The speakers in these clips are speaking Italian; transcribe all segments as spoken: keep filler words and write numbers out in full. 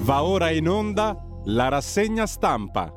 Va ora in onda la rassegna stampa.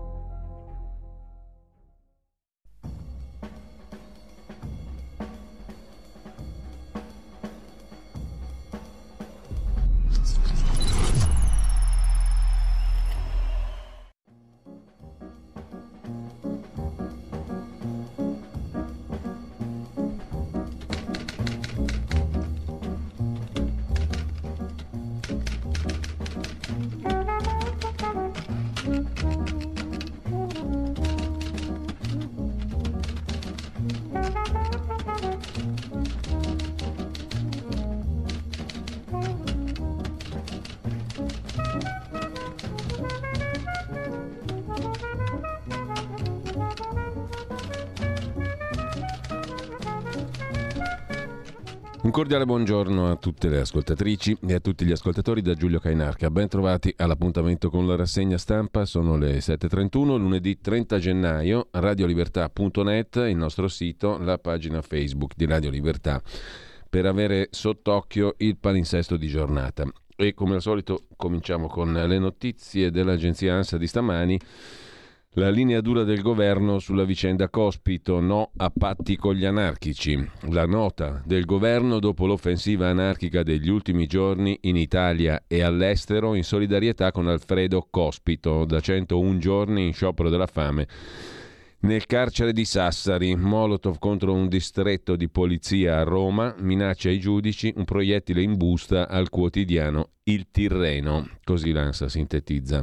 Un cordiale buongiorno a tutte le ascoltatrici e a tutti gli ascoltatori da Giulio Cainarca. Ben trovati all'appuntamento con la rassegna stampa. Sono le sette e trentuno, lunedì trenta gennaio, radiolibertà punto net, il nostro sito, la pagina Facebook di Radio Libertà, per avere sott'occhio il palinsesto di giornata. E come al solito cominciamo con le notizie dell'agenzia ANSA di stamani. La linea dura del governo sulla vicenda Cospito, no a patti con gli anarchici. La nota del governo dopo l'offensiva anarchica degli ultimi giorni in Italia e all'estero in solidarietà con Alfredo Cospito, da centouno giorni in sciopero della fame. Nel carcere di Sassari, Molotov contro un distretto di polizia a Roma, minaccia ai giudici, un proiettile in busta al quotidiano Il Tirreno. Così l'ANSA sintetizza.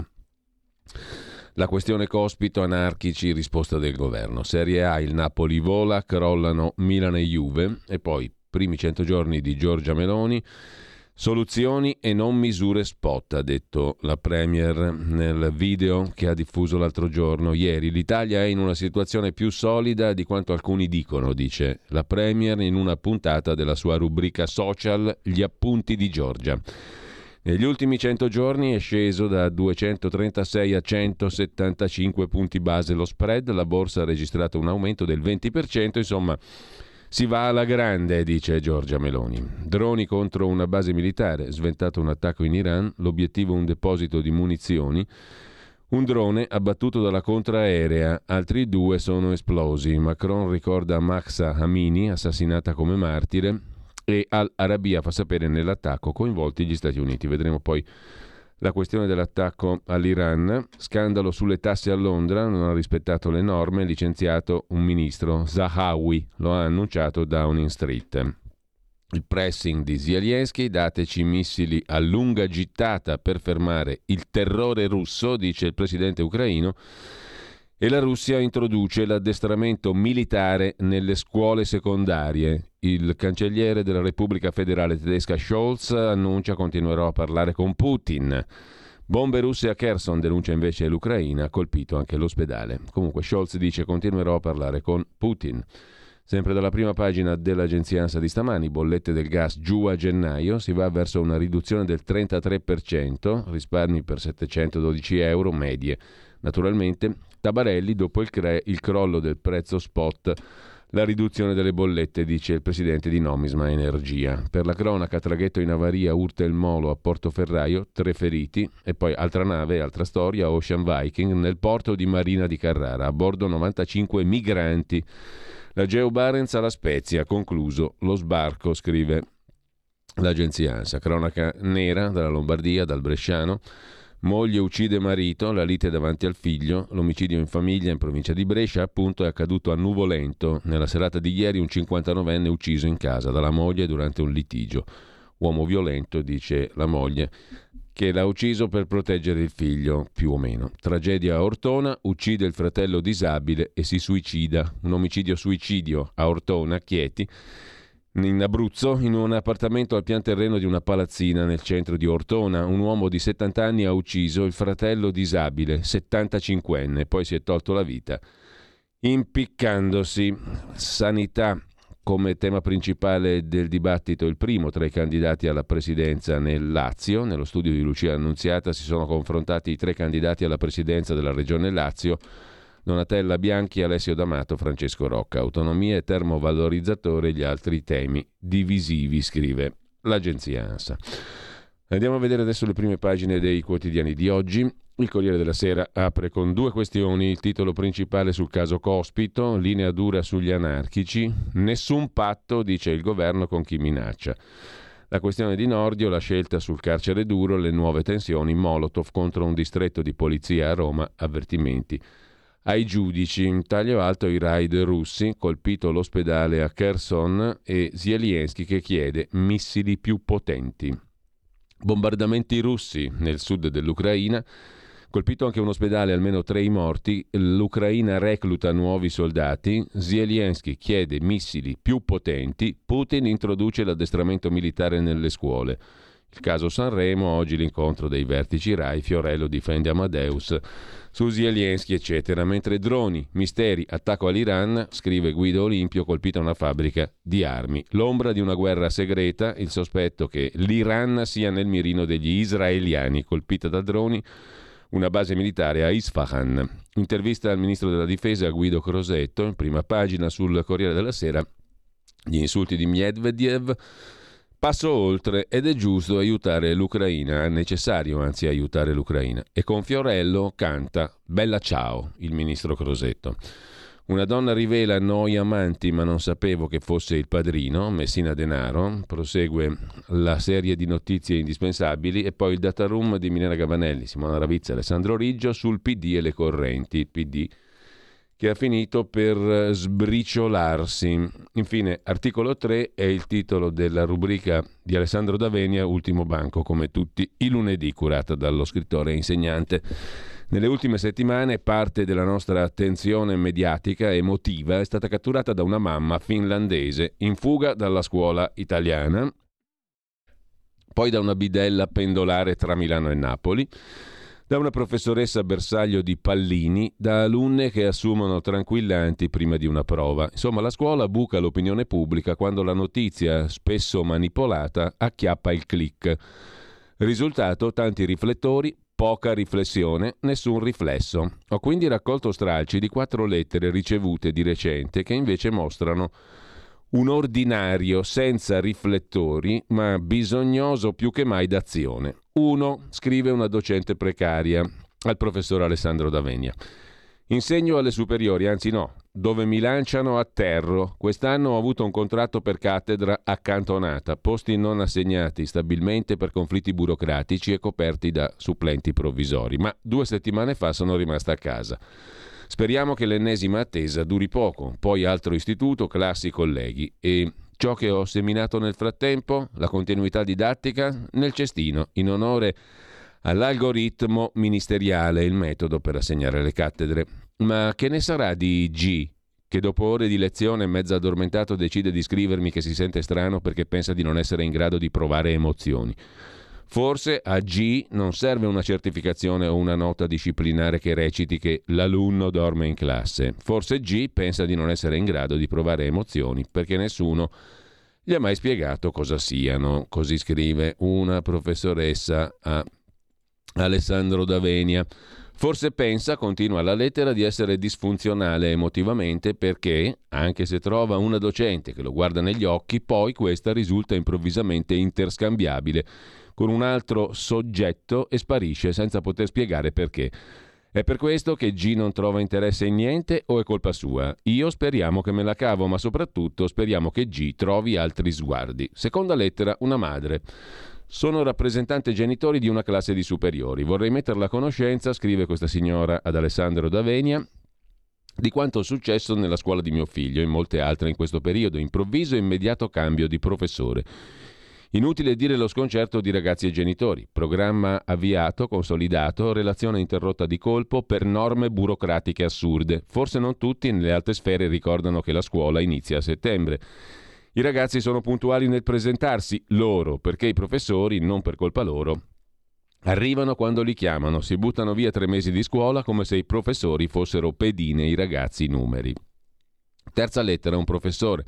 La questione Cospito, anarchici, risposta del governo. Serie A, il Napoli vola, crollano Milan e Juve. E poi, primi cento giorni di Giorgia Meloni, soluzioni e non misure spot, ha detto la Premier nel video che ha diffuso l'altro giorno. Ieri l'Italia è in una situazione più solida di quanto alcuni dicono, dice la Premier in una puntata della sua rubrica social Gli appunti di Giorgia. Negli ultimi cento giorni è sceso da duecentotrentasei a centosettantacinque punti base lo spread, la borsa ha registrato un aumento del venti per cento, insomma si va alla grande, dice Giorgia Meloni. Droni contro una base militare, sventato un attacco in Iran, l'obiettivo un deposito di munizioni, un drone abbattuto dalla contraerea, altri due sono esplosi. Macron ricorda Mahsa Amini, assassinata come martire, e Al-Arabia fa sapere nell'attacco coinvolti gli Stati Uniti. Vedremo poi la questione dell'attacco all'Iran. Scandalo sulle tasse a Londra, non ha rispettato le norme, licenziato un ministro, Zahawi, lo ha annunciato Downing Street. Il pressing di Zelensky, dateci missili a lunga gittata per fermare il terrore russo, dice il presidente ucraino. E la Russia introduce l'addestramento militare nelle scuole secondarie. Il cancelliere della Repubblica Federale Tedesca Scholz annuncia continuerò a parlare con Putin. Bombe russe a Kherson, denuncia invece l'Ucraina, ha colpito anche l'ospedale. Comunque Scholz dice continuerò a parlare con Putin. Sempre dalla prima pagina dell'agenzia ANSA di stamani, bollette del gas giù a gennaio, si va verso una riduzione del trentatré per cento, risparmi per settecentododici euro medie. Naturalmente, Tabarelli, dopo il, cre- il crollo del prezzo spot, la riduzione delle bollette, dice il presidente di Nomisma Energia. Per la cronaca, traghetto in avaria urta il molo a Portoferraio, tre feriti, e poi altra nave, altra storia, Ocean Viking, nel porto di Marina di Carrara, a bordo novantacinque migranti. La Geo Barents alla Spezia, concluso lo sbarco, scrive l'agenzia ANSA. Cronaca nera dalla Lombardia, dal Bresciano. Moglie uccide marito, la lite davanti al figlio, l'omicidio in famiglia in provincia di Brescia, appunto, è accaduto a Nuvolento. Nella serata di ieri un cinquantanovenne ucciso in casa dalla moglie durante un litigio. Uomo violento, dice la moglie, che l'ha ucciso per proteggere il figlio, più o meno. Tragedia a Ortona, uccide il fratello disabile e si suicida. Un omicidio-suicidio a Ortona, Chieti, in Abruzzo, in un appartamento al pian terreno di una palazzina nel centro di Ortona. Un uomo di settanta anni ha ucciso il fratello disabile, settantacinquenne, poi si è tolto la vita impiccandosi. Sanità come tema principale del dibattito, il primo tra i candidati alla presidenza nel Lazio. Nello studio di Lucia Annunziata si sono confrontati i tre candidati alla presidenza della regione Lazio: Donatella Bianchi, Alessio D'Amato, Francesco Rocca. Autonomia e termovalorizzatore gli altri temi divisivi, scrive l'agenzia ANSA. Andiamo a vedere adesso le prime pagine dei quotidiani di oggi. Il Corriere della Sera apre con due questioni. Il titolo principale sul caso Cospito, linea dura sugli anarchici. Nessun patto, dice il governo, con chi minaccia. La questione di Nordio, la scelta sul carcere duro, le nuove tensioni, Molotov contro un distretto di polizia a Roma, avvertimenti ai giudici. In taglio alto i raid russi, colpito l'ospedale a Kherson e Zelensky che chiede missili più potenti. Bombardamenti russi nel sud dell'Ucraina, colpito anche un ospedale, almeno tre i morti, l'Ucraina recluta nuovi soldati, Zelensky chiede missili più potenti, Putin introduce l'addestramento militare nelle scuole. Il caso Sanremo, oggi l'incontro dei vertici Rai, Fiorello difende Amadeus su Zelensky, eccetera. Mentre droni, misteri, attacco all'Iran, scrive Guido Olimpio, colpita una fabbrica di armi. L'ombra di una guerra segreta, il sospetto che l'Iran sia nel mirino degli israeliani, colpita da droni, una base militare a Isfahan. Intervista al ministro della difesa Guido Crosetto, in prima pagina sul Corriere della Sera, gli insulti di Medvedev. Passo oltre ed è giusto aiutare l'Ucraina, è necessario anzi aiutare l'Ucraina. E con Fiorello canta Bella ciao il ministro Crosetto. Una donna rivela noi amanti ma non sapevo che fosse il padrino, Messina Denaro, prosegue la serie di notizie indispensabili e poi il data room di Milena Gavanelli, Simona Ravizza e Alessandro Riggio sul P D e le correnti, il P D che ha finito per sbriciolarsi. Infine, articolo tre è il titolo della rubrica di Alessandro D'Avenia, Ultimo banco, come tutti i lunedì, curata dallo scrittore e insegnante. Nelle ultime settimane parte della nostra attenzione mediatica e emotiva è stata catturata da una mamma finlandese in fuga dalla scuola italiana, poi da una bidella pendolare tra Milano e Napoli, da una professoressa bersaglio di pallini, da alunne che assumono tranquillanti prima di una prova. Insomma, la scuola buca l'opinione pubblica quando la notizia, spesso manipolata, acchiappa il click. Risultato: tanti riflettori, poca riflessione, nessun riflesso. Ho quindi raccolto stralci di quattro lettere ricevute di recente che invece mostrano un ordinario senza riflettori, ma bisognoso più che mai d'azione. Uno, scrive una docente precaria al professor Alessandro D'Avenia. Insegno alle superiori, anzi no, dove mi lanciano atterro. Quest'anno ho avuto un contratto per cattedra accantonata, posti non assegnati stabilmente per conflitti burocratici e coperti da supplenti provvisori, ma due settimane fa sono rimasta a casa. Speriamo che l'ennesima attesa duri poco, poi altro istituto, classi, colleghi. E ciò che ho seminato nel frattempo, la continuità didattica, nel cestino, in onore all'algoritmo ministeriale, il metodo per assegnare le cattedre. Ma che ne sarà di G, che dopo ore di lezione mezzo addormentato decide di scrivermi che si sente strano perché pensa di non essere in grado di provare emozioni? Forse a G non serve una certificazione o una nota disciplinare che reciti che l'alunno dorme in classe. Forse G pensa di non essere in grado di provare emozioni perché nessuno gli ha mai spiegato cosa siano. Così scrive una professoressa a Alessandro D'Avenia. Forse pensa, continua la lettera, di essere disfunzionale emotivamente perché, anche se trova una docente che lo guarda negli occhi, poi questa risulta improvvisamente interscambiabile con un altro soggetto e sparisce senza poter spiegare perché. È per questo che G non trova interesse in niente o è colpa sua? Io speriamo che me la cavo, ma soprattutto speriamo che G trovi altri sguardi. Seconda lettera, una madre. Sono rappresentante genitori di una classe di superiori. Vorrei metterla a conoscenza, scrive questa signora ad Alessandro D'Avenia, di quanto è successo nella scuola di mio figlio e in molte altre in questo periodo, improvviso e immediato cambio di professore. Inutile dire lo sconcerto di ragazzi e genitori. Programma avviato, consolidato, relazione interrotta di colpo per norme burocratiche assurde. Forse non tutti nelle alte sfere ricordano che la scuola inizia a settembre. I ragazzi sono puntuali nel presentarsi, loro, perché i professori, non per colpa loro, arrivano quando li chiamano, si buttano via tre mesi di scuola come se i professori fossero pedine e i ragazzi numeri. Terza lettera, un professore.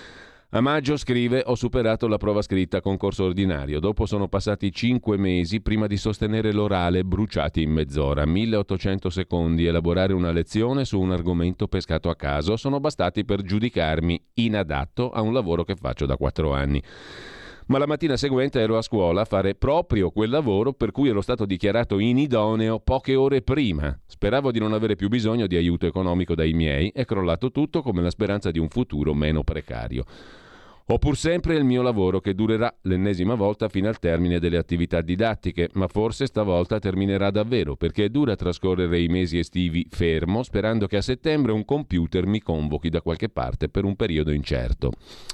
A maggio scrive: ho superato la prova scritta concorso ordinario. Dopo sono passati cinque mesi prima di sostenere l'orale, bruciati in mezz'ora. milleottocento secondi. Elaborare una lezione su un argomento pescato a caso sono bastati per giudicarmi inadatto a un lavoro che faccio da quattro anni. Ma la mattina seguente ero a scuola a fare proprio quel lavoro per cui ero stato dichiarato inidoneo poche ore prima. Speravo di non avere più bisogno di aiuto economico dai miei, è crollato tutto come la speranza di un futuro meno precario. Ho pur sempre il mio lavoro che durerà l'ennesima volta fino al termine delle attività didattiche, ma forse stavolta terminerà davvero, perché è dura trascorrere i mesi estivi fermo, sperando che a settembre un computer mi convochi da qualche parte per un periodo incerto.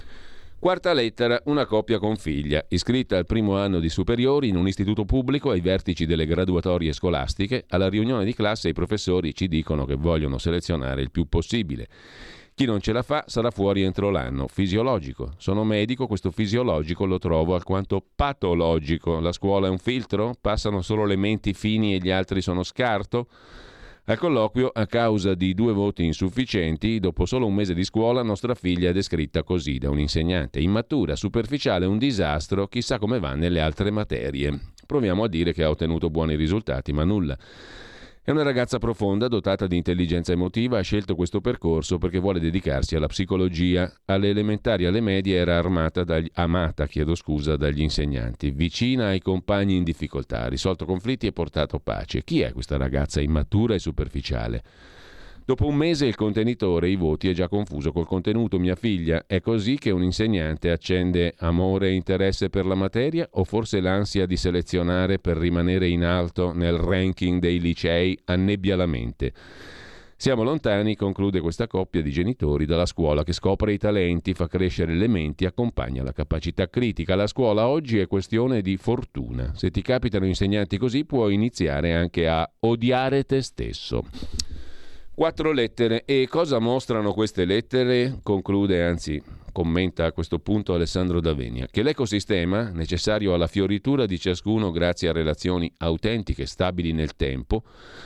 Quarta lettera, una coppia con figlia, iscritta al primo anno di superiori in un istituto pubblico ai vertici delle graduatorie scolastiche. Alla riunione di classe i professori ci dicono che vogliono selezionare il più possibile. Chi non ce la fa sarà fuori entro l'anno. Fisiologico. Sono medico, questo fisiologico lo trovo alquanto patologico. La scuola è un filtro? Passano solo le menti fini e gli altri sono scarto? Al colloquio, a causa di due voti insufficienti, dopo solo un mese di scuola, nostra figlia è descritta così da un insegnante: immatura, superficiale, un disastro, chissà come va nelle altre materie. Proviamo a dire che ha ottenuto buoni risultati, ma nulla. È una ragazza profonda, dotata di intelligenza emotiva, ha scelto questo percorso perché vuole dedicarsi alla psicologia. Alle elementari e alle medie era armata dagli, amata chiedo scusa, dagli insegnanti, vicina ai compagni in difficoltà, ha risolto conflitti e portato pace. Chi è questa ragazza immatura e superficiale? Dopo un mese il contenitore, i voti, è già confuso col contenuto. Mia figlia, è così che un insegnante accende amore e interesse per la materia, o forse l'ansia di selezionare per rimanere in alto nel ranking dei licei annebbia la mente? Siamo lontani, conclude questa coppia di genitori, dalla scuola che scopre i talenti, fa crescere le menti, accompagna la capacità critica. La scuola oggi è questione di fortuna. Se ti capitano insegnanti così, puoi iniziare anche a odiare te stesso. Quattro lettere. E cosa mostrano queste lettere? Conclude, anzi commenta a questo punto Alessandro D'Avenia, che l'ecosistema, necessario alla fioritura di ciascuno grazie a relazioni autentiche, stabili nel tempo,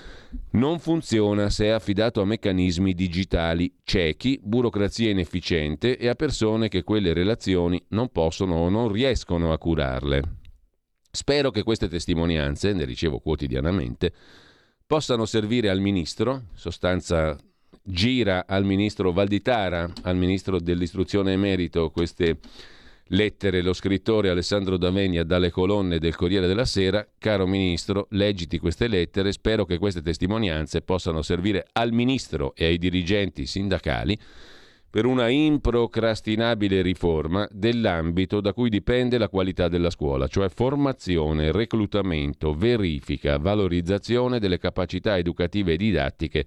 non funziona se è affidato a meccanismi digitali ciechi, burocrazia inefficiente e a persone che quelle relazioni non possono o non riescono a curarle. Spero che queste testimonianze, ne ricevo quotidianamente, possano servire al ministro, in sostanza gira al ministro Valditara, al ministro dell'istruzione emerito, queste lettere, lo scrittore Alessandro D'Avenia dalle colonne del Corriere della Sera: caro ministro, leggiti queste lettere, spero che queste testimonianze possano servire al ministro e ai dirigenti sindacali per una improcrastinabile riforma dell'ambito da cui dipende la qualità della scuola, cioè formazione, reclutamento, verifica, valorizzazione delle capacità educative e didattiche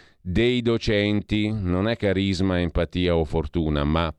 dei docenti. Non è carisma, empatia o fortuna, ma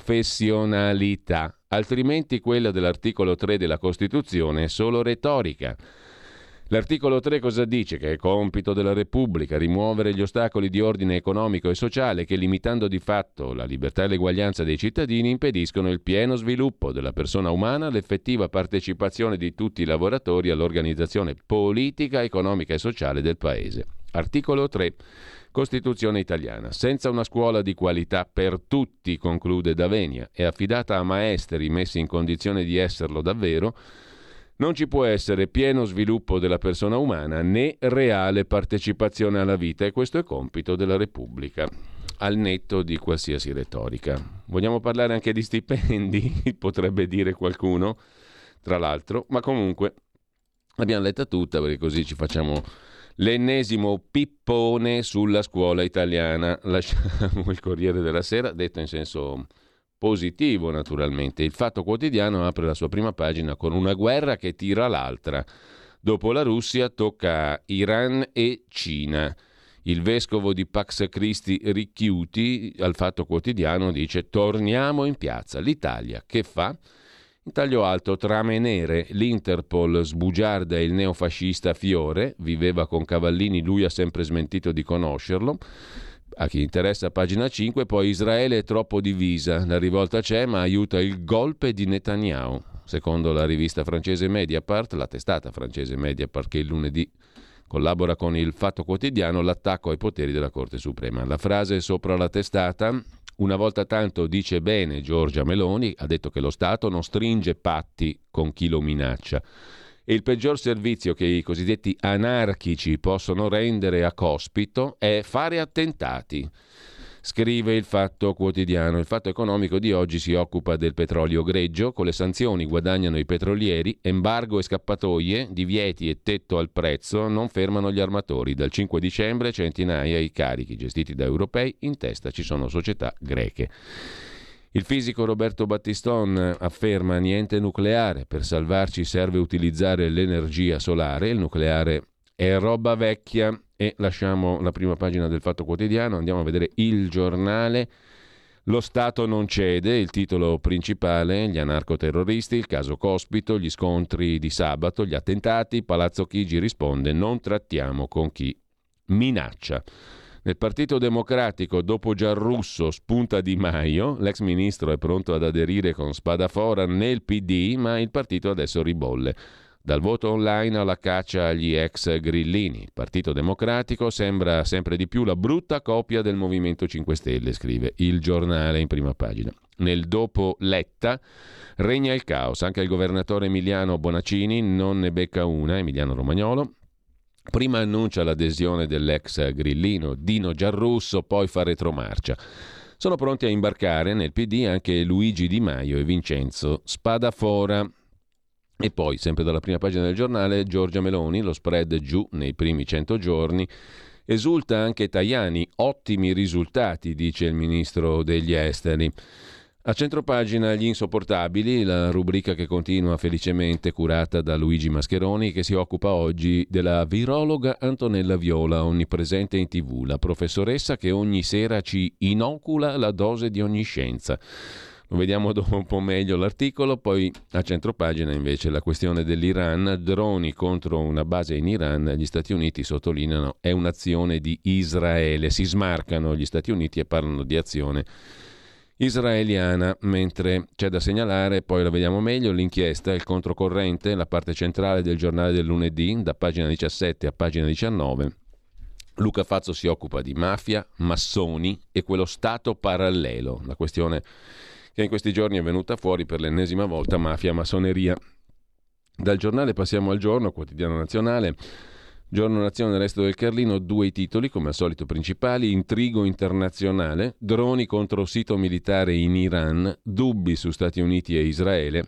professionalità. Altrimenti quella dell'articolo tre della Costituzione è solo retorica. L'articolo tre cosa dice? Che è compito della Repubblica rimuovere gli ostacoli di ordine economico e sociale che, limitando di fatto la libertà e l'eguaglianza dei cittadini, impediscono il pieno sviluppo della persona umana, l'effettiva partecipazione di tutti i lavoratori all'organizzazione politica, economica e sociale del Paese. Articolo tre. Costituzione italiana. Senza una scuola di qualità per tutti, conclude D'Avenia, e affidata a maestri messi in condizione di esserlo davvero, non ci può essere pieno sviluppo della persona umana né reale partecipazione alla vita, e questo è compito della Repubblica, al netto di qualsiasi retorica. Vogliamo parlare anche di stipendi? Potrebbe dire qualcuno, tra l'altro, ma comunque l'abbiamo letta tutta perché così ci facciamo l'ennesimo pippone sulla scuola italiana. Lasciamo il Corriere della Sera, detto in senso positivo naturalmente. Il Fatto Quotidiano apre la sua prima pagina con una guerra che tira l'altra. Dopo la Russia tocca Iran e Cina. Il vescovo di Pax Christi Ricchiuti al Fatto Quotidiano dice: torniamo in piazza. L'Italia che fa? In taglio alto, trame nere, l'Interpol sbugiarda il neofascista Fiore, viveva con Cavallini, lui ha sempre smentito di conoscerlo. A chi interessa, pagina cinque, poi Israele è troppo divisa, la rivolta c'è ma aiuta il golpe di Netanyahu. Secondo la rivista francese Mediapart, la testata francese Mediapart, che il lunedì collabora con il Fatto Quotidiano, l'attacco ai poteri della Corte Suprema. La frase sopra la testata: una volta tanto dice bene Giorgia Meloni, ha detto che lo Stato non stringe patti con chi lo minaccia. E il peggior servizio che i cosiddetti anarchici possono rendere a cospito è fare attentati. scrive il Fatto Quotidiano. Il Fatto Economico di oggi si occupa del petrolio greggio. Con le sanzioni guadagnano i petrolieri, embargo e scappatoie, divieti e tetto al prezzo non fermano gli armatori. Dal cinque dicembre centinaia i carichi gestiti da europei, in testa ci sono società greche. Il fisico Roberto Battiston afferma niente nucleare, per salvarci serve utilizzare l'energia solare, il nucleare è roba vecchia. E lasciamo la prima pagina del Fatto Quotidiano, andiamo a vedere Il Giornale. Lo Stato non cede, il titolo principale, gli anarcoterroristi, il caso Cospito, gli scontri di sabato, gli attentati, Palazzo Chigi risponde non trattiamo con chi minaccia. Nel Partito Democratico, dopo Giarrusso, spunta Di Maio, l'ex ministro è pronto ad aderire con Spadafora nel P D, ma il partito adesso ribolle. Dal voto online alla caccia agli ex grillini. Il Partito Democratico sembra sempre di più la brutta copia del Movimento cinque Stelle, scrive Il Giornale in prima pagina. Nel dopo Letta regna il caos. Anche il governatore emiliano Bonaccini non ne becca una, Emiliano Romagnolo. Prima annuncia l'adesione dell'ex grillino Dino Giarrusso, poi fa retromarcia. Sono pronti a imbarcare nel P D anche Luigi Di Maio e Vincenzo Spadafora. E poi, sempre dalla prima pagina del giornale, Giorgia Meloni, lo spread giù nei primi cento giorni. Esulta anche Tajani, ottimi risultati, dice il ministro degli esteri. A centropagina gli insopportabili, la rubrica che continua felicemente curata da Luigi Mascheroni, che si occupa oggi della virologa Antonella Viola, onnipresente in tv, la professoressa che ogni sera ci inocula la dose di ogni scienza. Lo vediamo dopo un po' meglio l'articolo. Poi a centropagina invece la questione dell'Iran, droni contro una base in Iran, gli Stati Uniti sottolineano è un'azione di Israele, si smarcano gli Stati Uniti e parlano di azione israeliana, mentre c'è da segnalare, poi la vediamo meglio, l'inchiesta, il controcorrente, la parte centrale del giornale del lunedì, da pagina diciassette a pagina diciannove. Luca Fazzo si occupa di mafia, massoni e quello Stato parallelo, la questione che in questi giorni è venuta fuori per l'ennesima volta, mafia, massoneria. Dal giornale passiamo al Giorno, quotidiano nazionale. Giorno Nazione, Resto del Carlino, due i titoli, come al solito principali: intrigo internazionale, droni contro sito militare in Iran, dubbi su Stati Uniti e Israele,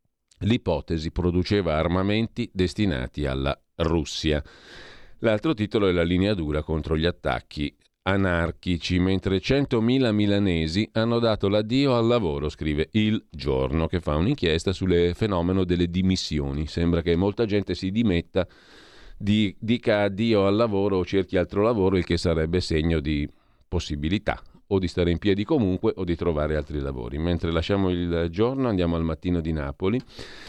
l'ipotesi produceva armamenti destinati alla Russia. L'altro titolo è la linea dura contro gli attacchi anarchici, mentre centomila milanesi hanno dato l'addio al lavoro, scrive Il Giorno, che fa un'inchiesta sul fenomeno delle dimissioni. Sembra che molta gente si dimetta, di, dica addio al lavoro o cerchi altro lavoro, il che sarebbe segno di possibilità o di stare in piedi comunque o di trovare altri lavori. Mentre lasciamo Il Giorno, andiamo al Mattino di Napoli.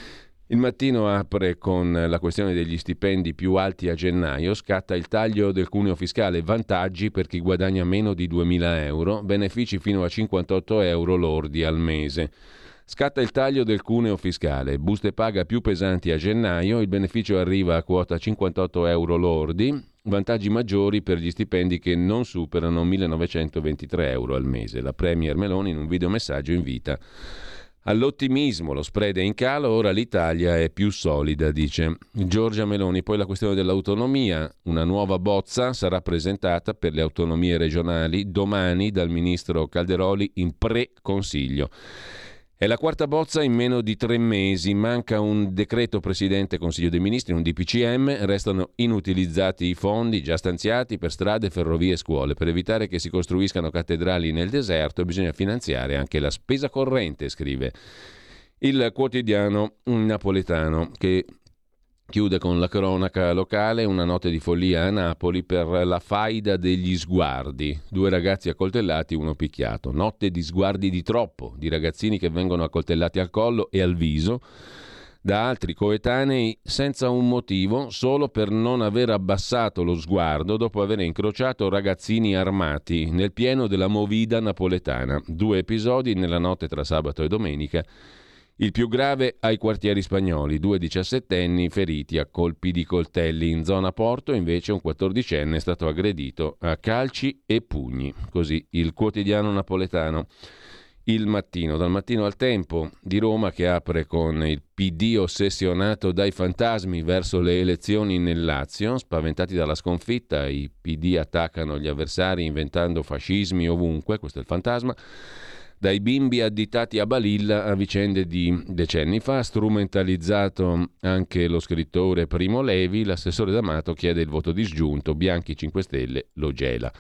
Il Mattino apre con la questione degli stipendi più alti a gennaio, scatta il taglio del cuneo fiscale, vantaggi per chi guadagna meno di duemila euro, benefici fino a cinquantotto euro lordi al mese. Scatta il taglio del cuneo fiscale, buste paga più pesanti a gennaio, il beneficio arriva a quota cinquantotto euro lordi, vantaggi maggiori per gli stipendi che non superano millenovecentoventitré euro al mese. La Premier Meloni in un videomessaggio invita all'ottimismo, lo spread è in calo, ora l'Italia è più solida, dice Giorgia Meloni. Poi la questione dell'autonomia, una nuova bozza sarà presentata per le autonomie regionali domani dal ministro Calderoli in pre-consiglio. È la quarta bozza in meno di tre mesi, manca un decreto Presidente Consiglio dei Ministri, un D P C M, restano inutilizzati i fondi già stanziati per strade, ferrovie e scuole. Per evitare che si costruiscano cattedrali nel deserto bisogna finanziare anche la spesa corrente, scrive il quotidiano napoletano, che chiude con la cronaca locale, una notte di follia a Napoli per la faida degli sguardi. Due ragazzi accoltellati, uno picchiato. Notte di sguardi di troppo, di ragazzini che vengono accoltellati al collo e al viso da altri coetanei senza un motivo, solo per non aver abbassato lo sguardo dopo aver incrociato ragazzini armati nel pieno della movida napoletana. Due episodi nella notte tra sabato e domenica. Il più grave ai quartieri spagnoli, due diciassettenni feriti a colpi di coltelli. In zona Porto invece un quattordicenne è stato aggredito a calci e pugni, così il quotidiano napoletano. Il Mattino. Dal Mattino al Tempo di Roma, che apre con il P D ossessionato dai fantasmi verso le elezioni nel Lazio. Spaventati dalla sconfitta, i P D attaccano gli avversari inventando fascismi ovunque, questo è il fantasma. Dai bimbi additati a Balilla a vicende di decenni fa, strumentalizzato anche lo scrittore Primo Levi, l'assessore D'Amato chiede il voto disgiunto, Bianchi cinque Stelle lo gela.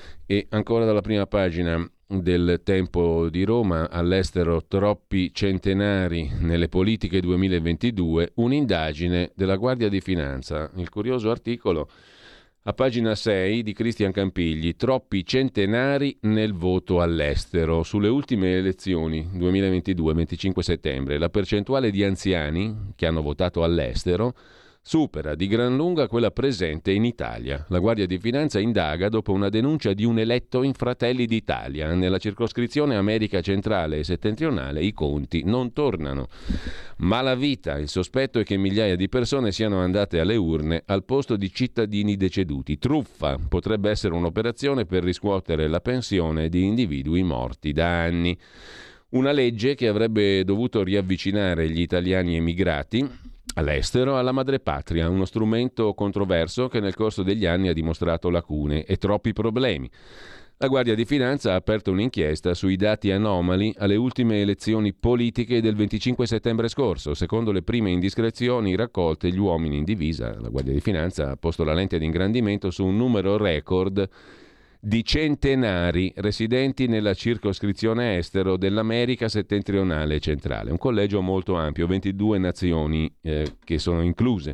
E ancora dalla prima pagina del Tempo di Roma, all'estero troppi centenari nelle politiche duemilaventidue, un'indagine della Guardia di Finanza. Il curioso articolo a pagina sei di Cristian Campigli, troppi centenari nel voto all'estero. Sulle ultime elezioni duemilaventidue, venticinque settembre, la percentuale di anziani che hanno votato all'estero supera di gran lunga quella presente in Italia. La Guardia di Finanza indaga dopo una denuncia di un eletto in Fratelli d'Italia. Nella circoscrizione America Centrale e Settentrionale i conti non tornano. Malavita, il sospetto è che migliaia di persone siano andate alle urne al posto di cittadini deceduti. Truffa, potrebbe essere un'operazione per riscuotere la pensione di individui morti da anni. Una legge che avrebbe dovuto riavvicinare gli italiani emigrati all'estero alla madrepatria, uno strumento controverso che nel corso degli anni ha dimostrato lacune e troppi problemi. La Guardia di Finanza ha aperto un'inchiesta sui dati anomali alle ultime elezioni politiche del venticinque settembre scorso. Secondo le prime indiscrezioni raccolte, gli uomini in divisa, la Guardia di Finanza ha posto la lente di ingrandimento su un numero record di centenari residenti nella circoscrizione estero dell'America settentrionale e centrale. Un collegio molto ampio, ventidue nazioni eh, che sono incluse.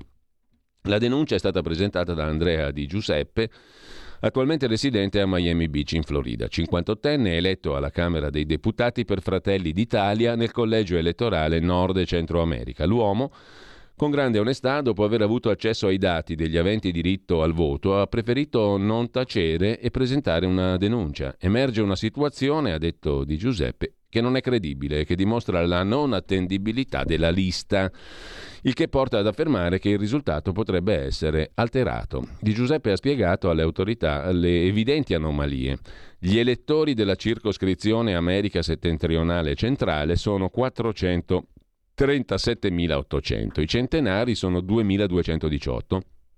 La denuncia è stata presentata da Andrea Di Giuseppe, attualmente residente a Miami Beach in Florida, cinquantottenne, eletto alla Camera dei Deputati per Fratelli d'Italia nel collegio elettorale Nord e Centro America. L'uomo, con grande onestà, dopo aver avuto accesso ai dati degli aventi diritto al voto, ha preferito non tacere e presentare una denuncia. Emerge una situazione, ha detto Di Giuseppe, che non è credibile e che dimostra la non attendibilità della lista, il che porta ad affermare che il risultato potrebbe essere alterato. Di Giuseppe ha spiegato alle autorità le evidenti anomalie. Gli elettori della circoscrizione America settentrionale e centrale sono quattrocento trentasettemilaottocento, i centenari sono duemiladuecentodiciotto,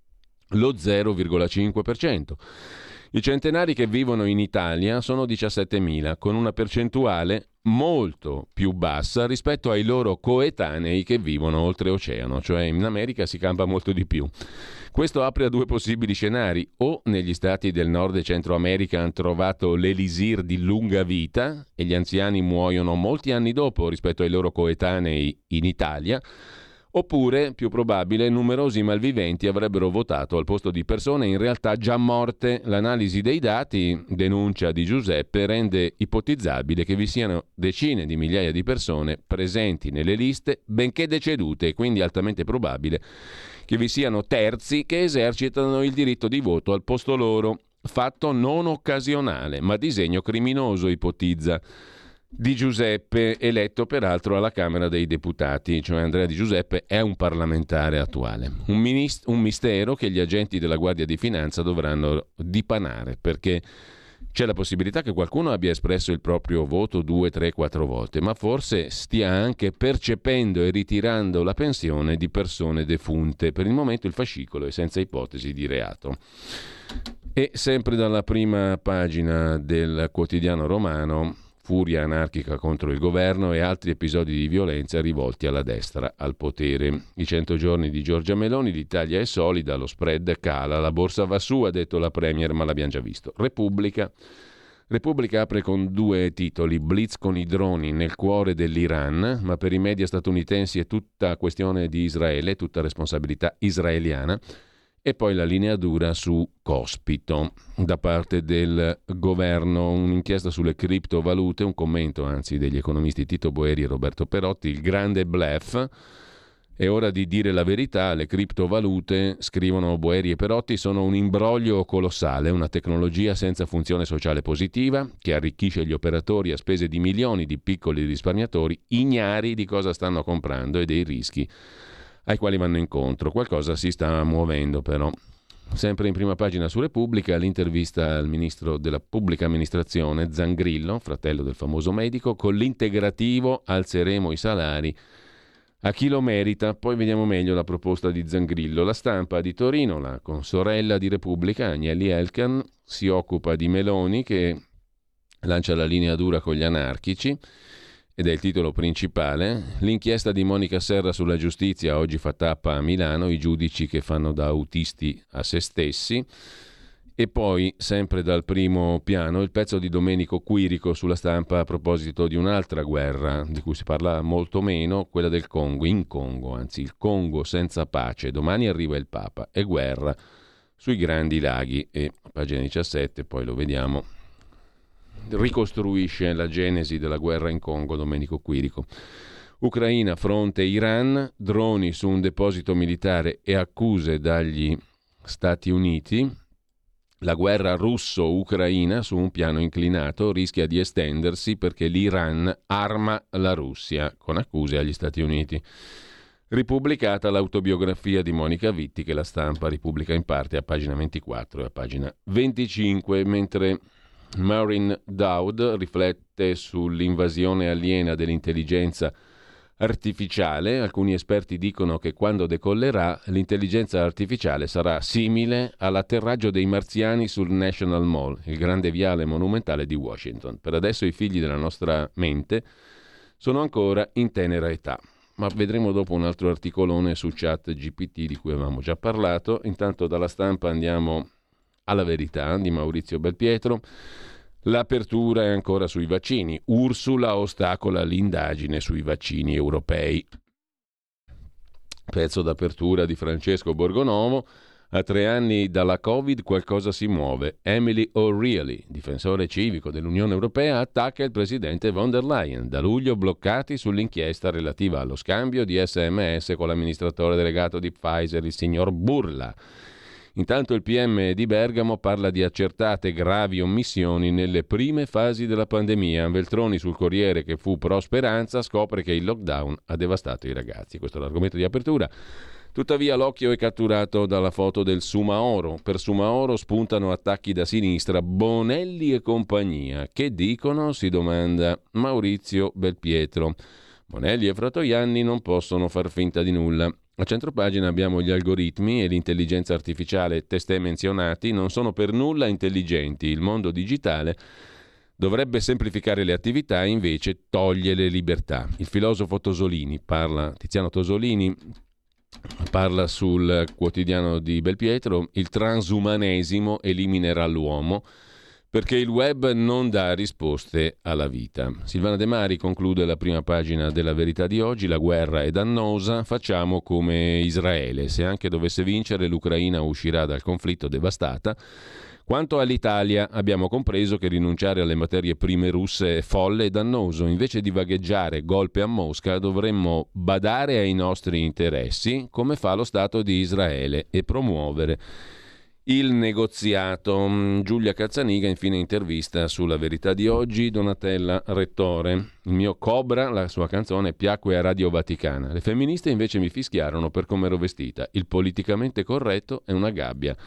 lo zero virgola cinque per cento. I centenari che vivono in Italia sono diciassettemila, con una percentuale molto più bassa rispetto ai loro coetanei che vivono oltreoceano, cioè in America si campa molto di più. Questo apre a due possibili scenari: o negli stati del Nord e Centro America hanno trovato l'elisir di lunga vita e gli anziani muoiono molti anni dopo rispetto ai loro coetanei in Italia, oppure, più probabile, numerosi malviventi avrebbero votato al posto di persone in realtà già morte. L'analisi dei dati, denuncia Di Giuseppe, rende ipotizzabile che vi siano decine di migliaia di persone presenti nelle liste, benché decedute, e quindi altamente probabile che vi siano terzi che esercitano il diritto di voto al posto loro. Fatto non occasionale, ma di segno criminoso, ipotizza Di Giuseppe, eletto peraltro alla Camera dei Deputati, cioè Andrea Di Giuseppe è un parlamentare attuale. Un, minist- un mistero che gli agenti della Guardia di Finanza dovranno dipanare, perché c'è la possibilità che qualcuno abbia espresso il proprio voto due, tre, quattro volte, ma forse stia anche percependo e ritirando la pensione di persone defunte. Per il momento il fascicolo è senza ipotesi di reato. E sempre dalla prima pagina del quotidiano romano, furia anarchica contro il governo e altri episodi di violenza rivolti alla destra al potere. I cento giorni di Giorgia Meloni, l'Italia è solida, lo spread cala, la borsa va su, ha detto la Premier, ma l'abbiamo già visto. Repubblica. Repubblica apre con due titoli: blitz con i droni nel cuore dell'Iran, ma per i media statunitensi è tutta questione di Israele, tutta responsabilità israeliana. E poi la linea dura su Cospito da parte del governo, un'inchiesta sulle criptovalute, un commento anzi degli economisti Tito Boeri e Roberto Perotti, il grande bluff. È ora di dire la verità, le criptovalute, scrivono Boeri e Perotti, sono un imbroglio colossale, una tecnologia senza funzione sociale positiva che arricchisce gli operatori a spese di milioni di piccoli risparmiatori ignari di cosa stanno comprando e dei rischi ai quali vanno incontro. Qualcosa si sta muovendo però. Sempre in prima pagina su Repubblica, l'intervista al ministro della pubblica amministrazione Zangrillo, fratello del famoso medico: con l'integrativo alzeremo i salari a chi lo merita. Poi vediamo meglio la proposta di Zangrillo. La Stampa di Torino, la consorella di Repubblica, Agnelli Elkann, si occupa di Meloni che lancia la linea dura con gli anarchici, ed è il titolo principale. L'inchiesta di Monica Serra sulla giustizia oggi fa tappa a Milano, i giudici che fanno da autisti a se stessi. E poi, sempre dal primo piano, il pezzo di Domenico Quirico sulla Stampa a proposito di un'altra guerra di cui si parla molto meno, quella del Congo, in Congo, anzi il Congo senza pace. Domani arriva il Papa e guerra sui Grandi Laghi. E a pagina diciassette, poi lo vediamo, ricostruisce la genesi della guerra in Congo Domenico Quirico. Ucraina, fronte Iran, droni su un deposito militare e accuse dagli Stati Uniti. La guerra russo-ucraina su un piano inclinato rischia di estendersi perché l'Iran arma la Russia, con accuse agli Stati Uniti. Ripubblicata l'autobiografia di Monica Vitti, che la Stampa ripubblica in parte a pagina ventiquattro e a pagina venticinque, mentre Maureen Dowd riflette sull'invasione aliena dell'intelligenza artificiale. Alcuni esperti dicono che quando decollerà l'intelligenza artificiale sarà simile all'atterraggio dei marziani sul National Mall, il grande viale monumentale di Washington. Per adesso i figli della nostra mente sono ancora in tenera età, ma vedremo dopo un altro articolone su ChatGPT di cui avevamo già parlato. Intanto dalla Stampa andiamo alla Verità di Maurizio Belpietro. L'apertura è ancora sui vaccini. Ursula ostacola l'indagine sui vaccini europei. Pezzo d'apertura di Francesco Borgonovo. A tre anni dalla Covid qualcosa si muove. Emily O'Reilly, difensore civico dell'Unione Europea, attacca il presidente von der Leyen. Da luglio bloccati sull'inchiesta relativa allo scambio di sms con l'amministratore delegato di Pfizer, il signor Burla. Intanto il P M di Bergamo parla di accertate gravi omissioni nelle prime fasi della pandemia. Veltroni sul Corriere, che fu pro Speranza, scopre che il lockdown ha devastato i ragazzi. Questo è l'argomento di apertura. Tuttavia l'occhio è catturato dalla foto del Sumaoro. Per Sumaoro spuntano attacchi da sinistra, Bonelli e compagnia. Che dicono? Si domanda Maurizio Belpietro. Bonelli e Fratoianni non possono far finta di nulla. A centropagina abbiamo gli algoritmi e l'intelligenza artificiale testé menzionati non sono per nulla intelligenti. Il mondo digitale dovrebbe semplificare le attività e invece toglie le libertà. Il filosofo Tosolini parla, Tiziano Tosolini parla sul quotidiano di Belpietro: il transumanesimo eliminerà l'uomo perché il web non dà risposte alla vita. Silvana De Mari conclude la prima pagina della Verità di oggi: la guerra è dannosa, facciamo come Israele. Se anche dovesse vincere, l'Ucraina uscirà dal conflitto devastata. Quanto all'Italia, abbiamo compreso che rinunciare alle materie prime russe è folle e dannoso. Invece di vagheggiare golpe a Mosca, dovremmo badare ai nostri interessi, come fa lo Stato di Israele, e promuovere il negoziato. Giulia Cazzaniga infine intervista sulla Verità di oggi Donatella Rettore. Il mio Cobra, la sua canzone, piacque a Radio Vaticana. Le femministe invece mi fischiarono per come ero vestita. Il politicamente corretto è una gabbia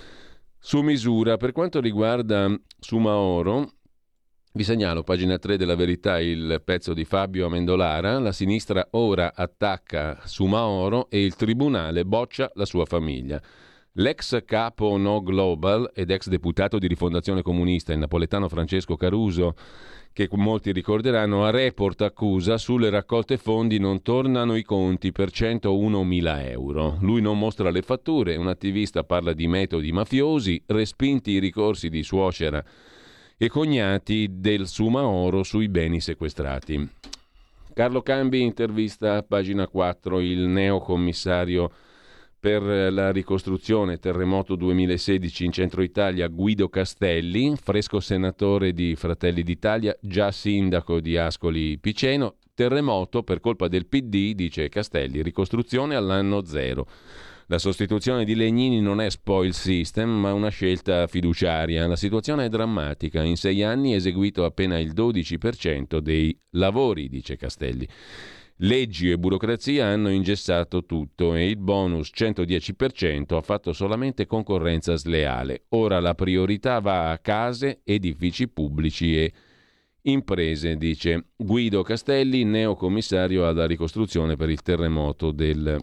su misura. Per quanto riguarda Sumaoro, vi segnalo, pagina tre della Verità, il pezzo di Fabio Amendolara. La sinistra ora attacca Sumaoro e il tribunale boccia la sua famiglia. L'ex capo No Global ed ex deputato di Rifondazione Comunista, il napoletano Francesco Caruso, che molti ricorderanno, a Report accusa: sulle raccolte fondi non tornano i conti per centounomila euro. Lui non mostra le fatture, un attivista parla di metodi mafiosi, respinti i ricorsi di suocera e cognati del Sumaoro sui beni sequestrati. Carlo Cambi intervista a pagina quattro il neocommissario per la ricostruzione terremoto duemilasedici in centro Italia, Guido Castelli, fresco senatore di Fratelli d'Italia, già sindaco di Ascoli Piceno. Terremoto per colpa del P D, dice Castelli, ricostruzione all'anno zero. La sostituzione di Legnini non è spoil system, ma una scelta fiduciaria. La situazione è drammatica. In sei anni è eseguito appena il dodici per cento dei lavori, dice Castelli. Leggi e burocrazia hanno ingessato tutto e il bonus cento dieci per cento ha fatto solamente concorrenza sleale. Ora la priorità va a case, edifici pubblici e imprese, dice Guido Castelli, neocommissario alla ricostruzione per il terremoto del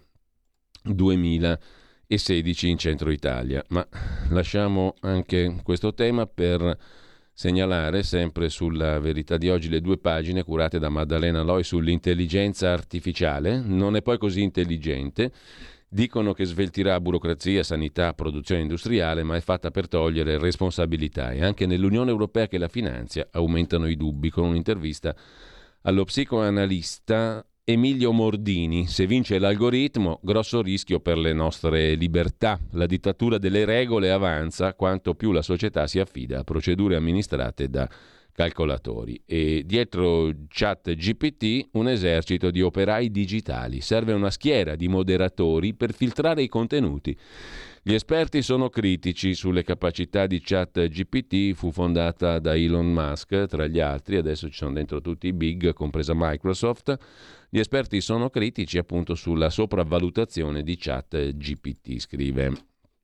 duemilasedici in centro Italia. Ma lasciamo anche questo tema per segnalare, sempre sulla Verità di oggi, le due pagine curate da Maddalena Loi sull'intelligenza artificiale. Non è poi così intelligente. Dicono che sveltirà burocrazia, sanità, produzione industriale, ma è fatta per togliere responsabilità. E anche nell'Unione Europea che la finanzia aumentano i dubbi, con un'intervista allo psicoanalista Emilio Mordini. Se vince l'algoritmo, grosso rischio per le nostre libertà. La dittatura delle regole avanza quanto più la società si affida a procedure amministrate da calcolatori. E dietro ChatGPT un esercito di operai digitali. Serve una schiera di moderatori per filtrare i contenuti. Gli esperti sono critici sulle capacità di ChatGPT. Fu fondata da Elon Musk, tra gli altri, adesso ci sono dentro tutti i big, compresa Microsoft. Gli esperti sono critici appunto sulla sopravvalutazione di ChatGPT, scrive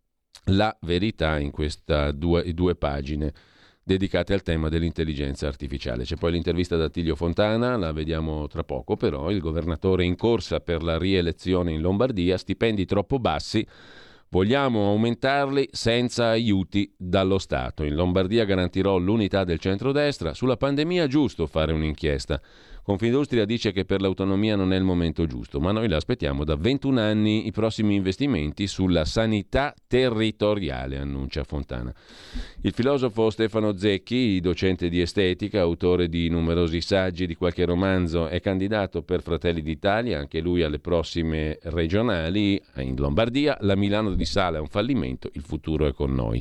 La Verità in queste due, due pagine dedicate al tema dell'intelligenza artificiale. C'è poi l'intervista da Attilio Fontana, la vediamo tra poco, però il governatore in corsa per la rielezione in Lombardia, stipendi troppo bassi, vogliamo aumentarli senza aiuti dallo Stato. In Lombardia garantirò l'unità del centrodestra, sulla pandemia è giusto fare un'inchiesta. Confindustria dice che per l'autonomia non è il momento giusto, ma noi la aspettiamo da ventuno anni i prossimi investimenti sulla sanità territoriale, annuncia Fontana. Il filosofo Stefano Zecchi, docente di estetica, autore di numerosi saggi, di qualche romanzo, è candidato per Fratelli d'Italia, anche lui alle prossime regionali in Lombardia. La Milano di Sala è un fallimento, il futuro è con noi.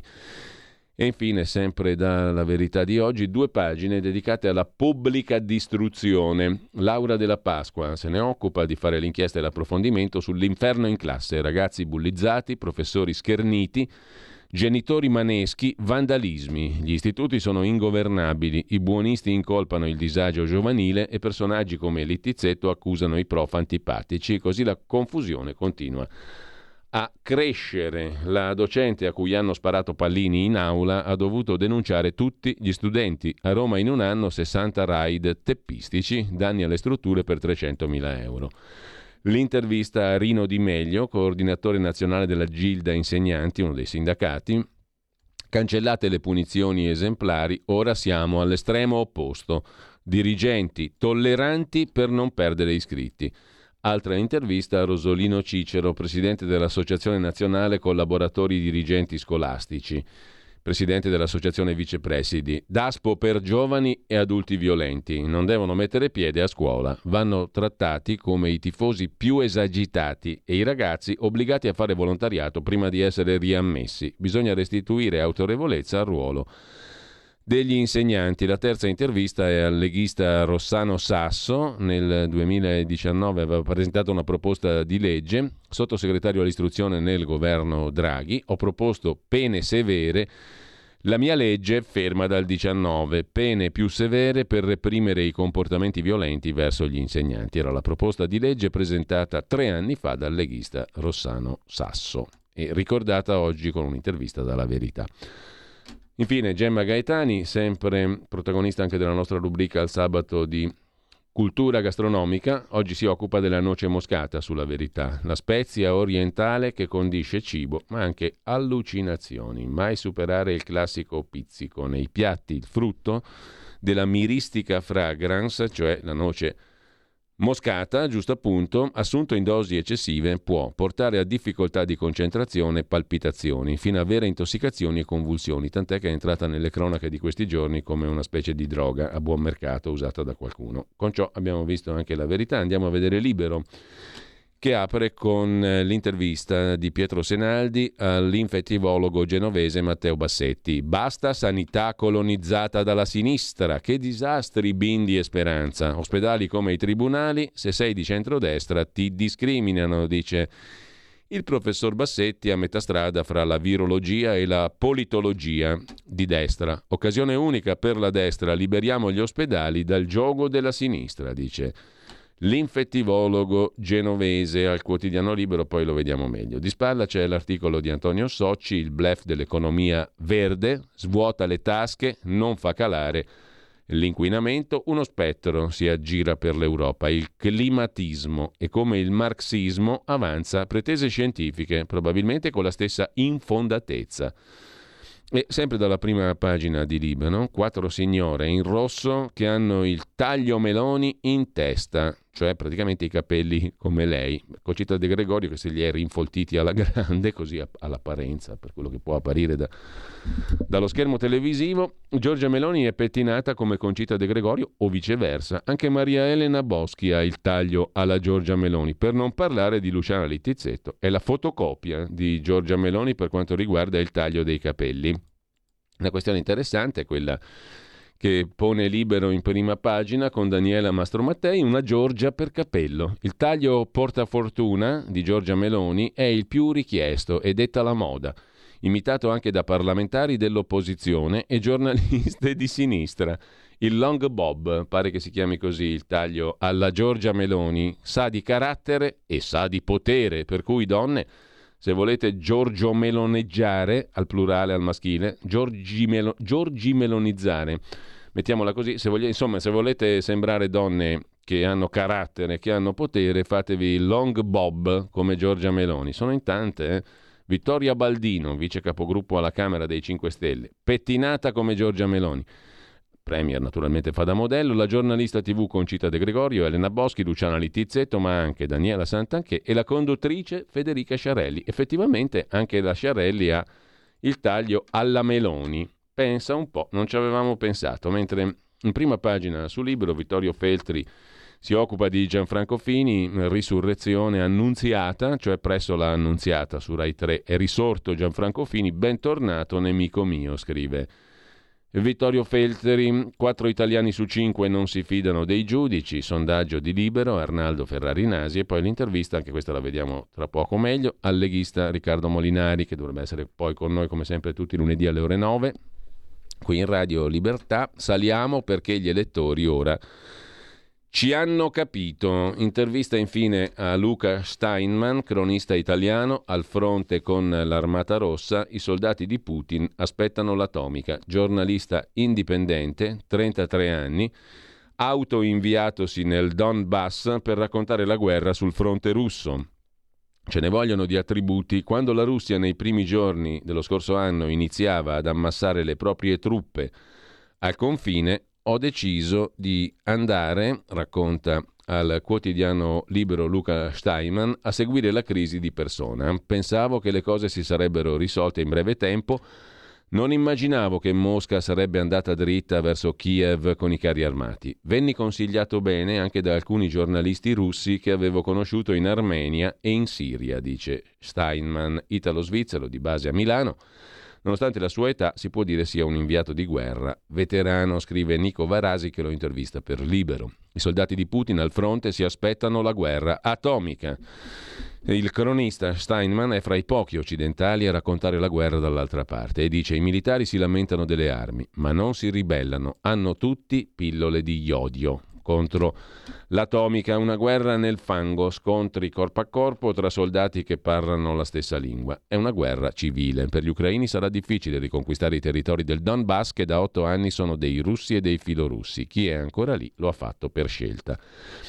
E infine, sempre dalla Verità di oggi, due pagine dedicate alla pubblica istruzione. Laura Della Pasqua se ne occupa di fare l'inchiesta e l'approfondimento sull'inferno in classe, ragazzi bullizzati, professori scherniti, genitori maneschi, vandalismi. Gli istituti sono ingovernabili, i buonisti incolpano il disagio giovanile e personaggi come Littizzetto accusano i prof antipatici, così la confusione continua a crescere. La docente a cui hanno sparato pallini in aula ha dovuto denunciare tutti gli studenti. A Roma in un anno sessanta raid teppistici, danni alle strutture per trecentomila euro. L'intervista a Rino Di Meglio, coordinatore nazionale della Gilda Insegnanti, uno dei sindacati. Cancellate le punizioni esemplari, ora siamo all'estremo opposto. Dirigenti tolleranti per non perdere iscritti. Altra intervista a Rosolino Cicero, presidente dell'Associazione Nazionale Collaboratori Dirigenti Scolastici, presidente dell'Associazione Vicepresidi. Daspo per giovani e adulti violenti. Non devono mettere piede a scuola. Vanno trattati come i tifosi più esagitati e i ragazzi obbligati a fare volontariato prima di essere riammessi. Bisogna restituire autorevolezza al ruolo degli insegnanti. La terza intervista è al leghista Rossano Sasso. Nel duemiladiciannove aveva presentato una proposta di legge, sottosegretario all'istruzione nel governo Draghi. Ho proposto pene severe, la mia legge ferma dal diciannove, pene più severe per reprimere i comportamenti violenti verso gli insegnanti. Era la proposta di legge presentata tre anni fa dal leghista Rossano Sasso e ricordata oggi con un'intervista dalla Verità. Infine Gemma Gaetani, sempre protagonista anche della nostra rubrica al sabato di cultura gastronomica, oggi si occupa della noce moscata sulla Verità, la spezia orientale che condisce cibo ma anche allucinazioni. Mai superare il classico pizzico nei piatti, il frutto della miristica fragrance, cioè la noce moscata, giusto appunto, assunto in dosi eccessive, può portare a difficoltà di concentrazione e palpitazioni, fino a vere intossicazioni e convulsioni, tant'è che è entrata nelle cronache di questi giorni come una specie di droga a buon mercato usata da qualcuno. Con ciò abbiamo visto anche la Verità. Andiamo a vedere Libero, che apre con l'intervista di Pietro Senaldi all'infettivologo genovese Matteo Bassetti. Basta sanità colonizzata dalla sinistra, che disastri Bindi e Speranza. Ospedali come i tribunali, se sei di centrodestra ti discriminano, dice il professor Bassetti a metà strada fra la virologia e la politologia di destra. Occasione unica per la destra, liberiamo gli ospedali dal giogo della sinistra, dice l'infettivologo genovese al quotidiano Libero, poi lo vediamo meglio. Di spalla c'è l'articolo di Antonio Socci, il bluff dell'economia verde, svuota le tasche, non fa calare l'inquinamento, uno spettro si aggira per l'Europa, il climatismo, e come il marxismo avanza pretese scientifiche, probabilmente con la stessa infondatezza. E sempre dalla prima pagina di Libero, quattro signore in rosso che hanno il taglio Meloni in testa, cioè praticamente i capelli come lei. Conchita De Gregorio che se li è rinfoltiti alla grande, così all'apparenza, per quello che può apparire da, dallo schermo televisivo. Giorgia Meloni è pettinata come Conchita De Gregorio o viceversa. Anche Maria Elena Boschi ha il taglio alla Giorgia Meloni, per non parlare di Luciana Littizzetto. È la fotocopia di Giorgia Meloni per quanto riguarda il taglio dei capelli. Una questione interessante è quella che pone Libero in prima pagina con Daniela Mastromattei, una Giorgia per capello. Il taglio portafortuna di Giorgia Meloni è il più richiesto e detta la moda, imitato anche da parlamentari dell'opposizione e giornaliste di sinistra. Il long bob, pare che si chiami così, il taglio alla Giorgia Meloni, sa di carattere e sa di potere, per cui donne, se volete Giorgio meloneggiare, al plurale, al maschile, Giorgi, Melo, Giorgi melonizzare, mettiamola così, se vogliate, insomma, se volete sembrare donne che hanno carattere, che hanno potere, fatevi il long bob come Giorgia Meloni. Sono in tante, eh? Vittoria Baldino, vice capogruppo alla Camera dei cinque Stelle, pettinata come Giorgia Meloni. Premier naturalmente fa da modello, la giornalista tivù Conchita De Gregorio, Elena Boschi, Luciana Littizzetto, ma anche Daniela Santanchè e la conduttrice Federica Sciarelli. Effettivamente anche la Sciarelli ha il taglio alla Meloni. Pensa un po', non ci avevamo pensato. Mentre in prima pagina su Libero Vittorio Feltri si occupa di Gianfranco Fini, risurrezione annunziata, cioè presso la Annunziata su Rai tre è risorto Gianfranco Fini, bentornato nemico mio, scrive Vittorio Feltri. Quattro italiani su cinque non si fidano dei giudici, sondaggio di Libero, Arnaldo Ferrari Nasi, e poi l'intervista, anche questa la vediamo tra poco meglio, al leghista Riccardo Molinari, che dovrebbe essere poi con noi come sempre tutti i lunedì alle ore nove, qui in Radio Libertà. Saliamo perché gli elettori ora ci hanno capito. Intervista infine a Luca Steinman, cronista italiano, al fronte con l'Armata Rossa, i soldati di Putin aspettano l'atomica. Giornalista indipendente, trentatré anni, autoinviatosi nel Donbass per raccontare la guerra sul fronte russo. Ce ne vogliono di attributi. Quando la Russia nei primi giorni dello scorso anno iniziava ad ammassare le proprie truppe al confine, ho deciso di andare, racconta al quotidiano Libero Luca Steinman, a seguire la crisi di persona. Pensavo che le cose si sarebbero risolte in breve tempo. Non immaginavo che Mosca sarebbe andata dritta verso Kiev con i carri armati. Venni consigliato bene anche da alcuni giornalisti russi che avevo conosciuto in Armenia e in Siria, dice Steinman, italo-svizzero di base a Milano. Nonostante la sua età, si può dire sia un inviato di guerra. Veterano, scrive Nico Varasi, che lo intervista per Libero. I soldati di Putin al fronte si aspettano la guerra atomica. Il cronista Steinman è fra i pochi occidentali a raccontare la guerra dall'altra parte e dice: i militari si lamentano delle armi, ma non si ribellano. Hanno tutti pillole di iodio contro l'atomica, una guerra nel fango, scontri corpo a corpo tra soldati che parlano la stessa lingua. È una guerra civile. Per gli ucraini sarà difficile riconquistare i territori del Donbass, che da otto anni sono dei russi e dei filorussi. Chi è ancora lì lo ha fatto per scelta.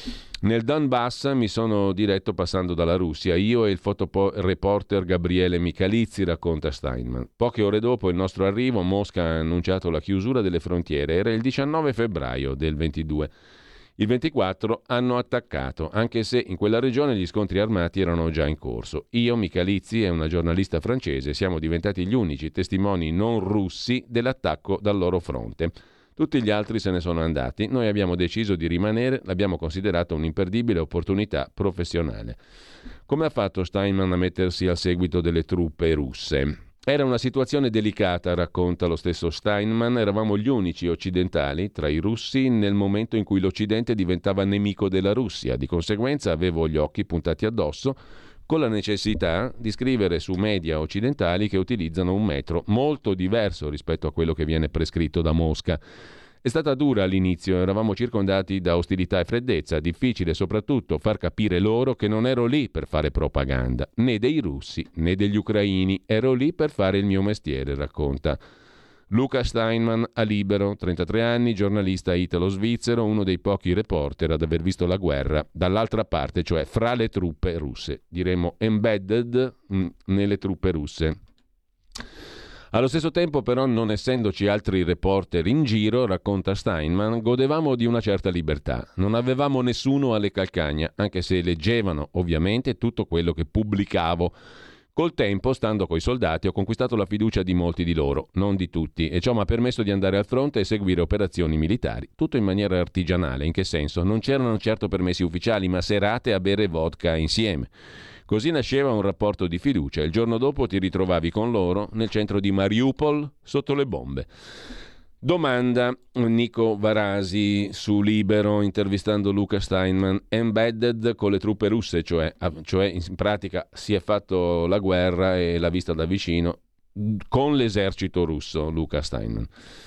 Nel Donbass mi sono diretto passando dalla Russia, io e il fotoreporter Gabriele Michalizzi, racconta Steinman. Poche ore dopo il nostro arrivo, Mosca ha annunciato la chiusura delle frontiere. Era il diciannove febbraio del ventidue. Il ventiquattro hanno attaccato, anche se in quella regione gli scontri armati erano già in corso. Io, Michalizzi e una giornalista francese siamo diventati gli unici testimoni non russi dell'attacco dal loro fronte. Tutti gli altri se ne sono andati. Noi abbiamo deciso di rimanere, l'abbiamo considerato un'imperdibile opportunità professionale. Come ha fatto Steinman a mettersi al seguito delle truppe russe? Era una situazione delicata, racconta lo stesso Steinman. Eravamo gli unici occidentali tra i russi nel momento in cui l'Occidente diventava nemico della Russia. Di conseguenza avevo gli occhi puntati addosso, con la necessità di scrivere su media occidentali che utilizzano un metro molto diverso rispetto a quello che viene prescritto da Mosca. È stata dura all'inizio, eravamo circondati da ostilità e freddezza, difficile soprattutto far capire loro che non ero lì per fare propaganda, né dei russi né degli ucraini, ero lì per fare il mio mestiere, racconta Luca Steinman a Libero, trentatré anni, giornalista italo-svizzero, uno dei pochi reporter ad aver visto la guerra dall'altra parte, cioè fra le truppe russe, diremmo embedded mh, nelle truppe russe. Allo stesso tempo, però, non essendoci altri reporter in giro, racconta Steinman, godevamo di una certa libertà. Non avevamo nessuno alle calcagna, anche se leggevano, ovviamente, tutto quello che pubblicavo. Col tempo, stando coi soldati, ho conquistato la fiducia di molti di loro, non di tutti, e ciò mi ha permesso di andare al fronte e seguire operazioni militari, tutto in maniera artigianale. In che senso? Non c'erano certo permessi ufficiali, ma serate a bere vodka insieme. Così nasceva un rapporto di fiducia. Il giorno dopo ti ritrovavi con loro nel centro di Mariupol sotto le bombe. Domanda Nico Varasi su Libero, intervistando Luca Steinman. Embedded con le truppe russe, cioè, cioè in pratica si è fatto la guerra e l'ha vista da vicino con l'esercito russo, Luca Steinman.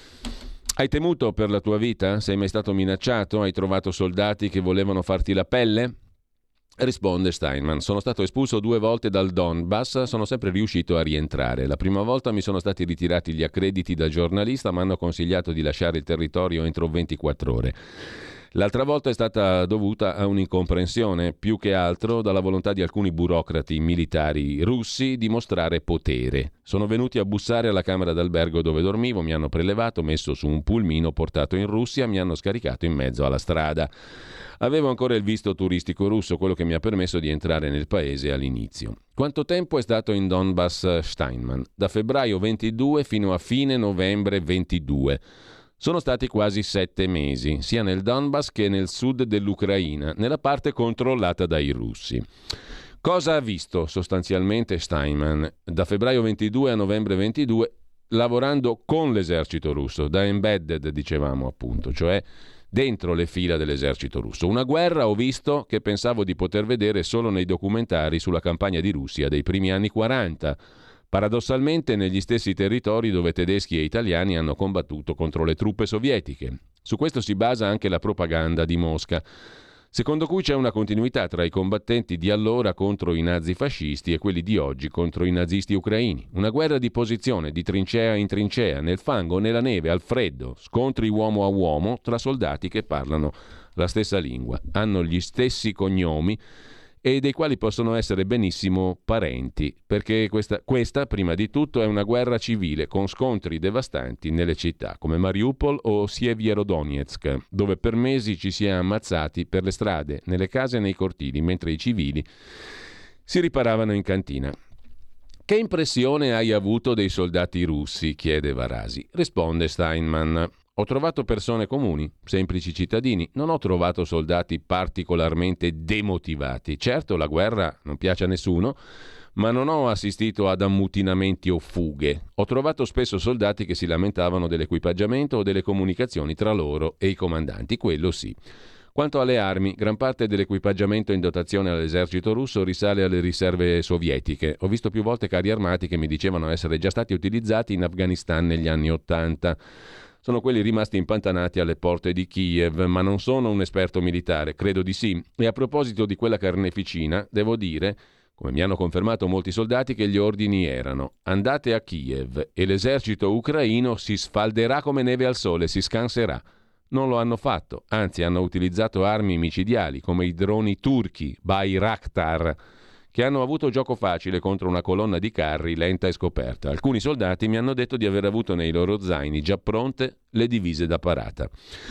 Hai temuto per la tua vita? Sei mai stato minacciato? Hai trovato soldati che volevano farti la pelle? Risponde Steinman, sono stato espulso due volte dal Donbass, sono sempre riuscito a rientrare. La prima volta mi sono stati ritirati gli accrediti da giornalista, ma hanno consigliato di lasciare il territorio entro ventiquattro ore. L'altra volta è stata dovuta a un'incomprensione, più che altro dalla volontà di alcuni burocrati militari russi di mostrare potere. Sono venuti a bussare alla camera d'albergo dove dormivo, mi hanno prelevato, messo su un pulmino, portato in Russia, mi hanno scaricato in mezzo alla strada. Avevo ancora il visto turistico russo, quello che mi ha permesso di entrare nel paese all'inizio. Quanto tempo è stato in Donbass Steinman? Da febbraio ventidue fino a fine novembre ventidue. Sono stati quasi sette mesi, sia nel Donbass che nel sud dell'Ucraina, nella parte controllata dai russi. Cosa ha visto sostanzialmente Steinman da febbraio ventidue a novembre ventidue, lavorando con l'esercito russo, da embedded dicevamo appunto, cioè dentro le fila dell'esercito russo? Una guerra, ho visto, che pensavo di poter vedere solo nei documentari sulla campagna di Russia dei primi anni quaranta, paradossalmente negli stessi territori dove tedeschi e italiani hanno combattuto contro le truppe sovietiche. Su questo si basa anche la propaganda di Mosca, secondo cui c'è una continuità tra i combattenti di allora contro i nazifascisti e quelli di oggi contro i nazisti ucraini. Una guerra di posizione, di trincea in trincea, nel fango, nella neve, al freddo, scontri uomo a uomo tra soldati che parlano la stessa lingua, hanno gli stessi cognomi e dei quali possono essere benissimo parenti, perché questa, questa, prima di tutto, è una guerra civile con scontri devastanti nelle città come Mariupol o Sievierodonetsk, dove per mesi ci si è ammazzati per le strade, nelle case e nei cortili, mentre i civili si riparavano in cantina. Che impressione hai avuto dei soldati russi? Chiede Varasi. Risponde Steinman. Ho trovato persone comuni, semplici cittadini, non ho trovato soldati particolarmente demotivati. Certo, la guerra non piace a nessuno, ma non ho assistito ad ammutinamenti o fughe. Ho trovato spesso soldati che si lamentavano dell'equipaggiamento o delle comunicazioni tra loro e i comandanti, quello sì. Quanto alle armi, gran parte dell'equipaggiamento in dotazione all'esercito russo risale alle riserve sovietiche. Ho visto più volte carri armati che mi dicevano essere già stati utilizzati in Afghanistan negli anni Ottanta. Sono quelli rimasti impantanati alle porte di Kiev, ma non sono un esperto militare, credo di sì. E a proposito di quella carneficina, devo dire, come mi hanno confermato molti soldati, che gli ordini erano: andate a Kiev e l'esercito ucraino si sfalderà come neve al sole, si scanserà. Non lo hanno fatto, anzi hanno utilizzato armi micidiali come i droni turchi, Bayraktar, che hanno avuto gioco facile contro una colonna di carri lenta e scoperta. Alcuni soldati mi hanno detto di aver avuto nei loro zaini già pronte le divise da parata.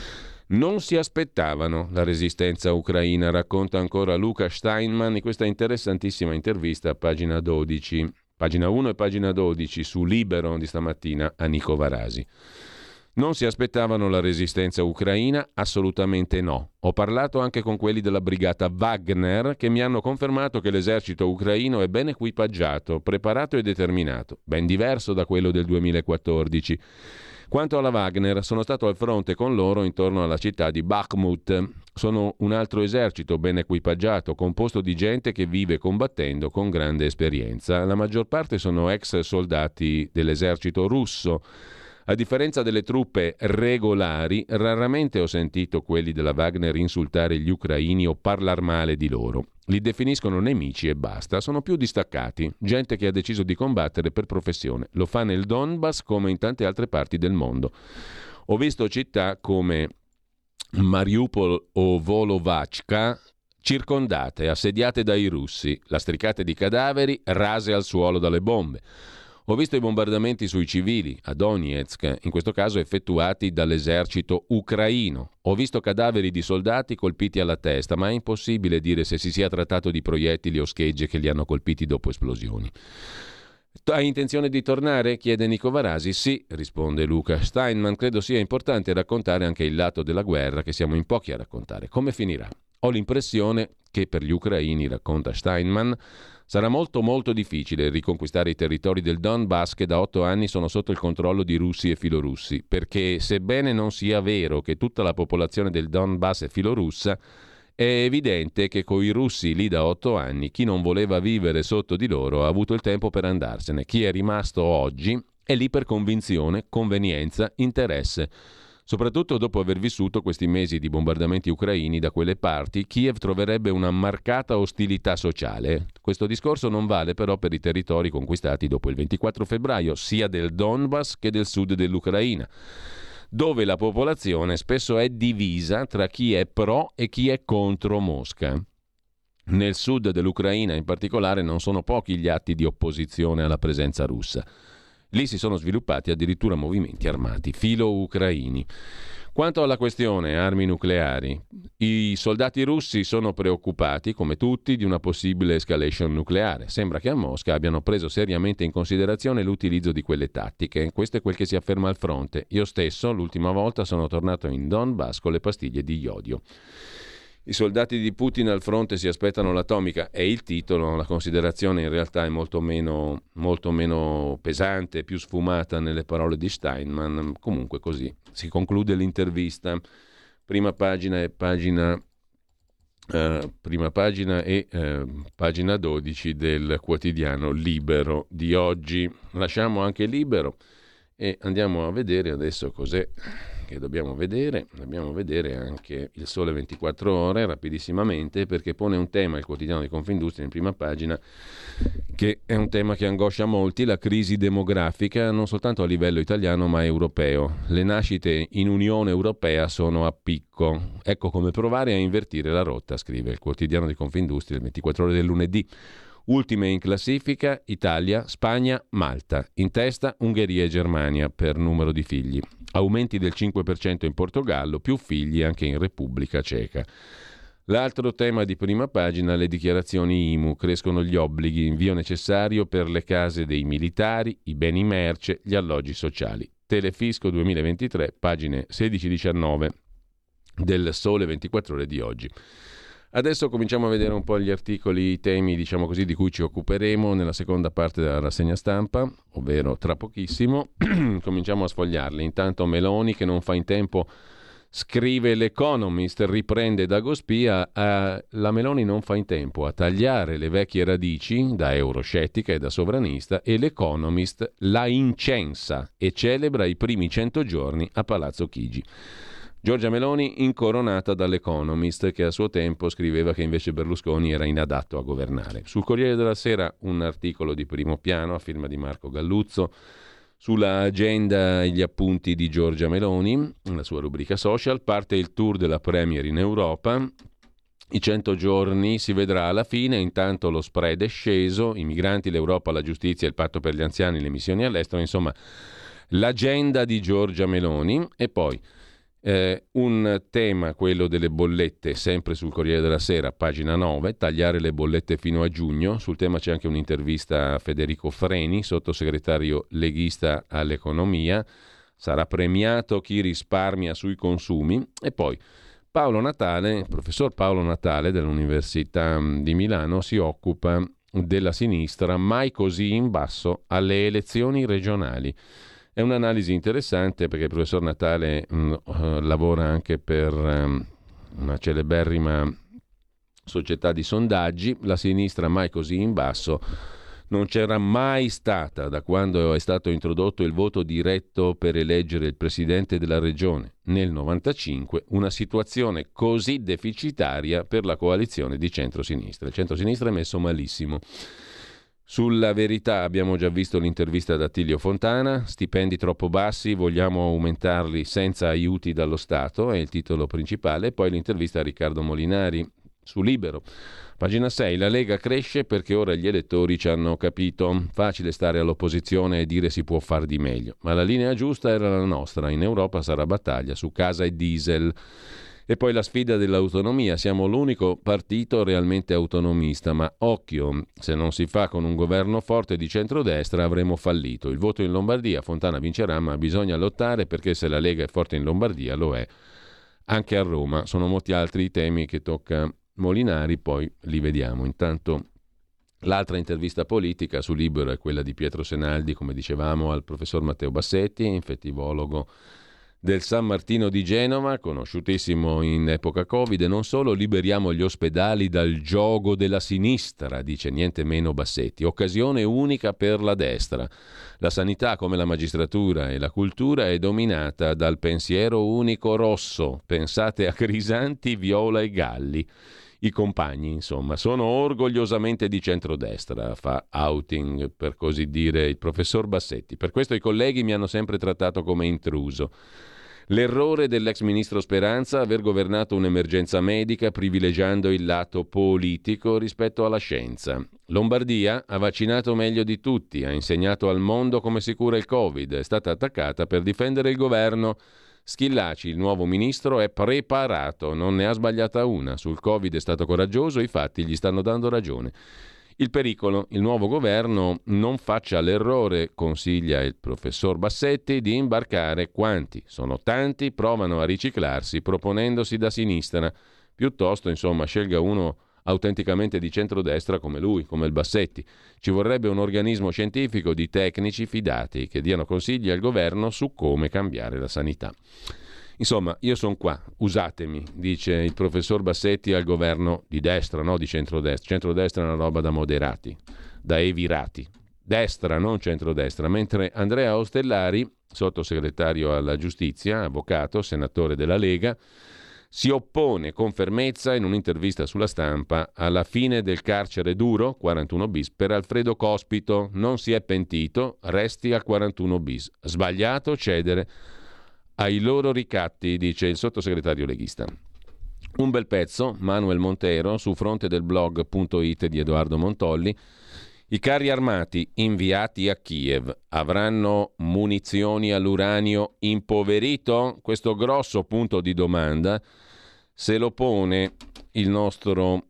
Non si aspettavano la resistenza ucraina, racconta ancora Luca Steinman in questa interessantissima intervista a pagina dodici, pagina uno e pagina dodici su Libero di stamattina a Nico Varasi. Non si aspettavano la resistenza ucraina? Assolutamente no. Ho parlato anche con quelli della brigata Wagner che mi hanno confermato che l'esercito ucraino è ben equipaggiato, preparato e determinato, ben diverso da quello del duemilaquattordici. Quanto alla Wagner, sono stato al fronte con loro intorno alla città di Bakhmut. Sono un altro esercito ben equipaggiato, composto di gente che vive combattendo con grande esperienza. La maggior parte sono ex soldati dell'esercito russo. A differenza delle truppe regolari, raramente ho sentito quelli della Wagner insultare gli ucraini o parlar male di loro. Li definiscono nemici e basta, sono più distaccati, gente che ha deciso di combattere per professione. Lo fa nel Donbass come in tante altre parti del mondo. Ho visto città come Mariupol o Volovachka circondate, assediate dai russi, lastricate di cadaveri, rase al suolo dalle bombe. Ho visto i bombardamenti sui civili a Donetsk, in questo caso effettuati dall'esercito ucraino. Ho visto cadaveri di soldati colpiti alla testa, ma è impossibile dire se si sia trattato di proiettili o schegge che li hanno colpiti dopo esplosioni. Hai intenzione di tornare? Chiede Nico Varasi. Sì, risponde Luca Steinman. Credo sia importante raccontare anche il lato della guerra che siamo in pochi a raccontare. Come finirà? Ho l'impressione che per gli ucraini, racconta Steinman, sarà molto molto difficile riconquistare i territori del Donbass che da otto anni sono sotto il controllo di russi e filorussi, perché sebbene non sia vero che tutta la popolazione del Donbass è filorussa, è evidente che coi russi lì da otto anni chi non voleva vivere sotto di loro ha avuto il tempo per andarsene. Chi è rimasto oggi è lì per convinzione, convenienza, interesse. Soprattutto dopo aver vissuto questi mesi di bombardamenti ucraini da quelle parti, Kiev troverebbe una marcata ostilità sociale. Questo discorso non vale però per i territori conquistati dopo il ventiquattro febbraio, sia del Donbass che del sud dell'Ucraina, dove la popolazione spesso è divisa tra chi è pro e chi è contro Mosca. Nel sud dell'Ucraina in particolare non sono pochi gli atti di opposizione alla presenza russa. Lì si sono sviluppati addirittura movimenti armati filo-ucraini. Quanto alla questione armi nucleari, i soldati russi sono preoccupati, come tutti, di una possibile escalation nucleare. Sembra che a Mosca abbiano preso seriamente in considerazione l'utilizzo di quelle tattiche. Questo è quel che si afferma al fronte. Io stesso, l'ultima volta, sono tornato in Donbass con le pastiglie di iodio. I soldati di Putin al fronte si aspettano l'atomica, è il titolo, la considerazione in realtà è molto meno, molto meno pesante, più sfumata nelle parole di Steinman. Comunque così si conclude l'intervista. Prima pagina e pagina, eh, prima pagina e eh, pagina dodici del quotidiano Libero di oggi. Lasciamo anche Libero e andiamo a vedere adesso cos'è che dobbiamo vedere. Dobbiamo vedere anche il Sole ventiquattro Ore rapidissimamente, perché pone un tema, il quotidiano di Confindustria in prima pagina, che è un tema che angoscia molti, la crisi demografica non soltanto a livello italiano ma europeo. Le nascite in Unione Europea sono a picco. Ecco come provare a invertire la rotta, scrive il quotidiano di Confindustria il ventiquattro Ore del lunedì. Ultime in classifica Italia, Spagna, Malta. In testa Ungheria e Germania per numero di figli. Aumenti del cinque per cento in Portogallo, più figli anche in Repubblica Ceca. L'altro tema di prima pagina, le dichiarazioni I M U. Crescono gli obblighi, invio necessario per le case dei militari, i beni merce, gli alloggi sociali. Telefisco duemilaventitré, pagine sedici diciannove del Sole ventiquattro Ore di oggi. Adesso cominciamo a vedere un po' gli articoli, i temi, diciamo così, di cui ci occuperemo nella seconda parte della rassegna stampa, ovvero tra pochissimo. Cominciamo a sfogliarli. Intanto Meloni, che non fa in tempo, scrive l'Economist, riprende Dagospia, a... la Meloni non fa in tempo a tagliare le vecchie radici da euroscettica e da sovranista, e l'Economist la incensa e celebra i primi cento giorni a Palazzo Chigi. Giorgia Meloni incoronata dall'Economist, che a suo tempo scriveva che invece Berlusconi era inadatto a governare. Sul Corriere della Sera un articolo di primo piano a firma di Marco Galluzzo sulla agenda e gli appunti di Giorgia Meloni, la sua rubrica social. Parte il tour della Premier in Europa, i cento giorni si vedrà alla fine, intanto lo spread è sceso, i migranti, l'Europa, la giustizia, il patto per gli anziani, le missioni all'estero, insomma l'agenda di Giorgia Meloni. E poi Eh, un tema, quello delle bollette, sempre sul Corriere della Sera, pagina nove, tagliare le bollette fino a giugno. Sul tema c'è anche un'intervista a Federico Freni, sottosegretario leghista all'economia. Sarà premiato chi risparmia sui consumi. E poi Paolo Natale, il professor Paolo Natale dell'Università di Milano, si occupa della sinistra mai così in basso alle elezioni regionali. È un'analisi interessante perché il professor Natale mh, uh, lavora anche per um, una celeberrima società di sondaggi. La sinistra mai così in basso Non c'era mai stata, da quando è stato introdotto il voto diretto per eleggere il presidente della regione nel novantacinque, una situazione così deficitaria per la coalizione di centrosinistra. Il centrosinistra è messo malissimo. Sulla Verità abbiamo già visto l'intervista ad Attilio Fontana, stipendi troppo bassi, vogliamo aumentarli senza aiuti dallo Stato, è il titolo principale, e poi l'intervista a Riccardo Molinari su Libero. Pagina sei, la Lega cresce perché ora gli elettori ci hanno capito. Facile stare all'opposizione e dire si può far di meglio, ma la linea giusta era la nostra, in Europa sarà battaglia su casa e diesel. E poi la sfida dell'autonomia, siamo l'unico partito realmente autonomista, ma occhio, se non si fa con un governo forte di centrodestra avremo fallito. Il voto in Lombardia, Fontana vincerà, ma bisogna lottare perché se la Lega è forte in Lombardia lo è anche a Roma. Sono molti altri i temi che tocca Molinari, poi li vediamo. Intanto l'altra intervista politica su Libero è quella di Pietro Senaldi, come dicevamo, al professor Matteo Bassetti, infettivologo del San Martino di Genova, conosciutissimo in epoca Covid, e non solo. Liberiamo gli ospedali dal giogo della sinistra, dice niente meno Bassetti, occasione unica per la destra. La sanità, come la magistratura e la cultura, è dominata dal pensiero unico rosso. Pensate a Crisanti, Viola e Galli. I compagni, insomma, sono orgogliosamente di centrodestra, fa outing, per così dire, il professor Bassetti. Per questo i colleghi mi hanno sempre trattato come intruso. L'errore dell'ex ministro Speranza aver governato un'emergenza medica privilegiando il lato politico rispetto alla scienza. Lombardia ha vaccinato meglio di tutti, ha insegnato al mondo come si cura il Covid, è stata attaccata per difendere il governo. Schillaci, il nuovo ministro, è preparato, non ne ha sbagliata una. Sul Covid è stato coraggioso, i fatti gli stanno dando ragione. Il pericolo, il nuovo governo non faccia l'errore, consiglia il professor Bassetti, di imbarcare quanti, sono tanti, provano a riciclarsi proponendosi da sinistra. Piuttosto, insomma, scelga uno autenticamente di centrodestra come lui, come il Bassetti. Ci vorrebbe un organismo scientifico di tecnici fidati che diano consigli al governo su come cambiare la sanità. Insomma, io sono qua, usatemi, dice il professor Bassetti al governo di destra, no di centrodestra. Centrodestra è una roba da moderati, da evirati. Destra, non centrodestra. Mentre Andrea Ostellari, sottosegretario alla giustizia, avvocato, senatore della Lega, si oppone con fermezza in un'intervista sulla Stampa alla fine del carcere duro, quarantuno bis, per Alfredo Cospito. Non si è pentito, resti al quarantuno bis. Sbagliato cedere ai loro ricatti, dice il sottosegretario leghista. Un bel pezzo, Manuel Montero, su fronte del blog punto it di Edoardo Montolli. I carri armati inviati a Kiev avranno munizioni all'uranio impoverito? Questo grosso punto di domanda se lo pone il nostro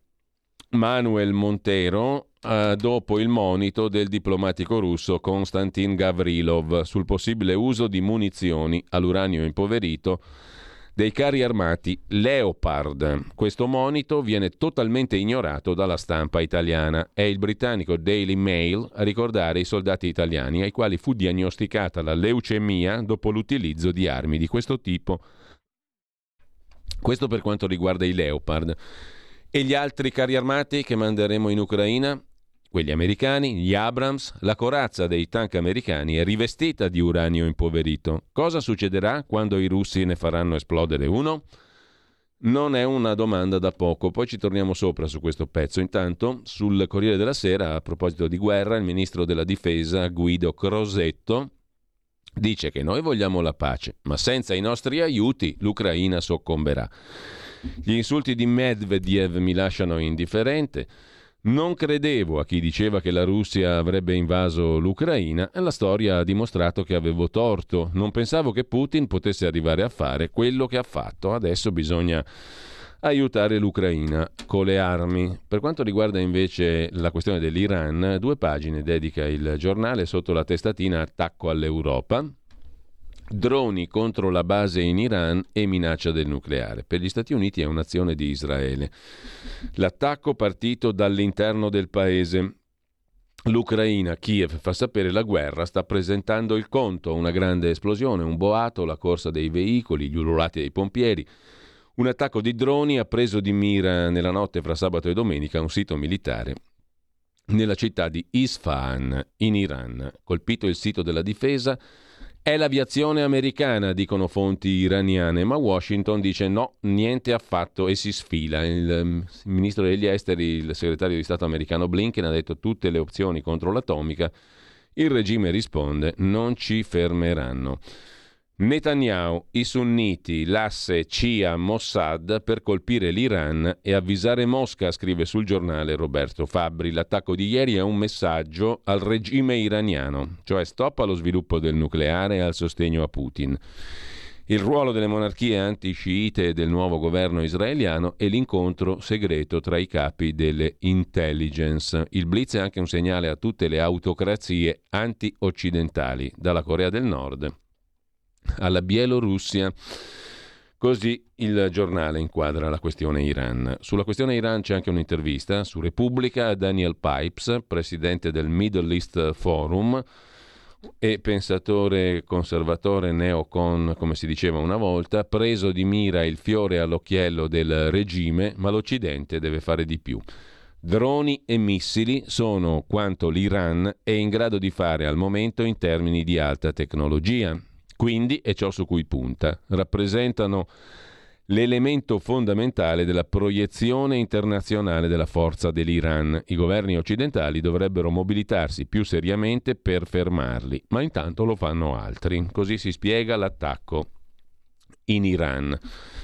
Manuel Montero eh, dopo il monito del diplomatico russo Konstantin Gavrilov sul possibile uso di munizioni all'uranio impoverito dei carri armati Leopard. Questo monito viene totalmente ignorato dalla stampa italiana. È il britannico Daily Mail a ricordare i soldati italiani ai quali fu diagnosticata la leucemia dopo l'utilizzo di armi di questo tipo. Questo per quanto riguarda i Leopard. E gli altri carri armati che manderemo in Ucraina? Quelli americani, gli Abrams, la corazza dei tank americani è rivestita di uranio impoverito. Cosa succederà quando i russi ne faranno esplodere uno? Non è una domanda da poco, poi ci torniamo sopra su questo pezzo. Intanto, sul Corriere della Sera, a proposito di guerra, il ministro della Difesa, Guido Crosetto, dice che noi vogliamo la pace, ma senza i nostri aiuti l'Ucraina soccomberà. Gli insulti di Medvedev mi lasciano indifferente. Non credevo a chi diceva che la Russia avrebbe invaso l'Ucraina e la storia ha dimostrato che avevo torto. Non pensavo che Putin potesse arrivare a fare quello che ha fatto. Adesso bisogna aiutare l'Ucraina con le armi. Per quanto riguarda invece la questione dell'Iran, due pagine dedica il giornale sotto la testatina Attacco all'Europa. Droni contro la base in Iran e minaccia del nucleare. Per gli Stati Uniti è un'azione di Israele. L'attacco partito dall'interno del paese. L'Ucraina, Kiev, fa sapere la guerra sta presentando il conto. Una grande esplosione, un boato, la corsa dei veicoli, gli ululati dei pompieri. Un attacco di droni ha preso di mira nella notte fra sabato e domenica un sito militare nella città di Isfahan, in Iran. Colpito il sito della difesa. È l'aviazione americana, dicono fonti iraniane, ma Washington dice no, niente affatto e si sfila. Il, il ministro degli esteri, il segretario di Stato americano Blinken, ha detto tutte le opzioni contro l'atomica. Il regime risponde non ci fermeranno. Netanyahu, i sunniti, l'asse Shia-Mossad per colpire l'Iran e avvisare Mosca, scrive sul giornale Roberto Fabbri. L'attacco di ieri è un messaggio al regime iraniano, cioè stop allo sviluppo del nucleare e al sostegno a Putin. Il ruolo delle monarchie anti-sciite e del nuovo governo israeliano e l'incontro segreto tra i capi delle intelligence. Il blitz è anche un segnale a tutte le autocrazie anti-occidentali, dalla Corea del Nord alla Bielorussia. Così il giornale inquadra la questione Iran. Sulla questione Iran c'è anche un'intervista su Repubblica a Daniel Pipes, presidente del Middle East Forum e pensatore conservatore neocon, come si diceva una volta, preso di mira il fiore all'occhiello del regime, ma l'Occidente deve fare di più. Droni e missili sono quanto l'Iran è in grado di fare al momento in termini di alta tecnologia. Quindi, è ciò su cui punta, rappresentano l'elemento fondamentale della proiezione internazionale della forza dell'Iran. I governi occidentali dovrebbero mobilitarsi più seriamente per fermarli, ma intanto lo fanno altri. Così si spiega l'attacco in Iran.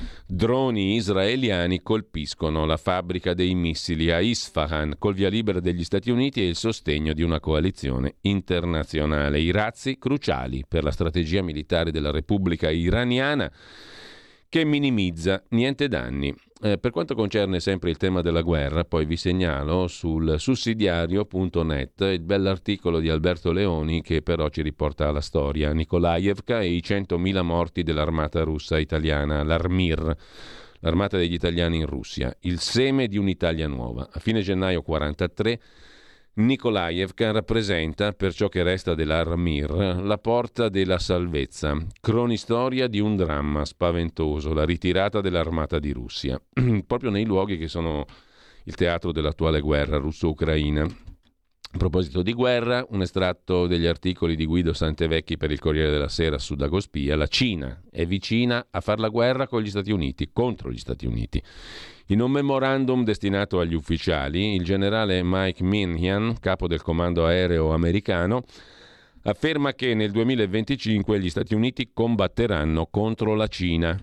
Droni israeliani colpiscono la fabbrica dei missili a Isfahan col via libera degli Stati Uniti e il sostegno di una coalizione internazionale. I razzi cruciali per la strategia militare della Repubblica Iraniana, che minimizza niente danni. Eh, per quanto concerne sempre il tema della guerra, poi vi segnalo sul sussidiario punto net il bell'articolo di Alberto Leoni che però ci riporta alla storia. Nikolaevka e i centomila morti dell'armata russa italiana, l'Armir, l'armata degli italiani in Russia, il seme di un'Italia nuova. A fine gennaio quarantatré Nikolaevka rappresenta, per ciò che resta dell'Armir, la porta della salvezza, cronistoria di un dramma spaventoso, la ritirata dell'armata di Russia, proprio nei luoghi che sono il teatro dell'attuale guerra russo-ucraina. A proposito di guerra, un estratto degli articoli di Guido Santevecchi per il Corriere della Sera su Dagospia: la Cina è vicina a far la guerra con gli Stati Uniti, contro gli Stati Uniti. In un memorandum destinato agli ufficiali, il generale Mike Minihan, capo del comando aereo americano, afferma che nel duemilaventicinque gli Stati Uniti combatteranno contro la Cina.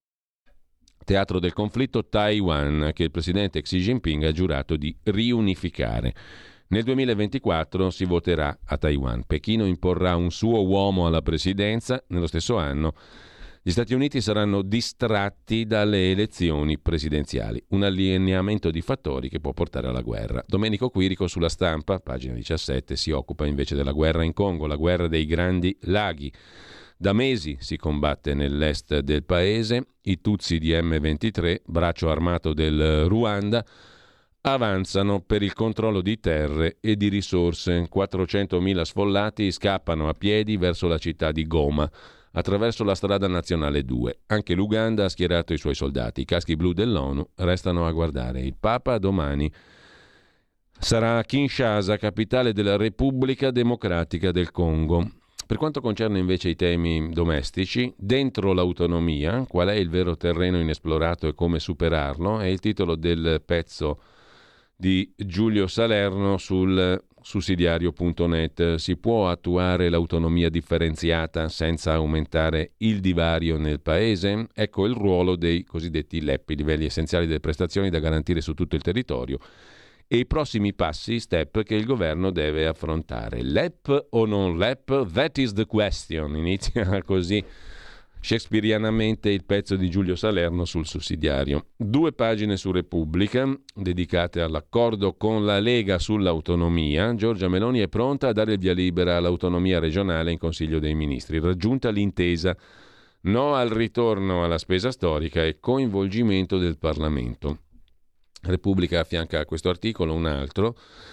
Teatro del conflitto Taiwan, che il presidente Xi Jinping ha giurato di riunificare. Nel duemilaventiquattro si voterà a Taiwan. Pechino imporrà un suo uomo alla presidenza. Nello stesso anno gli Stati Uniti saranno distratti dalle elezioni presidenziali, un allineamento di fattori che può portare alla guerra. Domenico Quirico sulla Stampa, pagina diciassette, si occupa invece della guerra in Congo, la guerra dei grandi laghi. Da mesi si combatte nell'est del paese, i Tutsi di emme ventitré, braccio armato del Ruanda, avanzano per il controllo di terre e di risorse. quattrocentomila sfollati scappano a piedi verso la città di Goma, attraverso la strada nazionale due. Anche l'Uganda ha schierato i suoi soldati. I caschi blu dell'ONU restano a guardare. Il Papa domani sarà a Kinshasa, capitale della Repubblica Democratica del Congo. Per quanto concerne invece i temi domestici, dentro l'autonomia, qual è il vero terreno inesplorato e come superarlo, è il titolo del pezzo di Giulio Salerno sul sussidiario punto net. Si può attuare l'autonomia differenziata senza aumentare il divario nel paese? Ecco il ruolo dei cosiddetti L E P, i livelli essenziali delle prestazioni da garantire su tutto il territorio, e i prossimi passi, step, che il governo deve affrontare. L E P o non L E P? That is the question. Inizia così shakespearianamente il pezzo di Giulio Salerno sul sussidiario. Due pagine su Repubblica dedicate all'accordo con la Lega sull'autonomia. Giorgia Meloni è pronta a dare il via libera all'autonomia regionale in Consiglio dei Ministri. Raggiunta l'intesa, no al ritorno alla spesa storica e coinvolgimento del Parlamento. Repubblica affianca a questo articolo un altro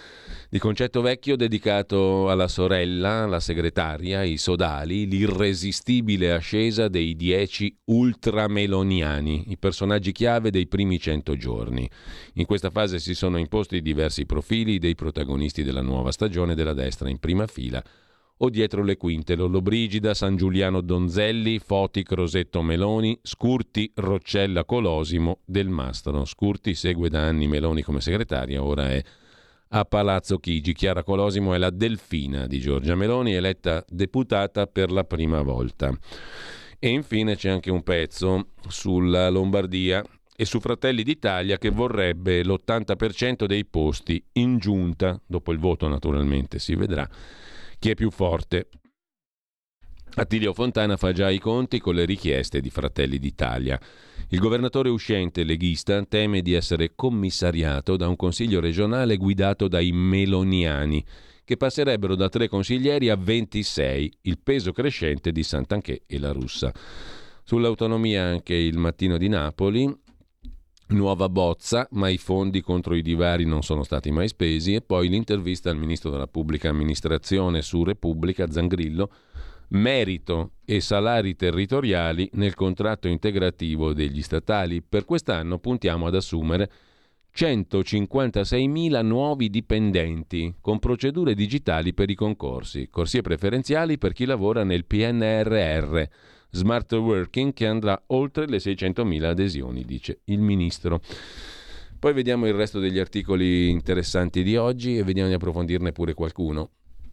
di concetto vecchio dedicato alla sorella, la segretaria, i sodali, l'irresistibile ascesa dei dieci ultrameloniani, i personaggi chiave dei primi cento giorni. In questa fase si sono imposti diversi profili dei protagonisti della nuova stagione della destra in prima fila o dietro le quinte: Lollobrigida, San Giuliano Donzelli, Foti Crosetto Meloni, Scurti Roccella Colosimo, Del Mastro. Scurti segue da anni Meloni come segretaria, ora è a Palazzo Chigi. Chiara Colosimo è la delfina di Giorgia Meloni, eletta deputata per la prima volta. E infine c'è anche un pezzo sulla Lombardia e su Fratelli d'Italia, che vorrebbe l'ottanta per cento dei posti in giunta, dopo il voto naturalmente si vedrà chi è più forte. Attilio Fontana fa già i conti con le richieste di Fratelli d'Italia. Il governatore uscente leghista teme di essere commissariato da un consiglio regionale guidato dai meloniani, che passerebbero da tre consiglieri a ventisei, il peso crescente di Santanchè e La Russa. Sull'autonomia anche il Mattino di Napoli, nuova bozza, ma i fondi contro i divari non sono stati mai spesi, e poi l'intervista al ministro della pubblica amministrazione su Repubblica, Zangrillo, merito e salari territoriali nel contratto integrativo degli statali. Per quest'anno puntiamo ad assumere centocinquantaseimila nuovi dipendenti con procedure digitali per i concorsi, corsie preferenziali per chi lavora nel P N R R, smart working che andrà oltre le seicentomila adesioni, dice il ministro. Poi vediamo il resto degli articoli interessanti di oggi e vediamo di approfondirne pure qualcuno.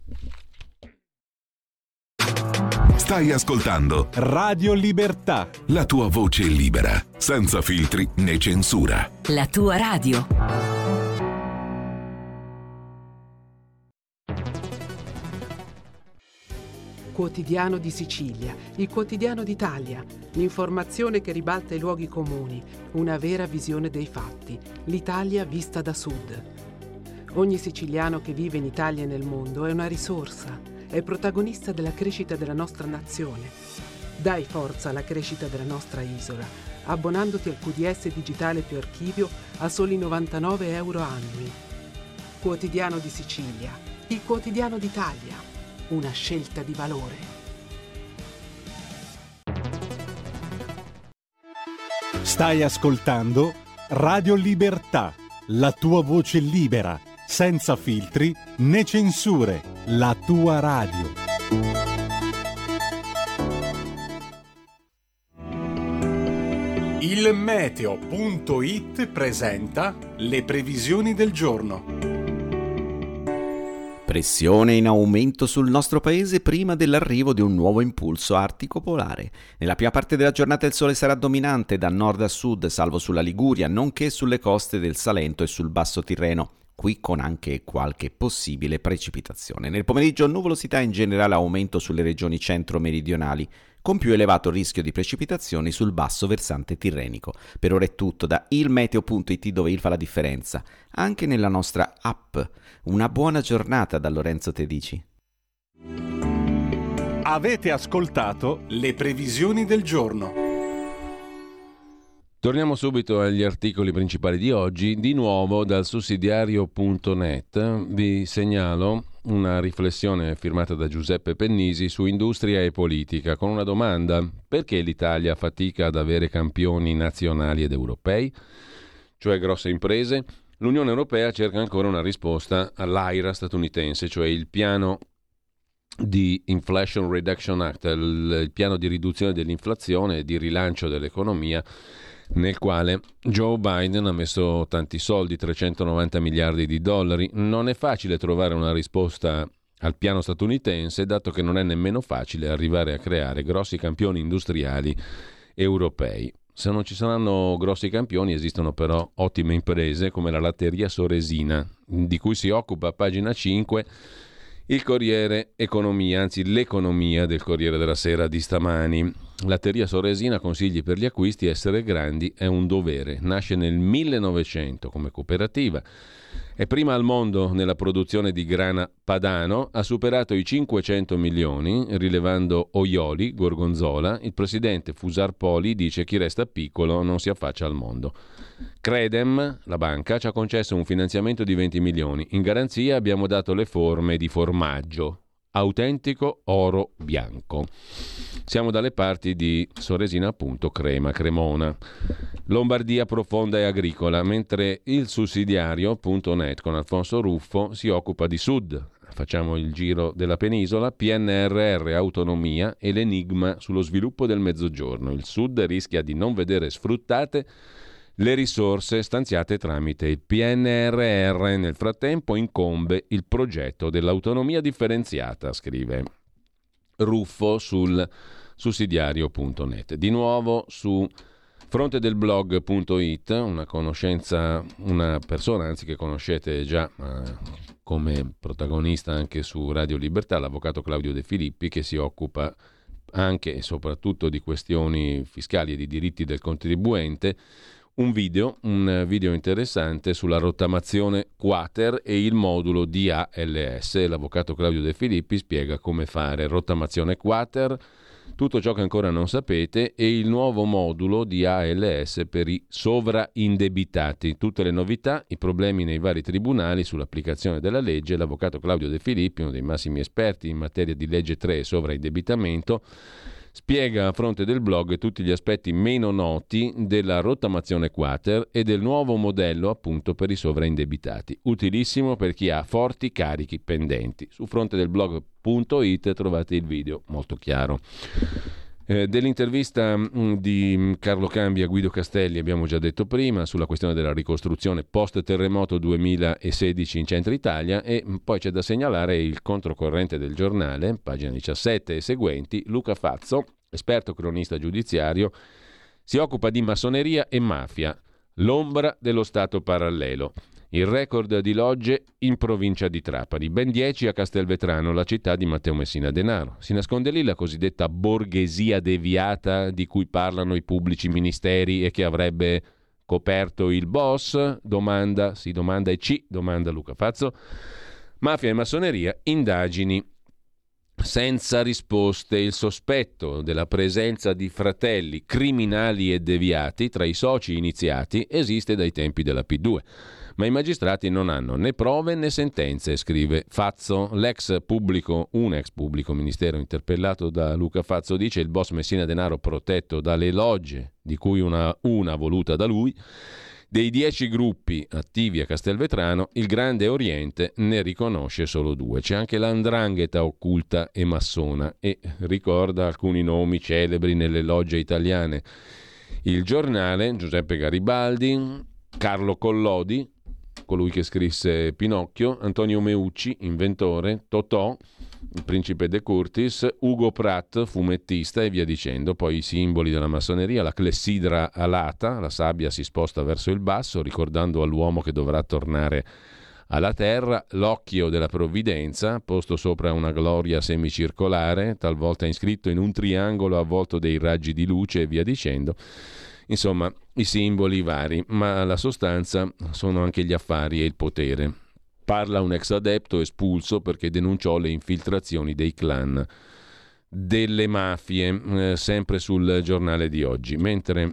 Stai ascoltando Radio Libertà, la tua voce libera, senza filtri né censura. La tua radio. Quotidiano di Sicilia, il quotidiano d'Italia, l'informazione che ribalta i luoghi comuni, una vera visione dei fatti, l'Italia vista da sud. Ogni siciliano che vive in Italia e nel mondo è una risorsa, è protagonista della crescita della nostra nazione. Dai forza alla crescita della nostra isola, abbonandoti al Q D S digitale più archivio a soli novantanove euro annui. Quotidiano di Sicilia, il quotidiano d'Italia, una scelta di valore. stai ascoltando Radio Libertà, la tua voce libera, senza filtri né censure, la tua radio. Il meteo punto it presenta le previsioni del giorno. Pressione in aumento sul nostro paese prima dell'arrivo di un nuovo impulso artico polare. Nella prima parte della giornata il sole sarà dominante da nord a sud, salvo sulla Liguria, nonché sulle coste del Salento e sul Basso Tirreno, qui con anche qualche possibile precipitazione. Nel pomeriggio nuvolosità in generale, aumento sulle regioni centro-meridionali, con più elevato rischio di precipitazioni sul basso versante tirrenico. Per ora è tutto da il meteo punto it, dove il fa la differenza, anche nella nostra app. Una buona giornata da Lorenzo Tedici. Avete ascoltato le previsioni del giorno. Torniamo subito agli articoli principali di oggi. Di nuovo dal sussidiario punto net vi segnalo una riflessione firmata da Giuseppe Pennisi su industria e politica, con una domanda: perché l'Italia fatica ad avere campioni nazionali ed europei, cioè grosse imprese? L'Unione Europea cerca ancora una risposta all'A I R A statunitense, cioè il piano di Inflation Reduction Act, il, il piano di riduzione dell'inflazione e di rilancio dell'economia, nel quale Joe Biden ha messo tanti soldi, trecentonovanta miliardi di dollari. Non è facile trovare una risposta al piano statunitense, dato che non è nemmeno facile arrivare a creare grossi campioni industriali europei. Se non ci saranno grossi campioni, esistono però ottime imprese come la latteria Soresina, di cui si occupa a pagina cinque il Corriere Economia, anzi l'economia del Corriere della Sera di stamani. Latteria Soresina, consigli per gli acquisti: essere grandi è un dovere. Nasce nel millenovecento come cooperativa. È prima al mondo nella produzione di grana padano, ha superato i cinquecento milioni, rilevando Oioli, Gorgonzola. Il presidente Fusarpoli dice: chi resta piccolo non si affaccia al mondo. Credem, la banca, ci ha concesso un finanziamento di venti milioni. In garanzia abbiamo dato le forme di formaggio. Autentico oro bianco. Siamo dalle parti di Soresina, appunto, crema, cremona. Lombardia profonda e agricola, mentre il sussidiario punto net con Alfonso Ruffo si occupa di sud. Facciamo il giro della penisola, P N R R, autonomia e l'enigma sullo sviluppo del mezzogiorno. Il sud rischia di non vedere sfruttate le risorse stanziate tramite il P N R R. Nel frattempo incombe il progetto dell'autonomia differenziata, scrive Ruffo sul sussidiario punto net. Di nuovo su fronte del blog punto it, una conoscenza, una persona anzi che conoscete già eh, come protagonista anche su Radio Libertà, l'avvocato Claudio De Filippi, che si occupa anche e soprattutto di questioni fiscali e di diritti del contribuente. Un video, un video interessante sulla rottamazione quater e il modulo D A L S. L'avvocato Claudio De Filippi spiega come fare rottamazione quater, tutto ciò che ancora non sapete, e il nuovo modulo D A L S per i sovraindebitati. Tutte le novità, i problemi nei vari tribunali sull'applicazione della legge. L'avvocato Claudio De Filippi, uno dei massimi esperti in materia di legge tre e sovraindebitamento, spiega a fronte del blog tutti gli aspetti meno noti della rottamazione quater e del nuovo modello appunto per i sovraindebitati. Utilissimo per chi ha forti carichi pendenti. Su fronte del blog punto it trovate il video molto chiaro. Eh, dell'intervista mh, di Carlo Cambi a Guido Castelli abbiamo già detto prima, sulla questione della ricostruzione post-terremoto duemilasedici in Centro Italia, e mh, poi c'è da segnalare il controcorrente del giornale, pagina diciassette e seguenti. Luca Fazzo, esperto cronista giudiziario, si occupa di massoneria e mafia, l'ombra dello Stato parallelo. Il record di logge in provincia di Trapani, ben dieci a Castelvetrano, la città di Matteo Messina Denaro. Si nasconde lì la cosiddetta borghesia deviata di cui parlano i pubblici ministeri e che avrebbe coperto il boss? Domanda, si domanda e ci domanda Luca Fazzo. Mafia e massoneria, indagini senza risposte. Il sospetto della presenza di fratelli criminali e deviati tra i soci iniziati esiste dai tempi della P due. Ma i magistrati non hanno né prove né sentenze, scrive Fazzo. L'ex pubblico, un ex pubblico ministero interpellato da Luca Fazzo dice: il boss Messina Denaro protetto dalle logge, di cui una, una voluta da lui. Dei dieci gruppi attivi a Castelvetrano, il Grande Oriente ne riconosce solo due. C'è anche l'Andrangheta occulta e massona, e ricorda alcuni nomi celebri nelle logge italiane. Il Giornale, Giuseppe Garibaldi, Carlo Collodi, colui che scrisse Pinocchio, Antonio Meucci, inventore, Totò, il principe de Curtis, Ugo Pratt, fumettista, e via dicendo. Poi i simboli della massoneria: la clessidra alata, la sabbia si sposta verso il basso ricordando all'uomo che dovrà tornare alla terra, l'occhio della provvidenza posto sopra una gloria semicircolare, talvolta inscritto in un triangolo avvolto dei raggi di luce, e via dicendo. Insomma, i simboli vari, ma la sostanza sono anche gli affari e il potere. Parla un ex adepto espulso perché denunciò le infiltrazioni dei clan delle mafie, eh, sempre sul Giornale di oggi. Mentre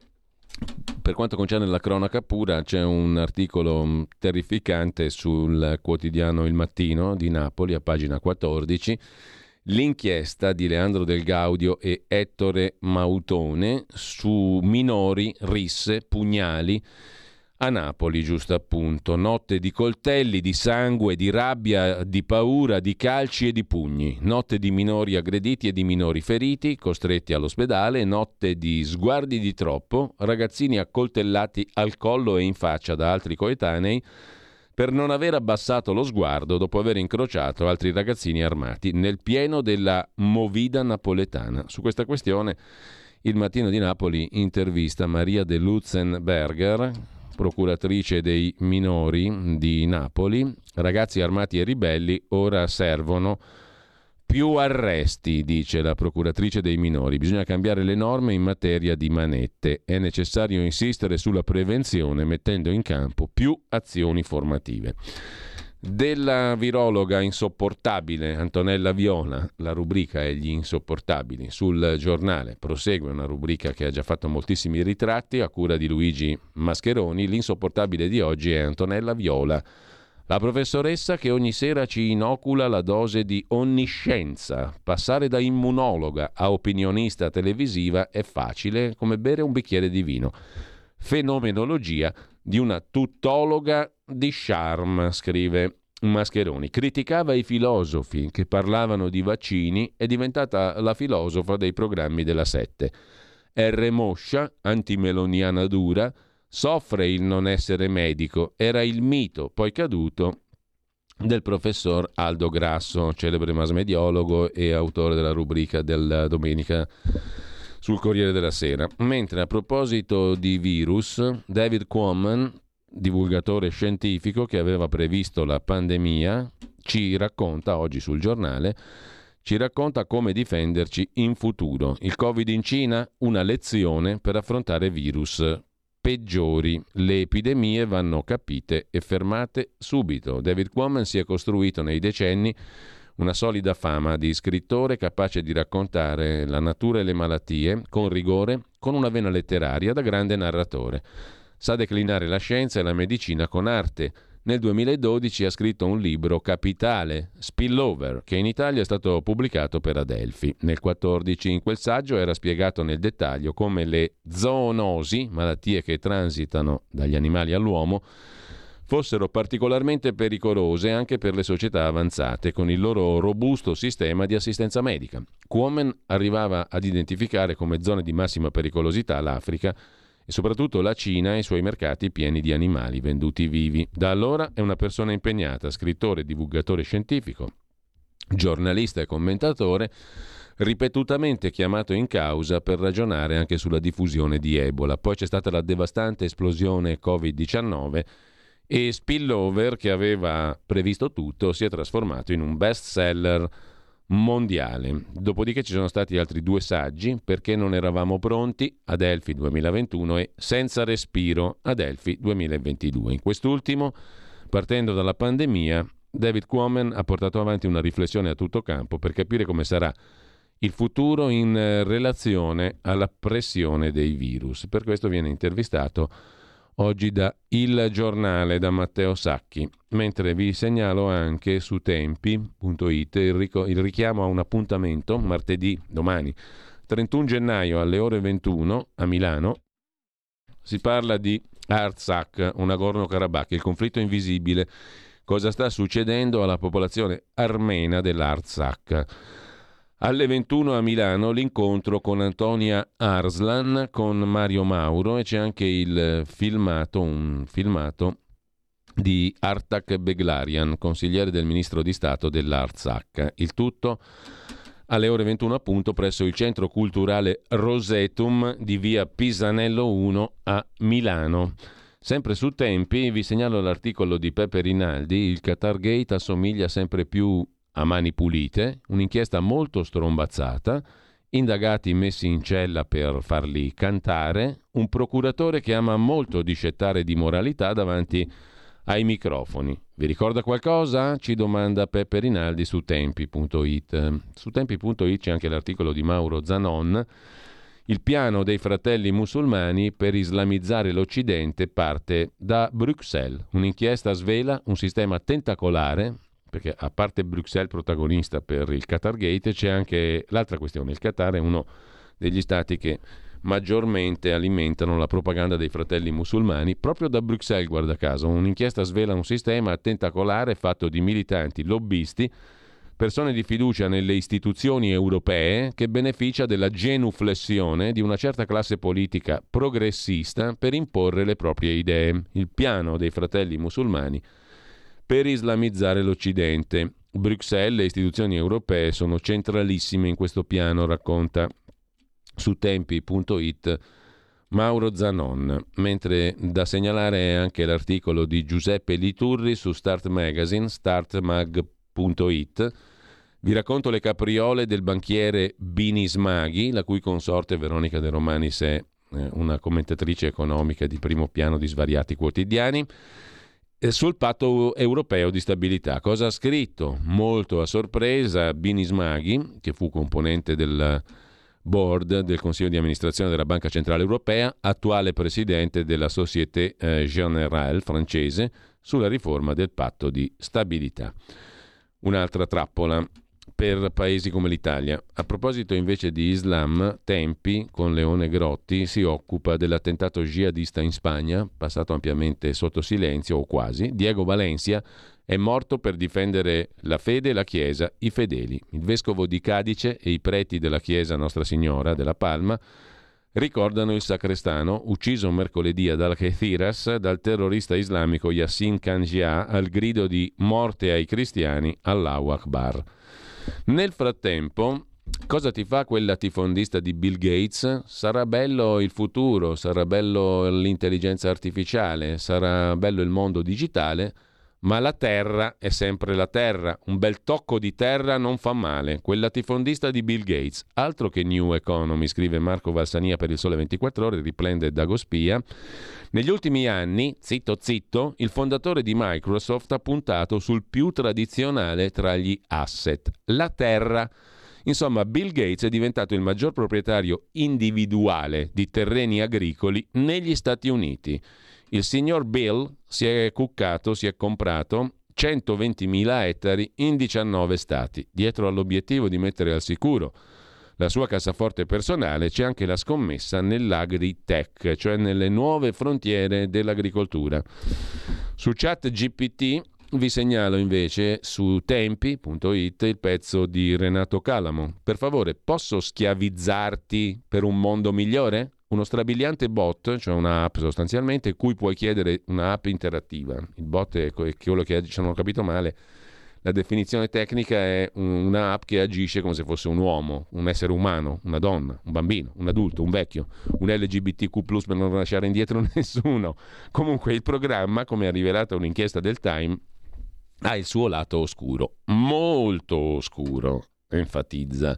per quanto concerne la cronaca pura, c'è un articolo terrificante sul quotidiano Il Mattino di Napoli, a pagina quattordici. L'inchiesta di Leandro Del Gaudio e Ettore Mautone su minori, risse, pugnali a Napoli, giusto appunto. Notte di coltelli, di sangue, di rabbia, di paura, di calci e di pugni. Notte di minori aggrediti e di minori feriti, costretti all'ospedale. Notte di sguardi di troppo, ragazzini accoltellati al collo e in faccia da altri coetanei per non aver abbassato lo sguardo dopo aver incrociato altri ragazzini armati nel pieno della movida napoletana. Su questa questione Il Mattino di Napoli intervista Maria De Lutzenberger, procuratrice dei minori di Napoli. Ragazzi armati e ribelli ora servono Più arresti, dice la procuratrice dei minori. Bisogna cambiare le norme in materia di manette. È necessario insistere sulla prevenzione mettendo in campo più azioni formative. Della virologa insopportabile Antonella Viola, la rubrica è Gli insopportabili sul Giornale. Prosegue una rubrica che ha già fatto moltissimi ritratti a cura di Luigi Mascheroni. L'insopportabile di oggi è Antonella Viola, la professoressa che ogni sera ci inocula la dose di onniscienza. Passare da immunologa a opinionista televisiva è facile come bere un bicchiere di vino. Fenomenologia di una tuttologa di charme, scrive Mascheroni. Criticava i filosofi che parlavano di vaccini, è diventata la filosofa dei programmi della Sette. R. Moscia, antimeloniana dura, soffre il non essere medico, era il mito, poi caduto, del professor Aldo Grasso, celebre masmediologo e autore della rubrica della domenica sul Corriere della Sera. Mentre a proposito di virus, David Quammen, divulgatore scientifico che aveva previsto la pandemia, ci racconta oggi sul Giornale, ci racconta come difenderci in futuro. Il Covid in Cina, una lezione per affrontare virus peggiori. Le epidemie vanno capite e fermate subito. David Quammen si è costruito nei decenni una solida fama di scrittore capace di raccontare la natura e le malattie con rigore, con una vena letteraria da grande narratore. Sa declinare la scienza e la medicina con arte. Nel duemiladodici ha scritto un libro capitale, Spillover, che in Italia è stato pubblicato per Adelphi. Nel quattordici in quel saggio era spiegato nel dettaglio come le zoonosi, malattie che transitano dagli animali all'uomo, fossero particolarmente pericolose anche per le società avanzate, con il loro robusto sistema di assistenza medica. Quammen arrivava ad identificare come zone di massima pericolosità l'Africa e soprattutto la Cina e i suoi mercati pieni di animali venduti vivi. Da allora è una persona impegnata, scrittore, divulgatore scientifico, giornalista e commentatore, ripetutamente chiamato in causa per ragionare anche sulla diffusione di Ebola. Poi c'è stata la devastante esplosione covid diciannove e Spillover, che aveva previsto tutto, si è trasformato in un best seller mondiale. Dopodiché ci sono stati altri due saggi, Perché non eravamo pronti, Adelphi duemilaventuno, e Senza respiro, Adelphi duemilaventidue. In quest'ultimo, partendo dalla pandemia, David Quammen ha portato avanti una riflessione a tutto campo per capire come sarà il futuro in relazione alla pressione dei virus. Per questo viene intervistato oggi da Il Giornale, da Matteo Sacchi, mentre vi segnalo anche su tempi punto it il, ric- il richiamo a un appuntamento martedì, domani, trentuno gennaio alle ore ventuno a Milano. Si parla di Artsakh, un Nagorno-Karabakh, il conflitto invisibile. Cosa sta succedendo alla popolazione armena dell'Artsakh? Alle ventuno a Milano l'incontro con Antonia Arslan, con Mario Mauro, e c'è anche il filmato, un filmato di Artak Beglarian, consigliere del ministro di Stato dell'Artsakh. Il tutto alle ore ventuno appunto presso il centro culturale Rosetum di via Pisanello uno a Milano. Sempre su Tempi vi segnalo l'articolo di Peppe Rinaldi, il Qatar Gate assomiglia sempre più a mani pulite, un'inchiesta molto strombazzata, indagati messi in cella per farli cantare, un procuratore che ama molto discettare di moralità davanti ai microfoni. Vi ricorda qualcosa? Ci domanda Peppe Rinaldi su Tempi punto it. Su Tempi punto it c'è anche l'articolo di Mauro Zanon. Il piano dei fratelli musulmani per islamizzare l'Occidente parte da Bruxelles. Un'inchiesta svela un sistema tentacolare, perché a parte Bruxelles protagonista per il Qatar Gate, c'è anche l'altra questione. Il Qatar è uno degli stati che maggiormente alimentano la propaganda dei fratelli musulmani, proprio da Bruxelles, guarda caso. Un'inchiesta svela un sistema tentacolare fatto di militanti, lobbisti, persone di fiducia nelle istituzioni europee, che beneficia della genuflessione di una certa classe politica progressista per imporre le proprie idee. Il piano dei fratelli musulmani per islamizzare l'Occidente. Bruxelles e le istituzioni europee sono centralissime in questo piano, racconta su Tempi punto it Mauro Zanon, mentre da segnalare è anche l'articolo di Giuseppe Liturri su Start Magazine, startmag punto it. Vi racconto le capriole del banchiere Bini Smaghi, la cui consorte Veronica De Romanis è eh, una commentatrice economica di primo piano di svariati quotidiani, eh, sul patto europeo di stabilità. Cosa ha scritto? Molto a sorpresa Bini Smaghi, che fu componente del board del Consiglio di amministrazione della Banca Centrale Europea, attuale presidente della Société Générale francese, sulla riforma del patto di stabilità. Un'altra trappola per paesi come l'Italia. A proposito invece di Islam, Tempi, con Leone Grotti, si occupa dell'attentato jihadista in Spagna, passato ampiamente sotto silenzio o quasi. Diego Valencia è morto per difendere la fede e la Chiesa, i fedeli. Il vescovo di Cadice e i preti della Chiesa Nostra Signora della Palma ricordano il sacrestano ucciso mercoledì ad Algeciras dal terrorista islamico Yassin Kanjia al grido di morte ai cristiani, Allahu Akbar. Nel frattempo, cosa ti fa quel latifondista di Bill Gates? Sarà bello il futuro, sarà bello l'intelligenza artificiale, sarà bello il mondo digitale, ma la terra è sempre la terra. Un bel tocco di terra non fa male. Quel latifondista di Bill Gates, altro che New Economy, scrive Marco Valsania per il Sole ventiquattro Ore, riprende Dagospia. Negli ultimi anni, zitto zitto, il fondatore di Microsoft ha puntato sul più tradizionale tra gli asset, la terra. Insomma, Bill Gates è diventato il maggior proprietario individuale di terreni agricoli negli Stati Uniti. Il signor Bill si è cuccato, si è comprato centoventimila ettari in diciannove stati. Dietro all'obiettivo di mettere al sicuro la sua cassaforte personale c'è anche la scommessa nell'agri-tech, cioè nelle nuove frontiere dell'agricoltura. Su ChatGPT vi segnalo invece su tempi punto it il pezzo di Renato Calamo. Per favore, posso schiavizzarti per un mondo migliore? Uno strabiliante bot, cioè un'app sostanzialmente, cui puoi chiedere un'app interattiva. Il bot è quello che, se non ho capito male, la definizione tecnica è un'app che agisce come se fosse un uomo, un essere umano, una donna, un bambino, un adulto, un vecchio, un L G B T Q plus, per non lasciare indietro nessuno. Comunque il programma, come ha rivelato un'inchiesta del Time, ha il suo lato oscuro, molto oscuro, enfatizza.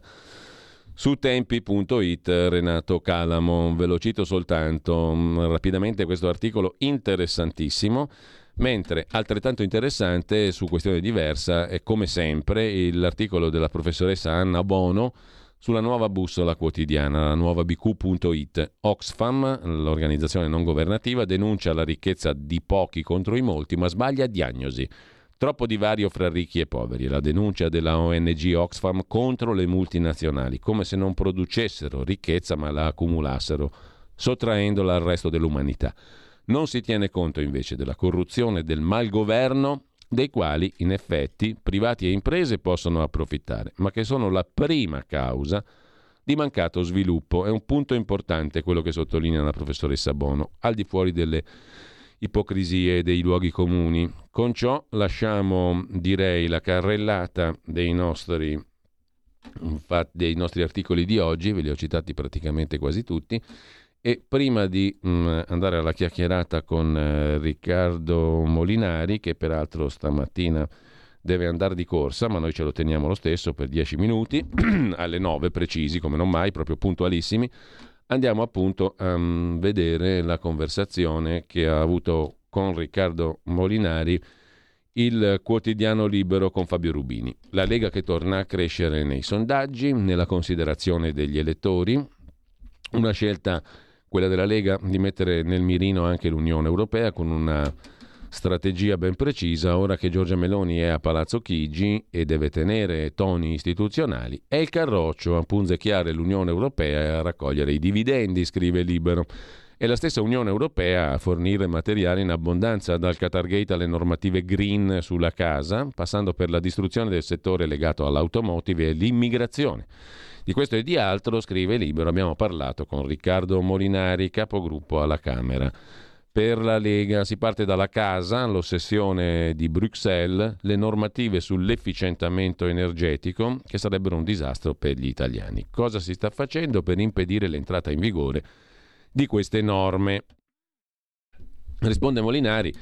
Su tempi punto it Renato Calamo, ve lo cito soltanto rapidamente questo articolo interessantissimo, mentre altrettanto interessante su questione diversa è come sempre l'articolo della professoressa Anna Bono sulla nuova bussola quotidiana, la nuova B Q punto it. Oxfam, l'organizzazione non governativa, denuncia la ricchezza di pochi contro i molti, ma sbaglia diagnosi. Troppo divario fra ricchi e poveri, la denuncia della O N G Oxfam contro le multinazionali, come se non producessero ricchezza ma la accumulassero, sottraendola al resto dell'umanità. Non si tiene conto invece della corruzione e del malgoverno, dei quali in effetti privati e imprese possono approfittare, ma che sono la prima causa di mancato sviluppo. È un punto importante quello che sottolinea la professoressa Bono, al di fuori delle ipocrisie dei luoghi comuni. Con ciò lasciamo, direi, la carrellata dei nostri, dei nostri articoli di oggi, ve li ho citati praticamente quasi tutti, e prima di mh, andare alla chiacchierata con eh, Riccardo Molinari, che peraltro stamattina deve andare di corsa, ma noi ce lo teniamo lo stesso per dieci minuti, alle nove precisi, come non mai, proprio puntualissimi. Andiamo appunto a um, vedere la conversazione che ha avuto con Riccardo Molinari il quotidiano Libero con Fabio Rubini. La Lega che torna a crescere nei sondaggi, nella considerazione degli elettori, una scelta, quella della Lega, di mettere nel mirino anche l'Unione Europea con una strategia ben precisa. Ora che Giorgia Meloni è a Palazzo Chigi e deve tenere toni istituzionali, è il carroccio a punzecchiare l'Unione Europea e a raccogliere i dividendi, scrive Libero. È la stessa Unione Europea a fornire materiale in abbondanza, dal Qatargate alle normative green sulla casa, passando per la distruzione del settore legato all'automotive e l'immigrazione. Di questo e di altro, scrive Libero, abbiamo parlato con Riccardo Molinari, capogruppo alla Camera. Per la Lega si parte dalla casa, l'ossessione di Bruxelles, le normative sull'efficientamento energetico che sarebbero un disastro per gli italiani. Cosa si sta facendo per impedire l'entrata in vigore di queste norme? Risponde Molinari,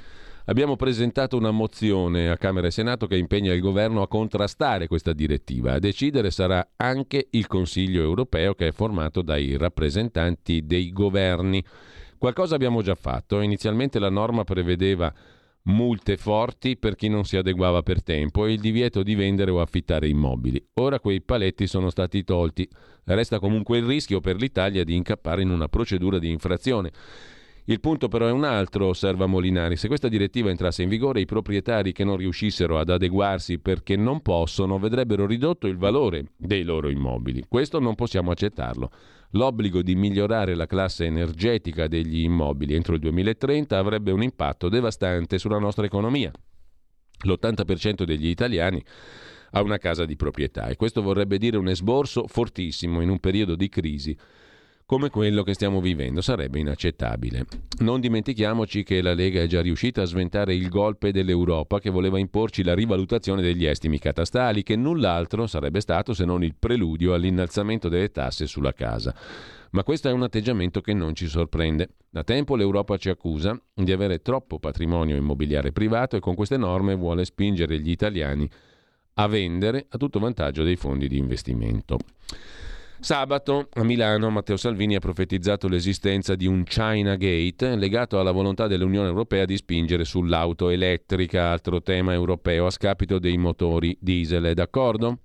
Abbiamo presentato una mozione a Camera e Senato che impegna il governo a contrastare questa direttiva. A decidere sarà anche il Consiglio europeo, che è formato dai rappresentanti dei governi. Qualcosa abbiamo già fatto. Inizialmente la norma prevedeva multe forti per chi non si adeguava per tempo e il divieto di vendere o affittare immobili. Ora quei paletti sono stati tolti. Resta comunque il rischio per l'Italia di incappare in una procedura di infrazione. Il punto però è un altro, osserva Molinari. Se questa direttiva entrasse in vigore, i proprietari che non riuscissero ad adeguarsi perché non possono vedrebbero ridotto il valore dei loro immobili. Questo non possiamo accettarlo. L'obbligo di migliorare la classe energetica degli immobili entro il duemilatrenta avrebbe un impatto devastante sulla nostra economia. L'ottanta per cento degli italiani ha una casa di proprietà e questo vorrebbe dire un esborso fortissimo in un periodo di crisi come quello che stiamo vivendo. Sarebbe inaccettabile. Non dimentichiamoci che la Lega è già riuscita a sventare il golpe dell'Europa che voleva imporci la rivalutazione degli estimi catastali, che null'altro sarebbe stato se non il preludio all'innalzamento delle tasse sulla casa. Ma questo è un atteggiamento che non ci sorprende. Da tempo l'Europa ci accusa di avere troppo patrimonio immobiliare privato e con queste norme vuole spingere gli italiani a vendere a tutto vantaggio dei fondi di investimento. Sabato a Milano Matteo Salvini ha profetizzato l'esistenza di un China Gate legato alla volontà dell'Unione Europea di spingere sull'auto elettrica, altro tema europeo, a scapito dei motori diesel. È d'accordo?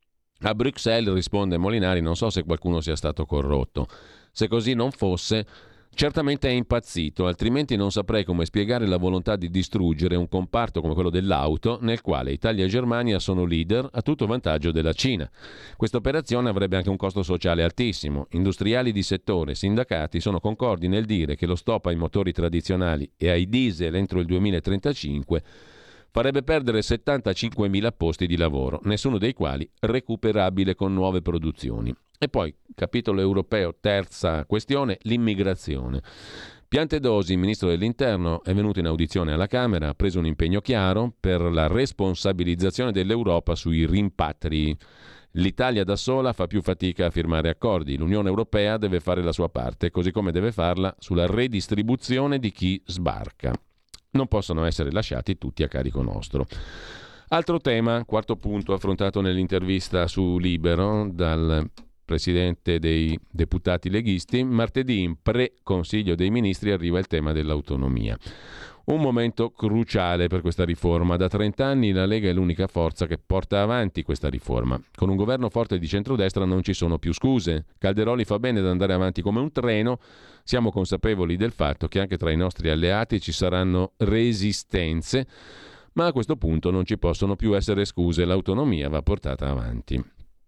A Bruxelles, risponde Molinari, non so se qualcuno sia stato corrotto. Se così non fosse, certamente è impazzito, altrimenti non saprei come spiegare la volontà di distruggere un comparto come quello dell'auto nel quale Italia e Germania sono leader a tutto vantaggio della Cina. Questa operazione avrebbe anche un costo sociale altissimo. Industriali di settore, sindacati sono concordi nel dire che lo stop ai motori tradizionali e ai diesel entro il duemilatrentacinque farebbe perdere settantacinquemila posti di lavoro, nessuno dei quali recuperabile con nuove produzioni. E poi, capitolo europeo, terza questione, l'immigrazione. Piantedosi, ministro dell'Interno, è venuto in audizione alla Camera, ha preso un impegno chiaro per la responsabilizzazione dell'Europa sui rimpatri. L'Italia da sola fa più fatica a firmare accordi, l'Unione Europea deve fare la sua parte, così come deve farla sulla redistribuzione di chi sbarca. Non possono essere lasciati tutti a carico nostro. Altro tema, quarto punto, affrontato nell'intervista su Libero dal presidente dei deputati leghisti. Martedì in pre-Consiglio dei Ministri arriva il tema dell'autonomia. Un momento cruciale per questa riforma. Da trent'anni la Lega è l'unica forza che porta avanti questa riforma. Con un governo forte di centrodestra non ci sono più scuse. Calderoli fa bene ad andare avanti come un treno. Siamo consapevoli del fatto che anche tra i nostri alleati ci saranno resistenze, ma a questo punto non ci possono più essere scuse. L'autonomia va portata avanti.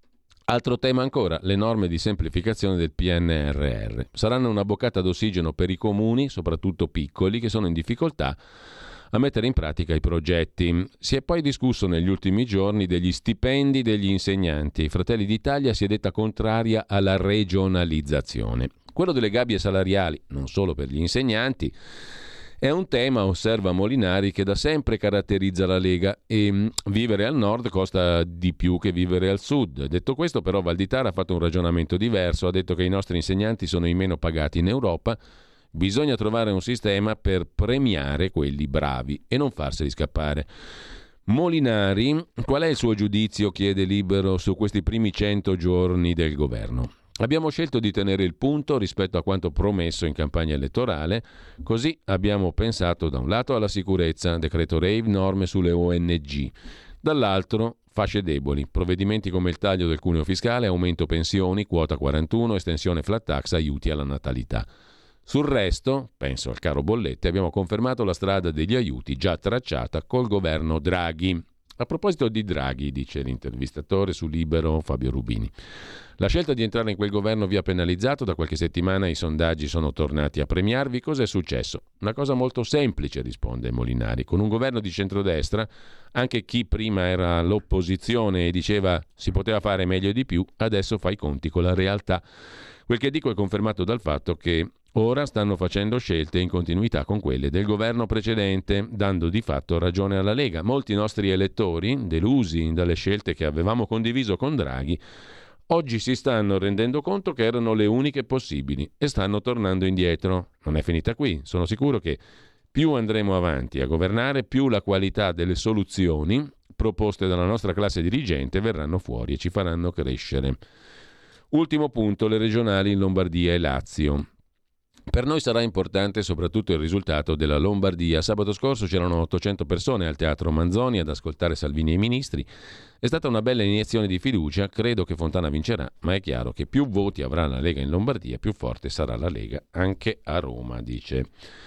Altro tema ancora, le norme di semplificazione del P N R R. Saranno una boccata d'ossigeno per i comuni, soprattutto piccoli, che sono in difficoltà a mettere in pratica i progetti. Si è poi discusso negli ultimi giorni degli stipendi degli insegnanti. Fratelli d'Italia si è detta contraria alla regionalizzazione. Quello delle gabbie salariali, non solo per gli insegnanti, è un tema, osserva Molinari, che da sempre caratterizza la Lega e mh, vivere al nord costa di più che vivere al sud. Detto questo, però, Valditara ha fatto un ragionamento diverso, ha detto che i nostri insegnanti sono i meno pagati in Europa, bisogna trovare un sistema per premiare quelli bravi e non farseli scappare. Molinari, qual è il suo giudizio, chiede Libero, su questi primi cento giorni del governo? Abbiamo scelto di tenere il punto rispetto a quanto promesso in campagna elettorale, così abbiamo pensato da un lato alla sicurezza, decreto rave, norme sulle O N G, dall'altro fasce deboli, provvedimenti come il taglio del cuneo fiscale, aumento pensioni, quota quarantuno, estensione flat tax, aiuti alla natalità. Sul resto, penso al caro bollette, abbiamo confermato la strada degli aiuti già tracciata col governo Draghi. A proposito di Draghi, dice l'intervistatore su Libero Fabio Rubini, la scelta di entrare in quel governo vi ha penalizzato, da qualche settimana i sondaggi sono tornati a premiarvi, cosa è successo? Una cosa molto semplice, risponde Molinari, con un governo di centrodestra, anche chi prima era all'opposizione e diceva si poteva fare meglio e di più, adesso fa i conti con la realtà. Quel che dico è confermato dal fatto che ora stanno facendo scelte in continuità con quelle del governo precedente, dando di fatto ragione alla Lega. Molti nostri elettori, delusi dalle scelte che avevamo condiviso con Draghi, oggi si stanno rendendo conto che erano le uniche possibili e stanno tornando indietro. Non è finita qui. Sono sicuro che Più andremo avanti a governare, più la qualità delle soluzioni proposte dalla nostra classe dirigente verranno fuori e ci faranno crescere. Ultimo punto, le regionali in Lombardia e Lazio. Per noi sarà importante soprattutto il risultato della Lombardia. Sabato scorso c'erano ottocento persone al Teatro Manzoni ad ascoltare Salvini e i ministri. È stata una bella iniezione di fiducia, credo che Fontana vincerà, ma è chiaro che più voti avrà la Lega in Lombardia, più forte sarà la Lega anche a Roma, dice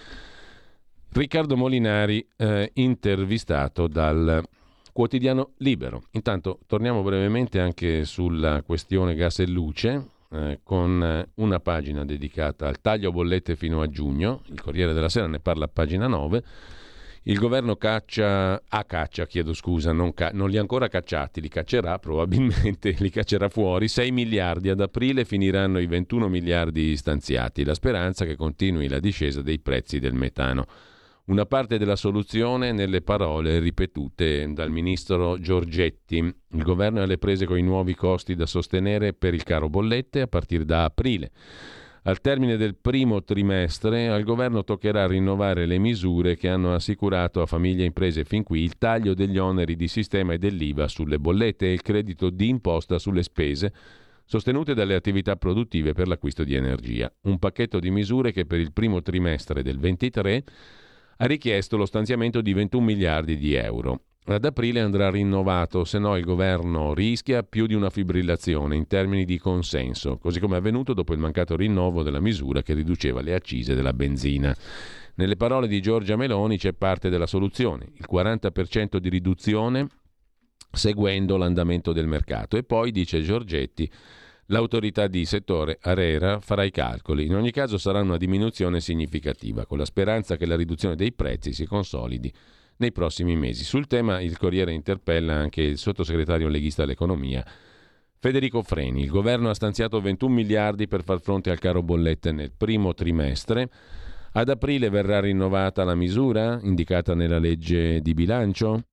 Riccardo Molinari, eh, intervistato dal quotidiano Libero. Intanto torniamo brevemente anche sulla questione gas e luce, eh, con una pagina dedicata al taglio bollette fino a giugno. Il Corriere della Sera ne parla a pagina nove. Il governo caccia, a caccia, chiedo scusa, non, ca- non li ha ancora cacciati, li caccerà probabilmente, li caccerà fuori, sei miliardi, ad aprile finiranno i ventuno miliardi stanziati, la speranza che continui la discesa dei prezzi del metano. Una parte della soluzione nelle parole ripetute dal ministro Giorgetti. Il governo è alle prese con i nuovi costi da sostenere per il caro bollette a partire da aprile. Al termine del primo trimestre al governo toccherà rinnovare le misure che hanno assicurato a famiglie e imprese fin qui il taglio degli oneri di sistema e dell'I V A sulle bollette e il credito di imposta sulle spese sostenute dalle attività produttive per l'acquisto di energia. Un pacchetto di misure che per il primo trimestre del ventitré ha richiesto lo stanziamento di ventuno miliardi di euro. Ad aprile andrà rinnovato, se no il governo rischia più di una fibrillazione in termini di consenso, così come è avvenuto dopo il mancato rinnovo della misura che riduceva le accise della benzina. Nelle parole di Giorgia Meloni c'è parte della soluzione, il quaranta per cento di riduzione seguendo l'andamento del mercato. E poi, dice Giorgetti, l'autorità di settore ARERA farà i calcoli. In ogni caso sarà una diminuzione significativa, con la speranza che la riduzione dei prezzi si consolidi nei prossimi mesi. Sul tema il Corriere interpella anche il sottosegretario leghista all'economia Federico Freni. Il governo ha stanziato ventuno miliardi per far fronte al caro bollette nel primo trimestre. Ad aprile verrà rinnovata la misura indicata nella legge di bilancio?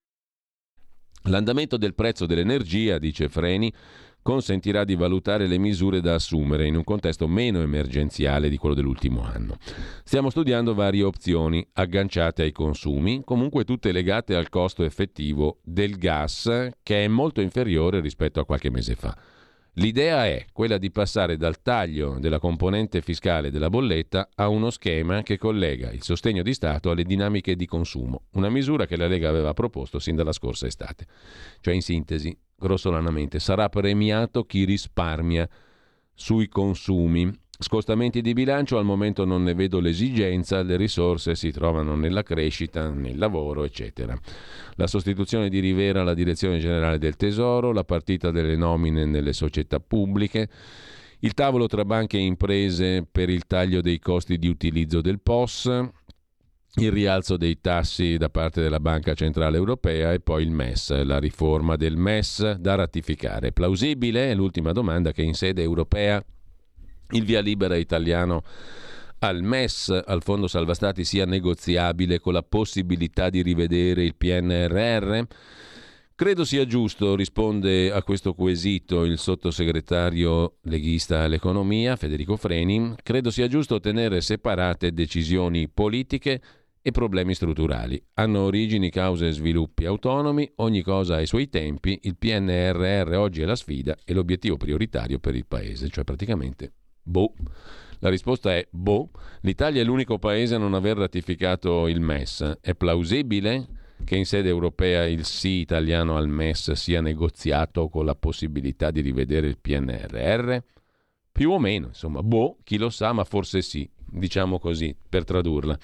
L'andamento del prezzo dell'energia, dice Freni, consentirà di valutare le misure da assumere in un contesto meno emergenziale di quello dell'ultimo anno. Stiamo studiando varie opzioni agganciate ai consumi, comunque tutte legate al costo effettivo del gas, che è molto inferiore rispetto a qualche mese fa. L'idea è quella di passare dal taglio della componente fiscale della bolletta a uno schema che collega il sostegno di Stato alle dinamiche di consumo, una misura che la Lega aveva proposto sin dalla scorsa estate. Cioè, in sintesi, grossolanamente, sarà premiato chi risparmia sui consumi. Scostamenti di bilancio al momento non ne vedo l'esigenza, le risorse si trovano nella crescita, nel lavoro, eccetera. La sostituzione di Rivera alla direzione generale del Tesoro, la partita delle nomine nelle società pubbliche, il tavolo tra banche e imprese per il taglio dei costi di utilizzo del P O S, il rialzo dei tassi da parte della Banca Centrale Europea e poi il M E S, la riforma del M E S da ratificare. Plausibile? È l'ultima domanda che in sede europea il via libera italiano al M E S, al Fondo Salva Stati, sia negoziabile con la possibilità di rivedere il P N R R? Credo sia giusto, risponde a questo quesito il sottosegretario leghista all'economia Federico Freni, credo sia giusto tenere separate decisioni politiche e problemi strutturali. Hanno origini, cause e sviluppi autonomi, ogni cosa ha i suoi tempi, il P N R R oggi è la sfida e l'obiettivo prioritario per il Paese, cioè praticamente boh. La risposta è boh. L'Italia è l'unico paese a non aver ratificato il M E S. È plausibile che in sede europea il sì italiano al M E S sia negoziato con la possibilità di rivedere il P N R R? Più o meno, insomma, boh, chi lo sa, ma forse sì, diciamo così, per tradurla.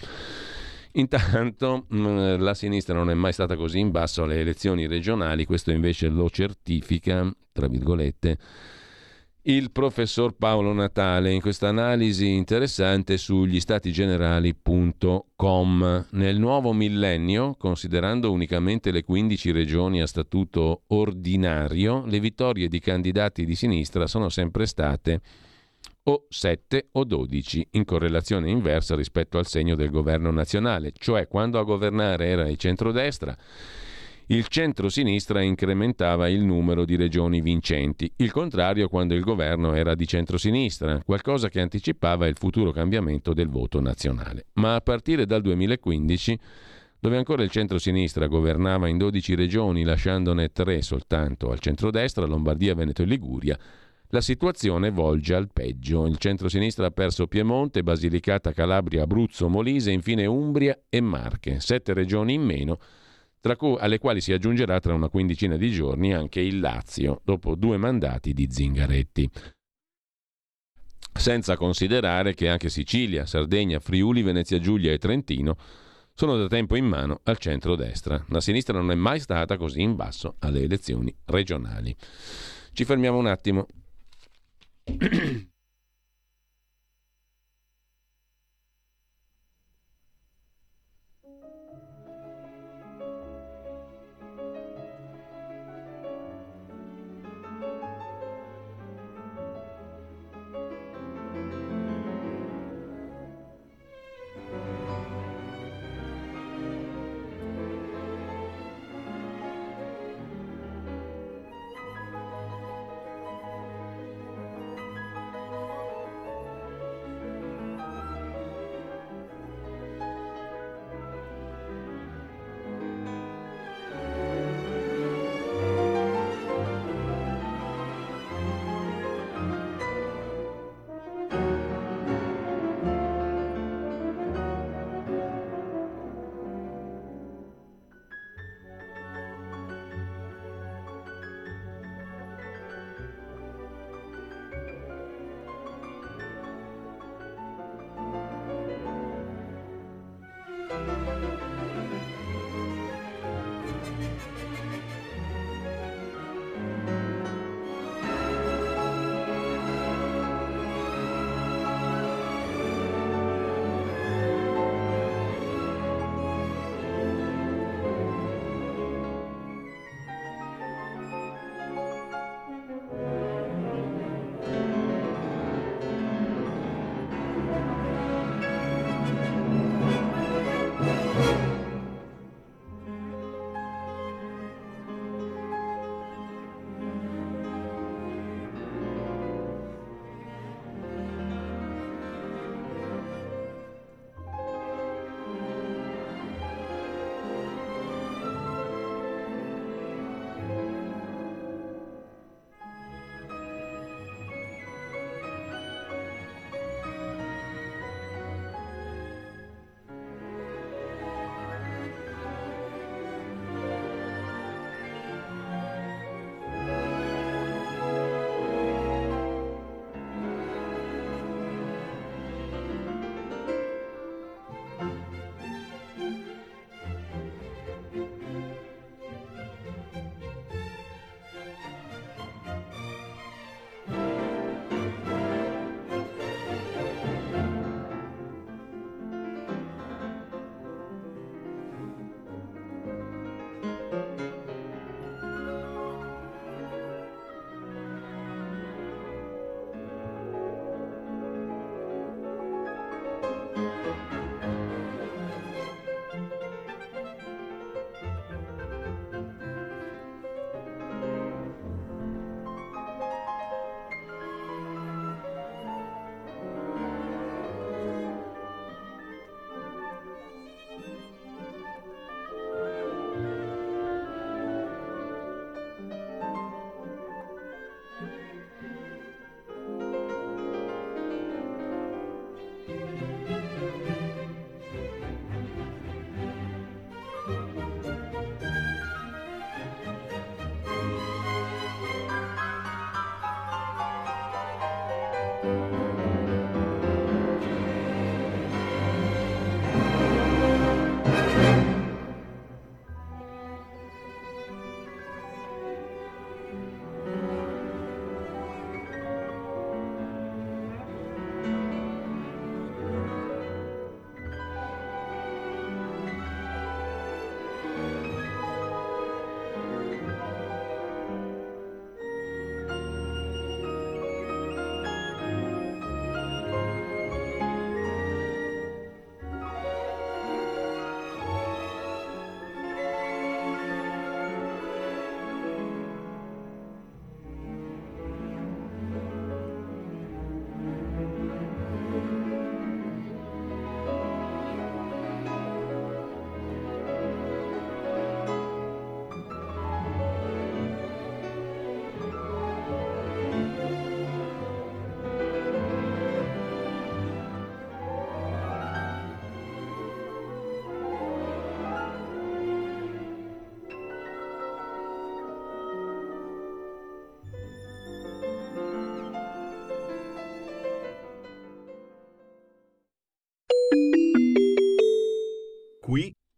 Intanto mh, la sinistra non è mai stata così in basso alle elezioni regionali, questo invece lo certifica, tra virgolette, il professor Paolo Natale in questa analisi interessante sugli statigenerali punto com. Nel nuovo millennio, considerando unicamente le quindici regioni a statuto ordinario, le vittorie di candidati di sinistra sono sempre state o sette o dodici, in correlazione inversa rispetto al segno del governo nazionale, cioè quando a governare era il centrodestra, il centro-sinistra incrementava il numero di regioni vincenti, il contrario quando il governo era di centro-sinistra, qualcosa che anticipava il futuro cambiamento del voto nazionale. Ma a partire dal duemilaquindici, dove ancora il centro-sinistra governava in dodici regioni, lasciandone tre soltanto al centrodestra, Lombardia, Veneto e Liguria, la situazione volge al peggio. Il centro-sinistra ha perso Piemonte, Basilicata, Calabria, Abruzzo, Molise, infine Umbria e Marche, sette regioni in meno, tra cui, alle quali si aggiungerà tra una quindicina di giorni anche il Lazio, dopo due mandati di Zingaretti. Senza considerare che anche Sicilia, Sardegna, Friuli, Venezia Giulia e Trentino sono da tempo in mano al centro-destra. La sinistra non è mai stata così in basso alle elezioni regionali. Ci fermiamo un attimo.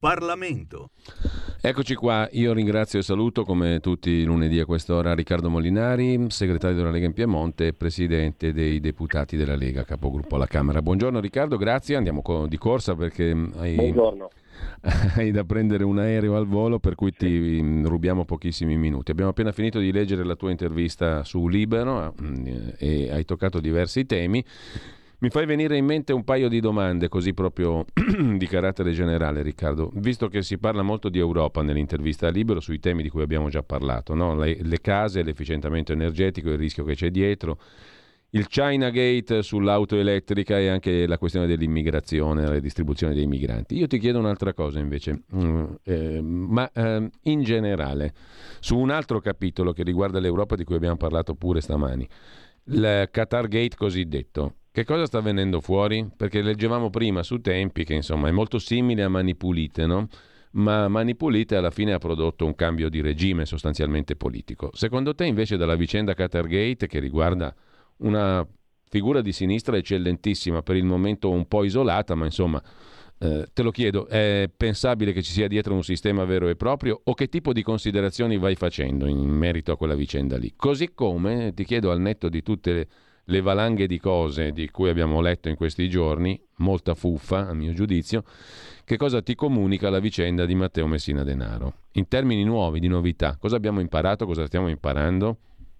Parlamento. Eccoci qua, io ringrazio e saluto come tutti i lunedì a quest'ora Riccardo Molinari, segretario della Lega in Piemonte e presidente dei deputati della Lega, capogruppo alla Camera. Buongiorno Riccardo, grazie, andiamo co- di corsa perché hai, Buongiorno. hai da prendere un aereo al volo, per cui ti rubiamo pochissimi minuti. Abbiamo appena finito di leggere la tua intervista su Libero e hai toccato diversi temi. Mi fai venire in mente un paio di domande così proprio di carattere generale, Riccardo, visto che si parla molto di Europa nell'intervista a Libero sui temi di cui abbiamo già parlato, no? le, le case, l'efficientamento energetico, il rischio che c'è dietro, il China Gate sull'auto elettrica e anche la questione dell'immigrazione, la distribuzione dei migranti. Io ti chiedo un'altra cosa invece, mm, eh, ma eh, in generale, su un altro capitolo che riguarda l'Europa di cui abbiamo parlato pure stamani, il Qatar Gate cosiddetto. Che cosa sta venendo fuori? Perché leggevamo prima su Tempi che insomma è molto simile a Mani Pulite, no? Ma Mani Pulite alla fine ha prodotto un cambio di regime sostanzialmente politico. Secondo te invece dalla vicenda Qatar Gate, che riguarda una figura di sinistra eccellentissima, per il momento un po' isolata, ma insomma eh, te lo chiedo, è pensabile che ci sia dietro un sistema vero e proprio o che tipo di considerazioni vai facendo in merito a quella vicenda lì? Così come ti chiedo, al netto di tutte le le valanghe di cose di cui abbiamo letto in questi giorni, molta fuffa a mio giudizio, che cosa ti comunica la vicenda di Matteo Messina Denaro? In termini nuovi, di novità, cosa abbiamo imparato, cosa stiamo imparando?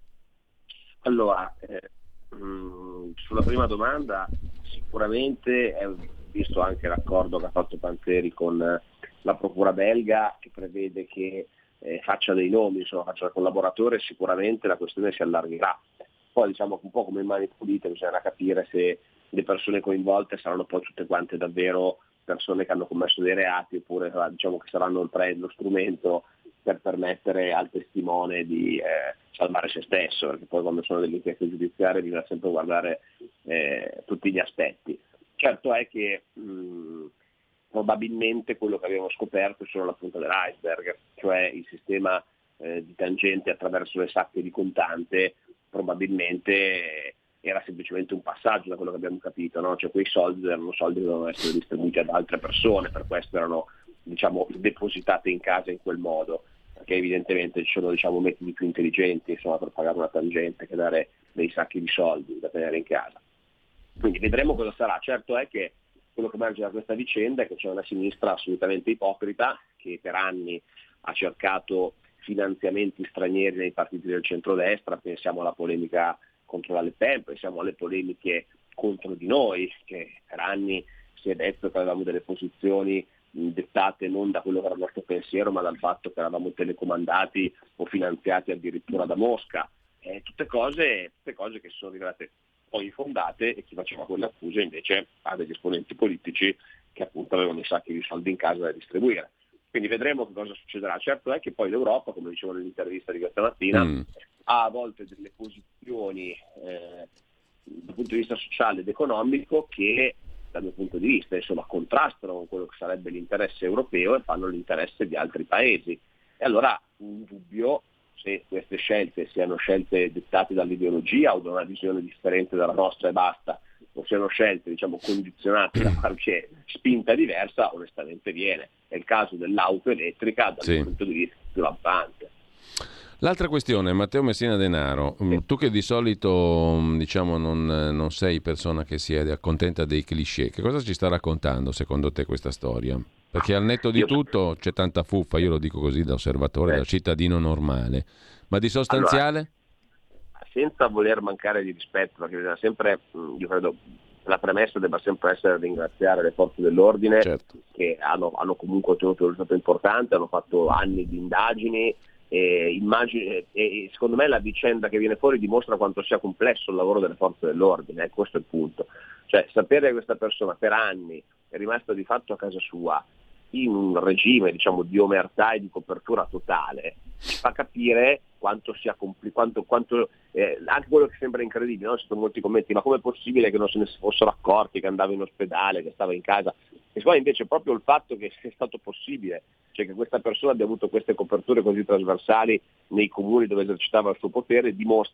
Allora, eh, mh, sulla prima domanda, sicuramente è visto anche l'accordo che ha fatto Panzeri con la procura belga, che prevede che eh, faccia dei nomi, insomma faccia il collaboratore, sicuramente la questione si allargherà. Poi diciamo che un po' come in Mani Pulite bisognerà capire se le persone coinvolte saranno poi tutte quante davvero persone che hanno commesso dei reati oppure diciamo che saranno il lo strumento per permettere al testimone di eh, salvare se stesso, perché poi quando sono delle inchieste giudiziarie bisogna sempre guardare eh, tutti gli aspetti. Certo è che mh, probabilmente quello che abbiamo scoperto è solo la punta dell'iceberg, cioè il sistema eh, di tangenti attraverso le sacche di contante probabilmente era semplicemente un passaggio da quello che abbiamo capito, no? Cioè quei soldi erano soldi che dovevano essere distribuiti ad altre persone, per questo erano diciamo depositate in casa in quel modo, perché evidentemente ci sono diciamo metodi più intelligenti insomma per pagare una tangente che dare dei sacchi di soldi da tenere in casa. Quindi vedremo cosa sarà. Certo è che quello che emerge da questa vicenda è che c'è una sinistra assolutamente ipocrita che per anni ha cercato finanziamenti stranieri nei partiti del centrodestra, pensiamo alla polemica contro la Le Pen, pensiamo alle polemiche contro di noi, che per anni si è detto che avevamo delle posizioni dettate non da quello che era il nostro pensiero, ma dal fatto che eravamo telecomandati o finanziati addirittura da Mosca. Eh, tutte cose, tutte cose che sono rivelate poi infondate, e chi faceva quelle accuse invece ha degli esponenti politici che appunto avevano i sacchi di soldi in casa da distribuire. Quindi vedremo che cosa succederà. Certo è che poi l'Europa, come dicevo nell'intervista di questa mattina, mm. ha a volte delle posizioni eh, dal punto di vista sociale ed economico che dal mio punto di vista insomma contrastano con quello che sarebbe l'interesse europeo e fanno l'interesse di altri paesi. E allora un dubbio se queste scelte siano scelte dettate dall'ideologia o da una visione differente dalla nostra e basta, o siano scelte diciamo condizionate da qualche spinta diversa, onestamente viene. È il caso dell'auto elettrica dal sì. punto di vista più lampante. L'altra questione, Matteo Messina Denaro, sì. tu che di solito diciamo non, non sei persona che si accontenta dei cliché, che cosa ci sta raccontando secondo te questa storia? Perché al netto di io... tutto c'è tanta fuffa, io lo dico così da osservatore, eh. da cittadino normale, ma di sostanziale? Allora, senza voler mancare di rispetto, perché bisogna sempre, io credo, la premessa debba sempre essere ringraziare le forze dell'ordine, certo. che hanno, hanno comunque ottenuto un risultato importante, hanno fatto anni di indagini, e, immagini, e secondo me la vicenda che viene fuori dimostra quanto sia complesso il lavoro delle forze dell'ordine, eh, questo è il punto. Cioè sapere che questa persona per anni è rimasta di fatto a casa sua in un regime diciamo di omertà e di copertura totale ci fa capire quanto sia compli- quanto, quanto eh, anche quello che sembra incredibile, no? Ci sono molti commenti, ma com'è possibile che non se ne fossero accorti che andava in ospedale, che stava in casa? E poi invece proprio il fatto che sia stato possibile, cioè che questa persona abbia avuto queste coperture così trasversali nei comuni dove esercitava il suo potere, dimostra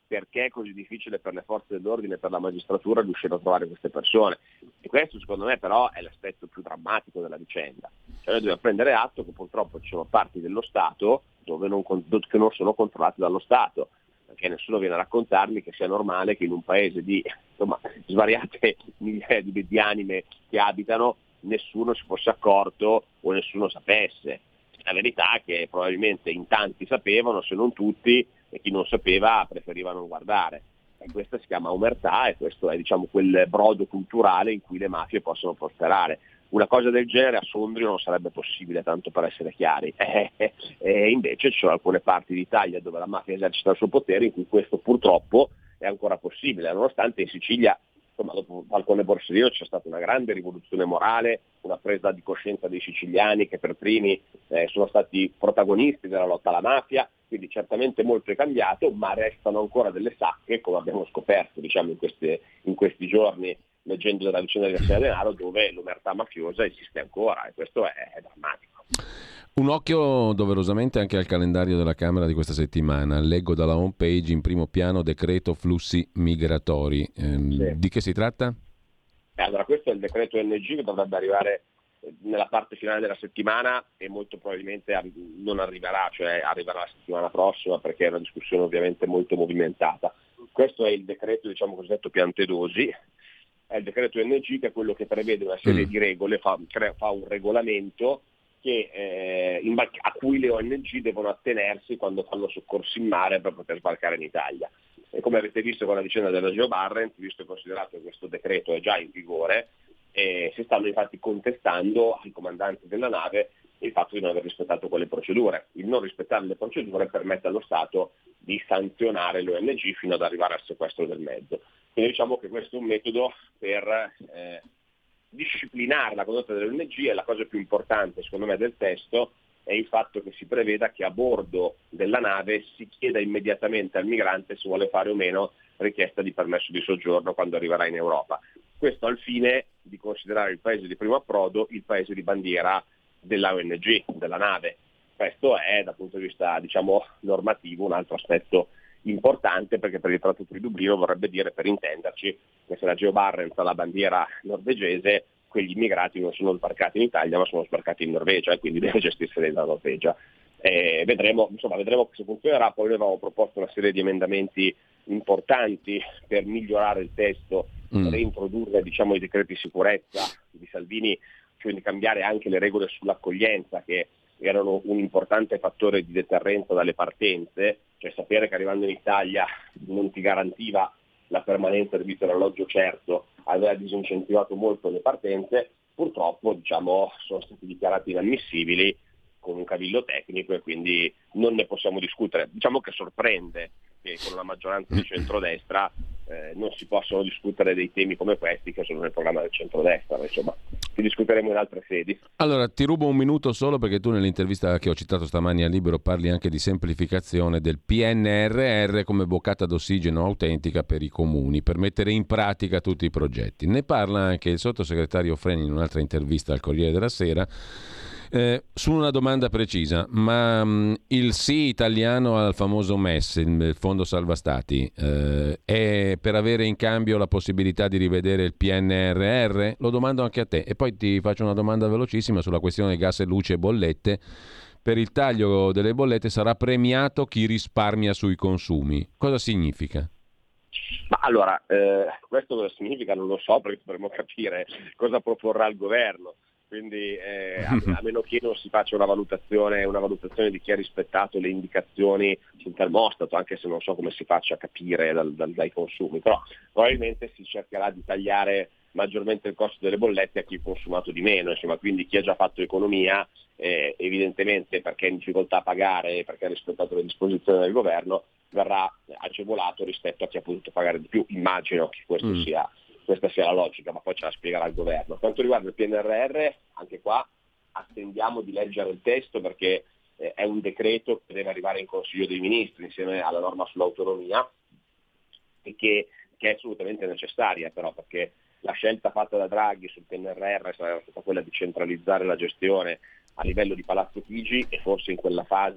perché è così difficile per le forze dell'ordine e per la magistratura riuscire a trovare queste persone. E questo secondo me però è l'aspetto più drammatico della vicenda. Cioè noi dobbiamo prendere atto che purtroppo ci sono parti dello Stato dove non, che non sono controllate dallo Stato, perché nessuno viene a raccontarmi che sia normale che in un paese di insomma, svariate migliaia di, di anime che abitano nessuno si fosse accorto o nessuno sapesse. La verità è che probabilmente in tanti sapevano, se non tutti, e chi non sapeva preferiva non guardare. E questa si chiama omertà e questo è diciamo quel brodo culturale in cui le mafie possono prosperare. Una cosa del genere a Sondrio non sarebbe possibile, tanto per essere chiari, e eh, eh, invece ci sono alcune parti d'Italia dove la mafia esercita il suo potere in cui questo purtroppo è ancora possibile, nonostante in Sicilia, insomma, dopo Falcone Borsellino c'è stata una grande rivoluzione morale, una presa di coscienza dei siciliani che per primi eh, sono stati protagonisti della lotta alla mafia, quindi certamente molto è cambiato, ma restano ancora delle sacche, come abbiamo scoperto diciamo in, queste, in questi giorni, leggendo della vicenda di Castello Denaro, dove l'omertà mafiosa esiste ancora e questo è, è drammatico. Un occhio doverosamente anche al calendario della Camera di questa settimana. Leggo dalla home page in primo piano decreto flussi migratori. Ehm, sì. Di che si tratta? Eh, allora questo è il decreto N G che dovrebbe arrivare nella parte finale della settimana e molto probabilmente non arriverà, cioè arriverà la settimana prossima perché è una discussione ovviamente molto movimentata. Questo è il decreto diciamo cosiddetto Piantedosi, è il decreto N G che è quello che prevede una serie mm. di regole, fa, crea, fa un regolamento che, eh, in, a cui le O N G devono attenersi quando fanno soccorsi in mare per poter sbarcare in Italia. E come avete visto con la vicenda della Geo Barrent, visto e considerato che questo decreto è già in vigore, eh, si stanno infatti contestando ai comandanti della nave il fatto di non aver rispettato quelle procedure. Il non rispettare le procedure permette allo Stato di sanzionare le O N G fino ad arrivare al sequestro del mezzo. Quindi diciamo che questo è un metodo per eh, disciplinare la condotta delle O N G e la cosa più importante secondo me del testo è il fatto che si preveda che a bordo della nave si chieda immediatamente al migrante se vuole fare o meno richiesta di permesso di soggiorno quando arriverà in Europa. Questo al fine di considerare il paese di primo approdo il paese di bandiera della O N G, della nave. Questo è dal punto di vista diciamo normativo un altro aspetto importante, perché per il Trattato di Dublino vorrebbe dire, per intenderci, che se la Geo Barrent ha la bandiera norvegese, quegli immigrati non sono sbarcati in Italia ma sono sbarcati in Norvegia e quindi deve gestirseli dalla Norvegia. Eh, vedremo, insomma, vedremo se funzionerà. Poi noi avevamo proposto una serie di emendamenti importanti per migliorare il testo, mm. reintrodurre diciamo i decreti di sicurezza di Salvini, cioè di cambiare anche le regole sull'accoglienza che erano un importante fattore di deterrenza dalle partenze, cioè sapere che arrivando in Italia non ti garantiva la permanenza del vitto e alloggio certo, aveva disincentivato molto le partenze. Purtroppo diciamo sono stati dichiarati inammissibili con un cavillo tecnico e quindi non ne possiamo discutere. Diciamo che sorprende che con una maggioranza di centrodestra eh, non si possono discutere dei temi come questi che sono nel programma del centrodestra, insomma li discuteremo in altre sedi. Allora ti rubo un minuto solo perché tu nell'intervista che ho citato stamani a Libero parli anche di semplificazione del P N R R come boccata d'ossigeno autentica per i comuni per mettere in pratica tutti i progetti. Ne parla anche il sottosegretario Freni in un'altra intervista al Corriere della Sera. Eh, su una domanda precisa, ma mh, il sì italiano al famoso M E S, il Fondo Salva Stati, eh, è per avere in cambio la possibilità di rivedere il P N R R? Lo domando anche a te e poi ti faccio una domanda velocissima sulla questione gas e luce e bollette. Per il taglio delle bollette sarà premiato chi risparmia sui consumi. Cosa significa? Ma allora, eh, questo cosa significa non lo so, perché dovremmo capire cosa proporrà il governo. Quindi eh, a, a meno che non si faccia una valutazione, una valutazione di chi ha rispettato le indicazioni sul termostato, anche se non so come si faccia a capire dal, dal, dai consumi, però probabilmente si cercherà di tagliare maggiormente il costo delle bollette a chi ha consumato di meno, insomma, quindi chi ha già fatto economia eh, evidentemente perché è in difficoltà a pagare, perché ha rispettato le disposizioni del governo, verrà agevolato rispetto a chi ha potuto pagare di più. Immagino che questo mm. sia questa sia la logica, ma poi ce la spiegherà il governo. Quanto riguarda il P N R R, anche qua attendiamo di leggere il testo perché eh, è un decreto che deve arrivare in Consiglio dei Ministri insieme alla norma sull'autonomia e che, che è assolutamente necessaria però, perché la scelta fatta da Draghi sul P N R R sarà stata quella di centralizzare la gestione a livello di Palazzo Chigi e forse in quella fase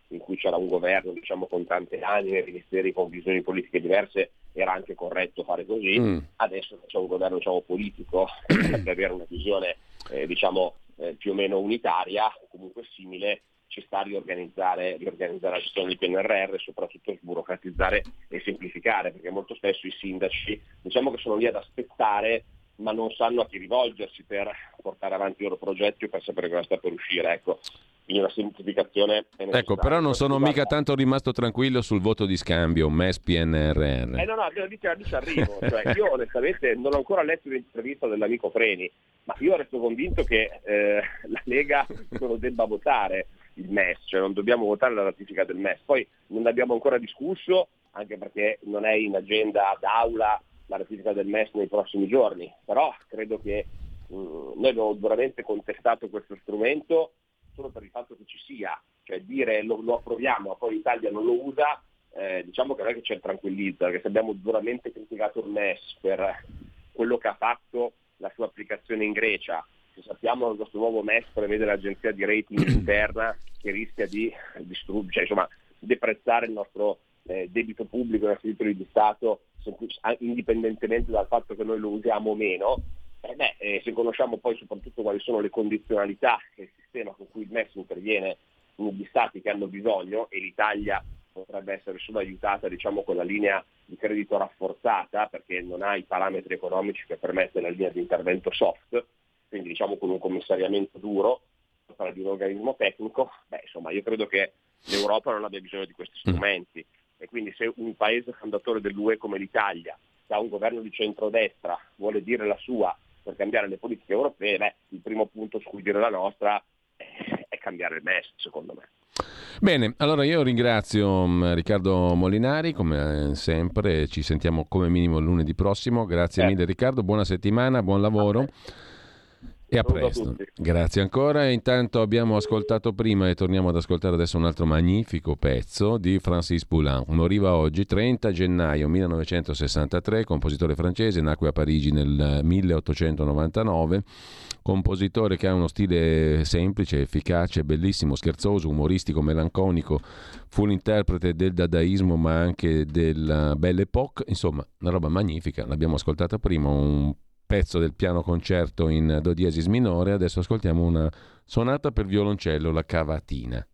in cui c'era un governo, diciamo, con tante anime, ministeri con visioni politiche diverse, era anche corretto fare così. Mm. Adesso c'è un governo, diciamo, politico che dovrebbe avere una visione eh, diciamo eh, più o meno unitaria, o comunque simile. Ci sta a riorganizzare, riorganizzare la gestione di P N R R e soprattutto sburocratizzare e semplificare, perché molto spesso i sindaci, diciamo che sono lì ad aspettare, ma non sanno a chi rivolgersi per portare avanti i loro progetti o per sapere cosa sta per uscire. Ecco, quindi una semplificazione è necessaria. Ecco, però non sono Guarda, mica tanto rimasto tranquillo sul voto di scambio M E S P N R R. Eh no, no, lì ci arrivo. Cioè, io onestamente non ho ancora letto l'intervista dell'amico Freni, ma io resto convinto che eh, la Lega non lo debba votare il M E S, cioè non dobbiamo votare la ratifica del M E S. Poi non ne abbiamo ancora discusso, anche perché non è in agenda d'aula la ratifica del M E S nei prossimi giorni, però credo che mh, noi abbiamo veramente contestato questo strumento solo per il fatto che ci sia, cioè dire lo, lo approviamo ma poi l'Italia non lo usa, eh, diciamo che non è che ci tranquillizza, perché se abbiamo duramente criticato il M E S per quello che ha fatto la sua applicazione in Grecia, se sappiamo che questo nuovo M E S prevede l'agenzia di rating interna che rischia di distruggere, cioè, insomma, deprezzare il nostro eh, debito pubblico, i nostri titoli di Stato, indipendentemente dal fatto che noi lo usiamo o meno, eh beh, eh, se conosciamo poi soprattutto quali sono le condizionalità e il sistema con cui il M E S interviene negli stati che hanno bisogno, e l'Italia potrebbe essere solo aiutata, diciamo, con la linea di credito rafforzata, perché non ha i parametri economici che permette la linea di intervento soft, quindi diciamo con un commissariamento duro di un organismo tecnico, beh, insomma, io credo che l'Europa non abbia bisogno di questi strumenti. Mm. E quindi se un paese fondatore dell'U E come l'Italia, che ha un governo di centrodestra, vuole dire la sua per cambiare le politiche europee, beh, il primo punto su cui dire la nostra è, è cambiare il M E S, secondo me. Bene, allora io ringrazio Riccardo Molinari, come sempre, ci sentiamo come minimo lunedì prossimo. Grazie eh. mille Riccardo, buona settimana, buon lavoro. Okay. E a presto. Grazie ancora. Intanto abbiamo ascoltato prima e torniamo ad ascoltare adesso un altro magnifico pezzo di Francis Poulenc. Moriva oggi, trenta gennaio millenovecentosessantatré, compositore francese, nacque a Parigi nel milleottocentonovantanove, compositore che ha uno stile semplice, efficace, bellissimo, scherzoso, umoristico, melanconico. Fu l'interprete del dadaismo ma anche della Belle Époque, insomma una roba magnifica. L'abbiamo ascoltata prima, un pezzo del piano concerto in do diesis minore. Adesso ascoltiamo una sonata per violoncello, la Cavatina.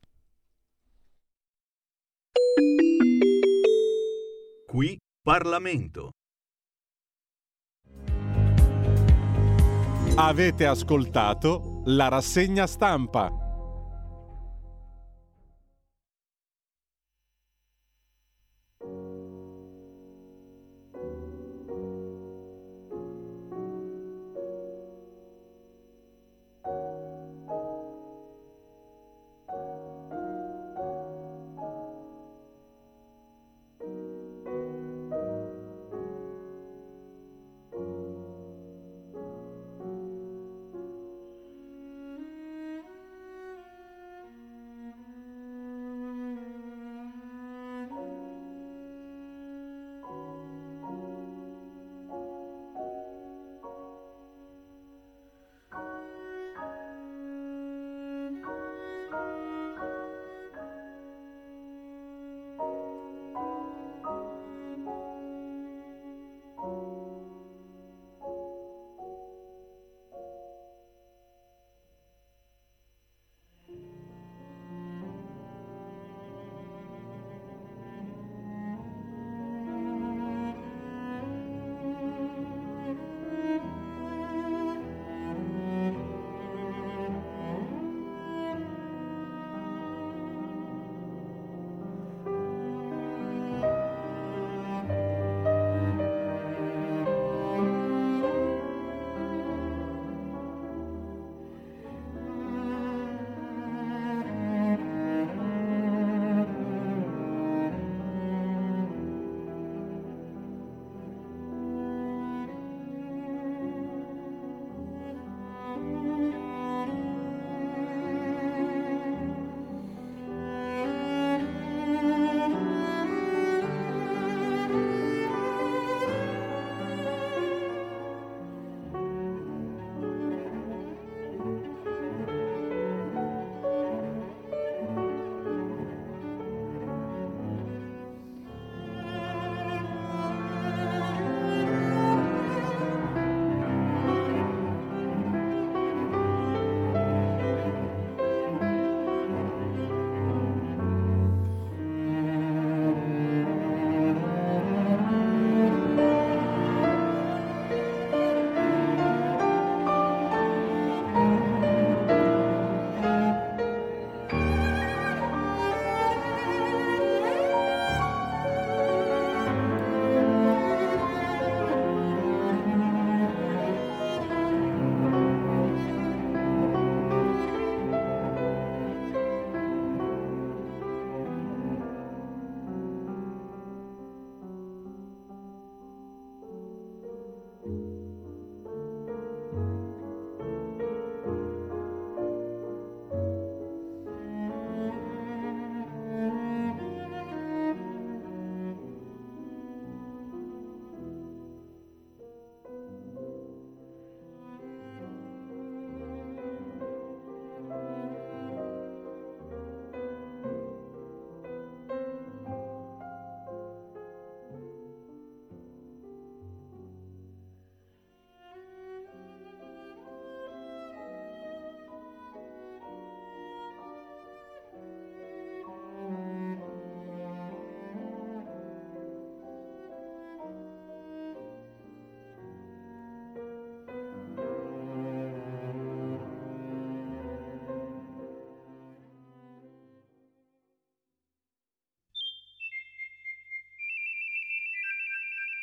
Qui Parlamento. Avete ascoltato la rassegna stampa.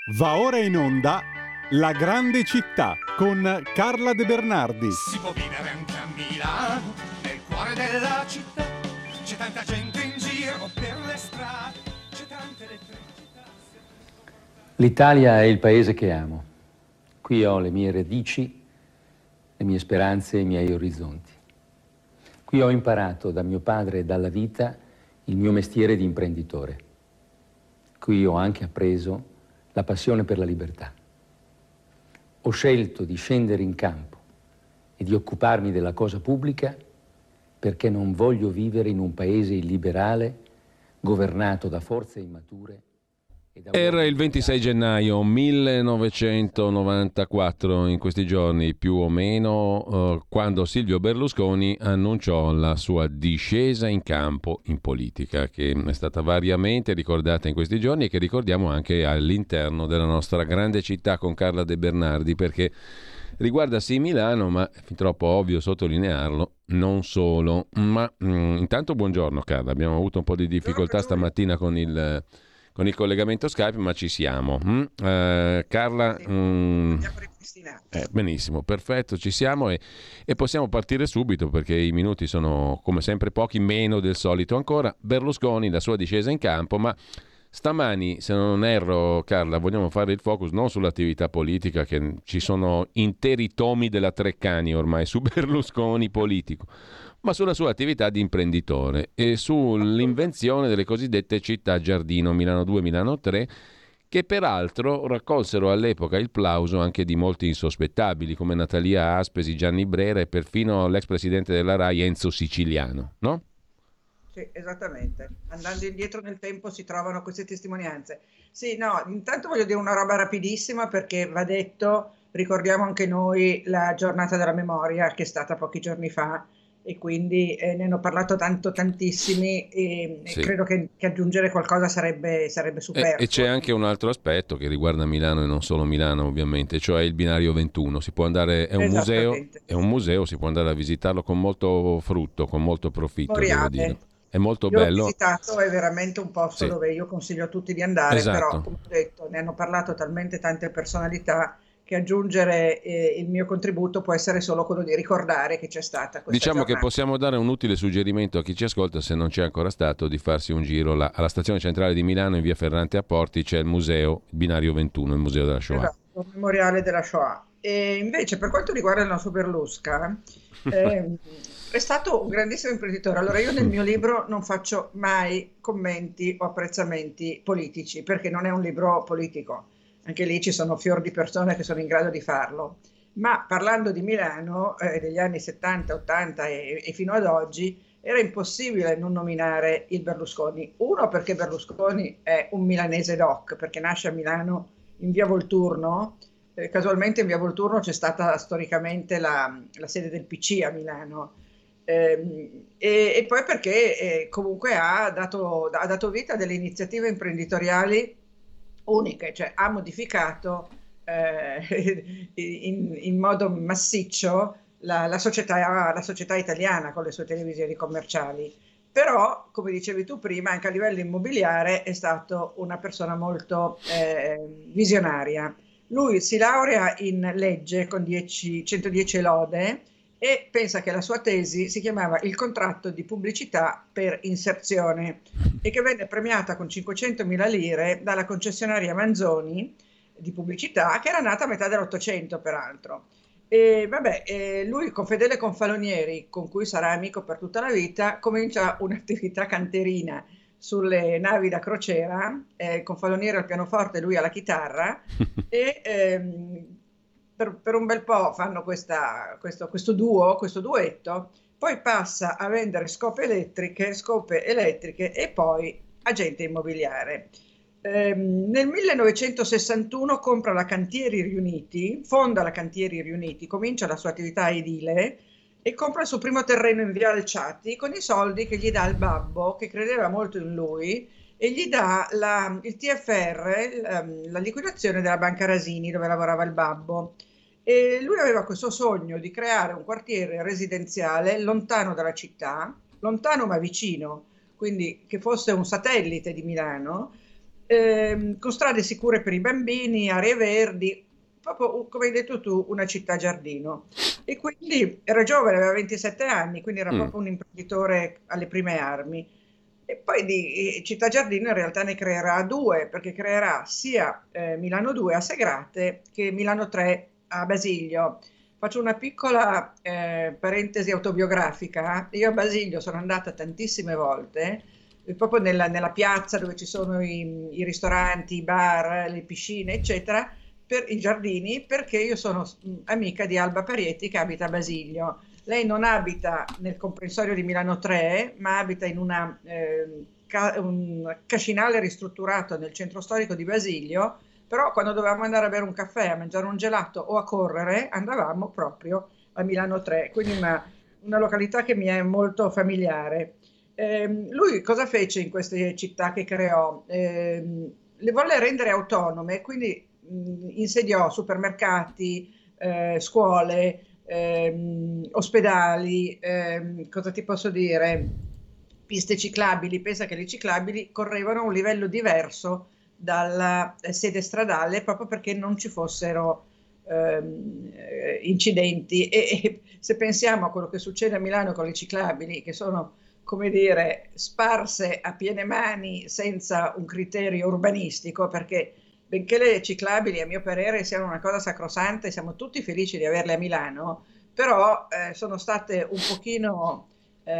Va ora in onda La grande città con Carla De Bernardi. Si può vivere anche a Milano, nel cuore della città. C'è tanta gente in giro per le strade, c'è tanta elettricità. L'Italia è il paese che amo. Qui ho le mie radici, le mie speranze e i miei orizzonti. Qui ho imparato da mio padre e dalla vita il mio mestiere di imprenditore. Qui ho anche appreso la passione per la libertà. Ho scelto di scendere in campo e di occuparmi della cosa pubblica perché non voglio vivere in un paese illiberale governato da forze immature. Era il ventisei gennaio millenovecentonovantaquattro, in questi giorni più o meno, eh, quando Silvio Berlusconi annunciò la sua discesa in campo in politica, che è stata variamente ricordata in questi giorni e che ricordiamo anche all'interno della nostra grande città con Carla De Bernardi, perché riguarda sì Milano, ma è fin troppo ovvio sottolinearlo, non solo. Ma mh, intanto buongiorno Carla, abbiamo avuto un po' di difficoltà stamattina con il... con il collegamento Skype, ma ci siamo. Mm? Eh, Carla, sì, mm, eh, benissimo, perfetto, ci siamo e, e possiamo partire subito perché i minuti sono come sempre pochi, meno del solito ancora. Berlusconi, la sua discesa in campo, ma stamani, se non erro Carla, vogliamo fare il focus non sull'attività politica, che ci sono interi tomi della Treccani ormai su Berlusconi politico, ma sulla sua attività di imprenditore e sull'invenzione delle cosiddette città giardino Milano due, Milano tre, che peraltro raccolsero all'epoca il plauso anche di molti insospettabili come Natalia Aspesi, Gianni Brera e perfino l'ex presidente della RAI Enzo Siciliano, no? Sì, esattamente. Andando indietro nel tempo si trovano queste testimonianze. Sì, no, intanto voglio dire una roba rapidissima perché va detto, ricordiamo anche noi la giornata della memoria che è stata pochi giorni fa, e quindi eh, ne hanno parlato tanto tantissimi e, sì. e credo che, che aggiungere qualcosa sarebbe, sarebbe superfluo. E, e c'è anche un altro aspetto che riguarda Milano e non solo Milano ovviamente, cioè il binario ventuno. Si può andare, è un museo, è un museo, si può andare a visitarlo con molto frutto, con molto profitto, devo dire. È molto io bello. L'ho visitato, è veramente un posto sì. dove io consiglio a tutti di andare, esatto. Però come ho detto ne hanno parlato talmente tante personalità che aggiungere eh, il mio contributo può essere solo quello di ricordare che c'è stata questa Diciamo giornata. Che possiamo dare un utile suggerimento a chi ci ascolta, se non c'è ancora stato, di farsi un giro là. Alla stazione centrale di Milano, in via Ferrante a Porti, c'è il museo, il binario ventuno, il museo della Shoah. Esatto, il memoriale della Shoah. E invece per quanto riguarda il nostro Berlusca, eh, è stato un grandissimo imprenditore. Allora io nel mio libro non faccio mai commenti o apprezzamenti politici, perché non è un libro politico. Anche lì ci sono fior di persone che sono in grado di farlo, ma parlando di Milano eh, degli anni settanta, ottanta e, e fino ad oggi era impossibile non nominare il Berlusconi. Uno, perché Berlusconi è un milanese doc, perché nasce a Milano in via Volturno, eh, casualmente in via Volturno c'è stata storicamente la, la sede del P C a Milano, eh, e, e poi perché eh, comunque ha dato, ha dato vita a delle iniziative imprenditoriali uniche, cioè ha modificato eh, in, in modo massiccio la, la, società, la società italiana con le sue televisioni commerciali. Però, come dicevi tu prima, anche a livello immobiliare è stato una persona molto eh, visionaria. Lui si laurea in legge con dieci, centodieci lode e pensa che la sua tesi si chiamava Il contratto di pubblicità per inserzione e che venne premiata con cinquecentomila lire dalla concessionaria Manzoni di pubblicità, che era nata a metà dell'Ottocento peraltro. E vabbè, eh, lui con Fedele Confalonieri, con cui sarà amico per tutta la vita, comincia un'attività canterina sulle navi da crociera, eh, Confalonieri al pianoforte e lui alla chitarra e ehm, Per, per un bel po' fanno questa, questo, questo duo, questo duetto, poi passa a vendere scope elettriche, scope elettriche e poi agente immobiliare. Ehm, nel millenovecentosessantuno compra la Cantieri Riuniti, fonda la Cantieri Riuniti, comincia la sua attività edile e compra il suo primo terreno in via Alciati con i soldi che gli dà il babbo, che credeva molto in lui, e gli dà la, il T F R, la, la liquidazione della Banca Rasini dove lavorava il babbo. E lui aveva questo sogno di creare un quartiere residenziale lontano dalla città, lontano ma vicino, quindi che fosse un satellite di Milano, ehm, con strade sicure per i bambini, aree verdi, proprio come hai detto tu, una città giardino. E quindi era giovane, aveva ventisette anni, quindi era Mm. proprio un imprenditore alle prime armi. E poi di città giardino in realtà ne creerà due, perché creerà sia eh, Milano due a Segrate che Milano tre a Basilio. Faccio una piccola eh, parentesi autobiografica. Io a Basilio sono andata tantissime volte, eh, proprio nella, nella piazza dove ci sono i, i ristoranti, i bar, le piscine, eccetera, per i giardini, perché io sono mh, amica di Alba Parietti che abita a Basilio. Lei non abita nel comprensorio di Milano tre, ma abita in una, eh, ca- un cascinale ristrutturato nel centro storico di Basilio, però quando dovevamo andare a bere un caffè, a mangiare un gelato o a correre, andavamo proprio a Milano tre, quindi una, una località che mi è molto familiare. Ehm, lui cosa fece in queste città che creò? Ehm, le volle rendere autonome, quindi mh, insediò supermercati, eh, scuole, ehm, ospedali, ehm, cosa ti posso dire? Piste ciclabili. Pensa che le ciclabili correvano a un livello diverso dalla eh, sede stradale proprio perché non ci fossero ehm, eh, incidenti. E, e se pensiamo a quello che succede a Milano con le ciclabili, che sono, come dire, sparse a piene mani senza un criterio urbanistico, perché benché le ciclabili a mio parere siano una cosa sacrosanta e siamo tutti felici di averle a Milano, però eh, sono state un pochino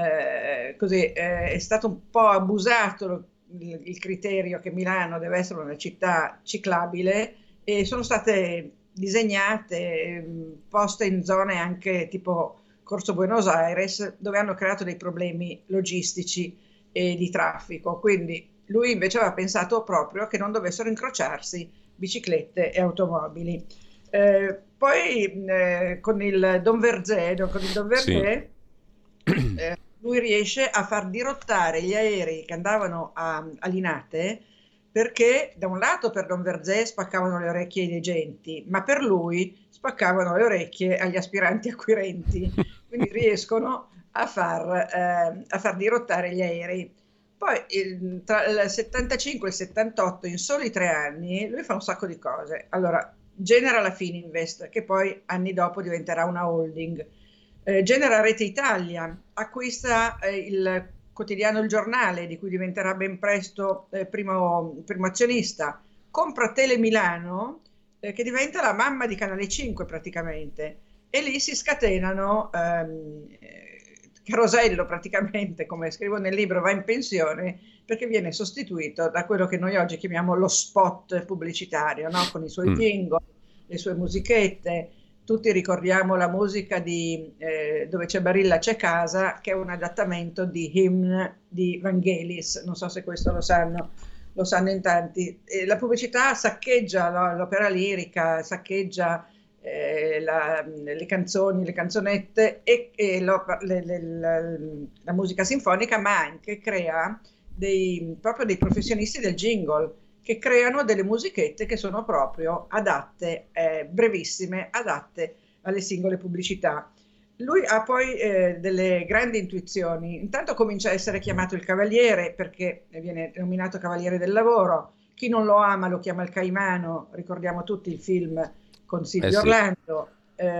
eh, così, eh, è stato un po' abusato il, il criterio che Milano deve essere una città ciclabile e sono state disegnate, mh, poste in zone anche tipo Corso Buenos Aires, dove hanno creato dei problemi logistici e di traffico. Quindi lui invece aveva pensato proprio che non dovessero incrociarsi biciclette e automobili. Eh, poi eh, con il Don Verzé, no, con il Don Verzé Sì. eh, lui riesce a far dirottare gli aerei che andavano a, a Linate, perché da un lato per Don Verzé spaccavano le orecchie ai degenti, ma per lui spaccavano le orecchie agli aspiranti acquirenti, quindi riescono a far, eh, a far dirottare gli aerei. Poi il- tra il settantacinque e il settantotto, in soli tre anni, lui fa un sacco di cose. Allora, genera la Fininvest, che poi anni dopo diventerà una holding. Eh, genera Rete Italia, acquista eh, il quotidiano Il Giornale, di cui diventerà ben presto eh, primo, primo azionista. Compra Tele Milano, eh, che diventa la mamma di Canale cinque praticamente. E lì si scatenano, ehm, eh, Carosello praticamente, come scrivo nel libro, va in pensione perché viene sostituito da quello che noi oggi chiamiamo lo spot pubblicitario, no? Con i suoi Mm. jingle, le sue musichette. Tutti ricordiamo la musica di eh, Dove c'è Barilla c'è casa, che è un adattamento di Hymn di Vangelis, non so se questo lo sanno, lo sanno in tanti. E la pubblicità saccheggia no, l'opera lirica, saccheggia eh, la- le canzoni, le canzonette e, e l'op- le- le- la, la musica sinfonica, ma anche crea dei, proprio dei professionisti del jingle che creano delle musichette che sono proprio adatte, eh, brevissime, adatte alle singole pubblicità. Lui ha poi eh, delle grandi intuizioni. Intanto comincia a essere chiamato il Cavaliere perché viene nominato Cavaliere del Lavoro. Chi non lo ama lo chiama il Caimano. Ricordiamo tutti il film con Silvio Eh sì. Orlando.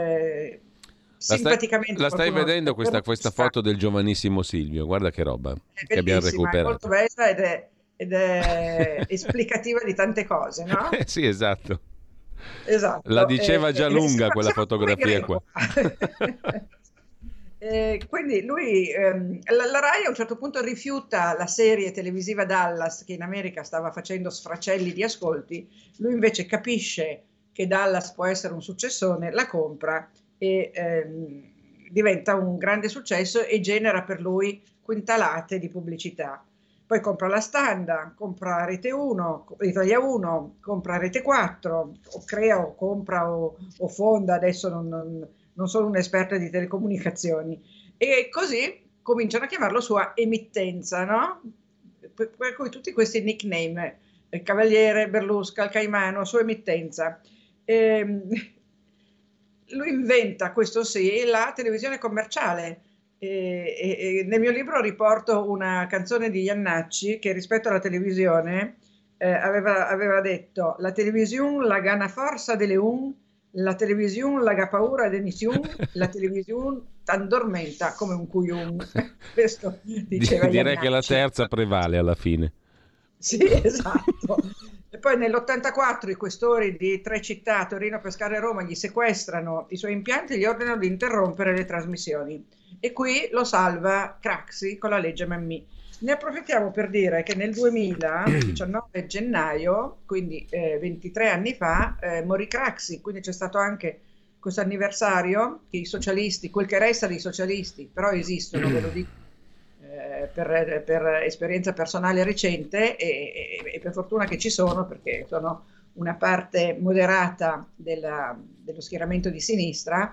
Eh, La stai, simpaticamente la stai qualcuno- vedendo questa, questa foto del giovanissimo Silvio? Guarda che roba È che abbiamo bellissima, è recuperato. molto bella ed è, ed è esplicativa di tante cose, no? Eh sì, esatto. Esatto. La diceva Eh, già eh, lunga sembra- quella sembra un fotografia qua. greco. Eh, quindi lui, ehm, la, la Rai a un certo punto rifiuta la serie televisiva Dallas, che in America stava facendo sfracelli di ascolti. Lui invece capisce che Dallas può essere un successone, la compra e ehm, diventa un grande successo e genera per lui quintalate di pubblicità. Poi compra la Standa, compra Rete uno, Italia uno, compra Rete quattro, o crea o compra o, o fonda, adesso non, non- non sono un'esperta di telecomunicazioni. E così cominciano a chiamarlo sua emittenza, no? Per, per cui tutti questi nickname, il Cavaliere, Berlusca, il Caimano, sua emittenza. Ehm, lui inventa, questo sì, la televisione commerciale. E, e- e nel mio libro riporto una canzone di Iannacci che rispetto alla televisione eh, aveva, aveva detto la televisione la gana forza delle un, la televisione la ga paura de nisiun, la televisione t'addormenta come un cuiun. Questo diceva Direi Iannacci. che la terza prevale alla fine. Sì, esatto. E poi nell'ottantaquattro i questori di tre città, Torino, Pescara e Roma, gli sequestrano i suoi impianti e gli ordinano di interrompere le trasmissioni. E qui lo salva Craxi con la legge Mammì. Ne approfittiamo per dire che nel duemila, diciannove gennaio, quindi eh, ventitré anni fa, eh, morì Craxi, quindi c'è stato anche questo anniversario che i socialisti, quel che resta dei socialisti, però esistono, ve lo dico, eh, per, per esperienza personale recente e, e, e per fortuna che ci sono, perché sono una parte moderata della, dello schieramento di sinistra.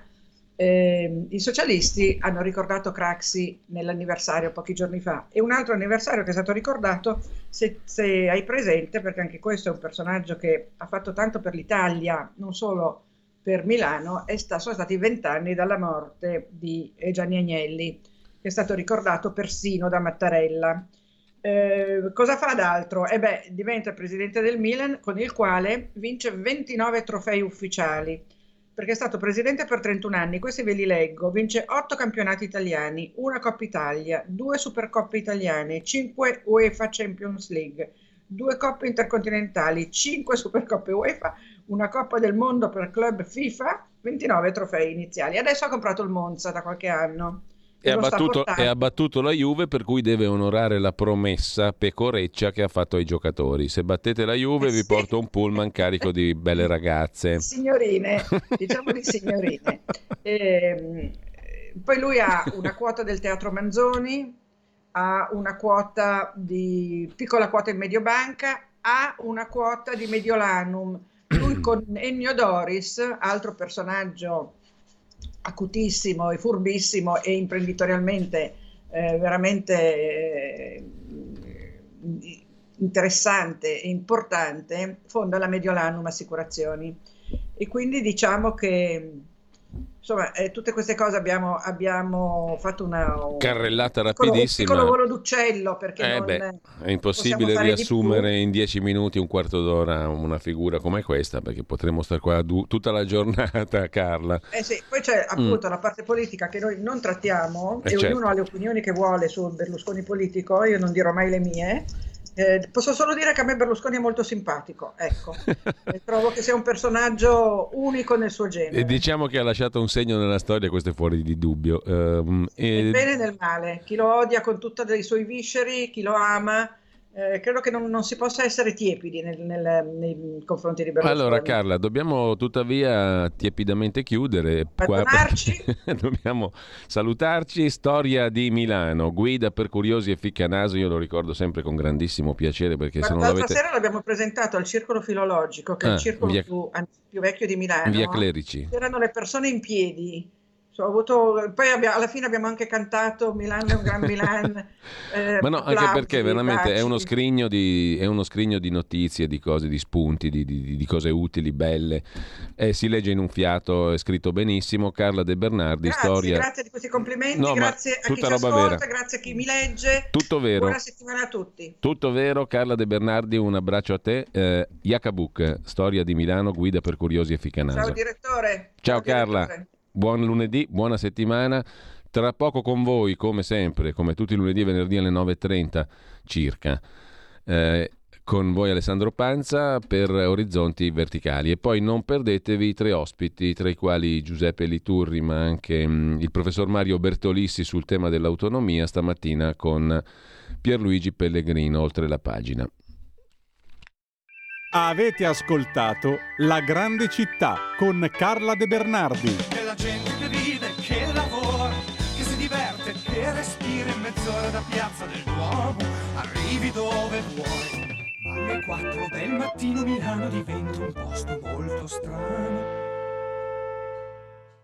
Eh, i socialisti hanno ricordato Craxi nell'anniversario pochi giorni fa, e un altro anniversario che è stato ricordato, se, se hai presente, perché anche questo è un personaggio che ha fatto tanto per l'Italia, non solo per Milano, è sta, sono stati vent'anni dalla morte di Gianni Agnelli, che è stato ricordato persino da Mattarella. Eh, cosa fa d'altro? Eh beh, diventa presidente del Milan, con il quale vince ventinove trofei ufficiali, perché è stato presidente per trentuno anni, questi ve li leggo: vince otto campionati italiani, una Coppa Italia, due Supercoppe italiane, cinque UEFA Champions League, due Coppe intercontinentali, cinque Supercoppe UEFA, una Coppa del Mondo per club FIFA, ventinove trofei iniziali. Adesso ha comprato il Monza da qualche anno. E ha, battuto, e ha battuto la Juve, per cui deve onorare la promessa pecoreccia che ha fatto ai giocatori. Se battete la Juve, eh vi sì. porto un pullman carico di belle ragazze. Signorine, diciamo di signorine. E, poi lui ha una quota del Teatro Manzoni, ha una quota di piccola quota in Mediobanca, ha una quota di Mediolanum. Lui con Ennio Doris, altro personaggio acutissimo e furbissimo e imprenditorialmente eh, veramente eh, interessante e importante, fonda la Mediolanum Assicurazioni. E quindi diciamo che insomma eh, tutte queste cose abbiamo, abbiamo fatto una carrellata un piccolo, rapidissima, un piccolo volo d'uccello, perché eh non, beh, è impossibile riassumere in dieci minuti, un quarto d'ora una figura come questa, perché potremmo stare qua du- tutta la giornata, Carla. Eh sì, poi c'è appunto mm. la parte politica che noi non trattiamo, eh e certo. ognuno ha le opinioni che vuole sul Berlusconi politico, io non dirò mai le mie. Eh, posso solo dire che a me Berlusconi è molto simpatico, ecco. E trovo che sia un personaggio unico nel suo genere. E diciamo che ha lasciato un segno nella storia, questo è fuori di dubbio. Um, e... Il bene e nel male, chi lo odia con tutti i suoi visceri, chi lo ama. Eh, credo che non, non si possa essere tiepidi nel, nel, nei confronti di Berlusconi. Allora Carla, dobbiamo tuttavia tiepidamente chiudere qua, dobbiamo salutarci. Storia di Milano, guida per curiosi e ficcanaso, io lo ricordo sempre con grandissimo piacere, perché Ma se non l'altra l'avete... sera l'abbiamo presentato al Circolo Filologico, che ah, è il circolo via... più, più vecchio di Milano. Via Clerici. C'erano le persone in piedi. Ho avuto, poi abbia, alla fine abbiamo anche cantato Milano è un gran Milan. Eh, Ma no, applausi, anche perché veramente baci. è uno scrigno di, è uno scrigno di notizie, di cose, di spunti, di, di, di cose utili, belle. Eh, si legge in un fiato, è scritto benissimo. Carla De Bernardi, grazie, storia. Grazie di questi complimenti, no, grazie a chi ci roba ascolta, vera. grazie a chi mi legge. Tutto vero. Buona settimana a tutti. Tutto vero, Carla De Bernardi, un abbraccio a te. Eh, Yakabuk, storia di Milano, guida per curiosi e ficcanaso. Ciao direttore. Ciao, Ciao Carla. Direttore. Buon lunedì, buona settimana. Tra poco con voi, come sempre, come tutti i lunedì e venerdì alle nove e trenta circa. Eh, con voi Alessandro Panza per Orizzonti Verticali. E poi non perdetevi i tre ospiti, tra i quali Giuseppe Liturri, ma anche mh, il professor Mario Bertolissi sul tema dell'autonomia, stamattina con Pierluigi Pellegrino, oltre la pagina. Avete ascoltato La Grande Città con Carla De Bernardi. Che la gente che vive, che lavora, che si diverte, che respira in mezz'ora da Piazza del Duomo, arrivi dove vuoi. Ma alle quattro del mattino Milano diventa un posto molto strano.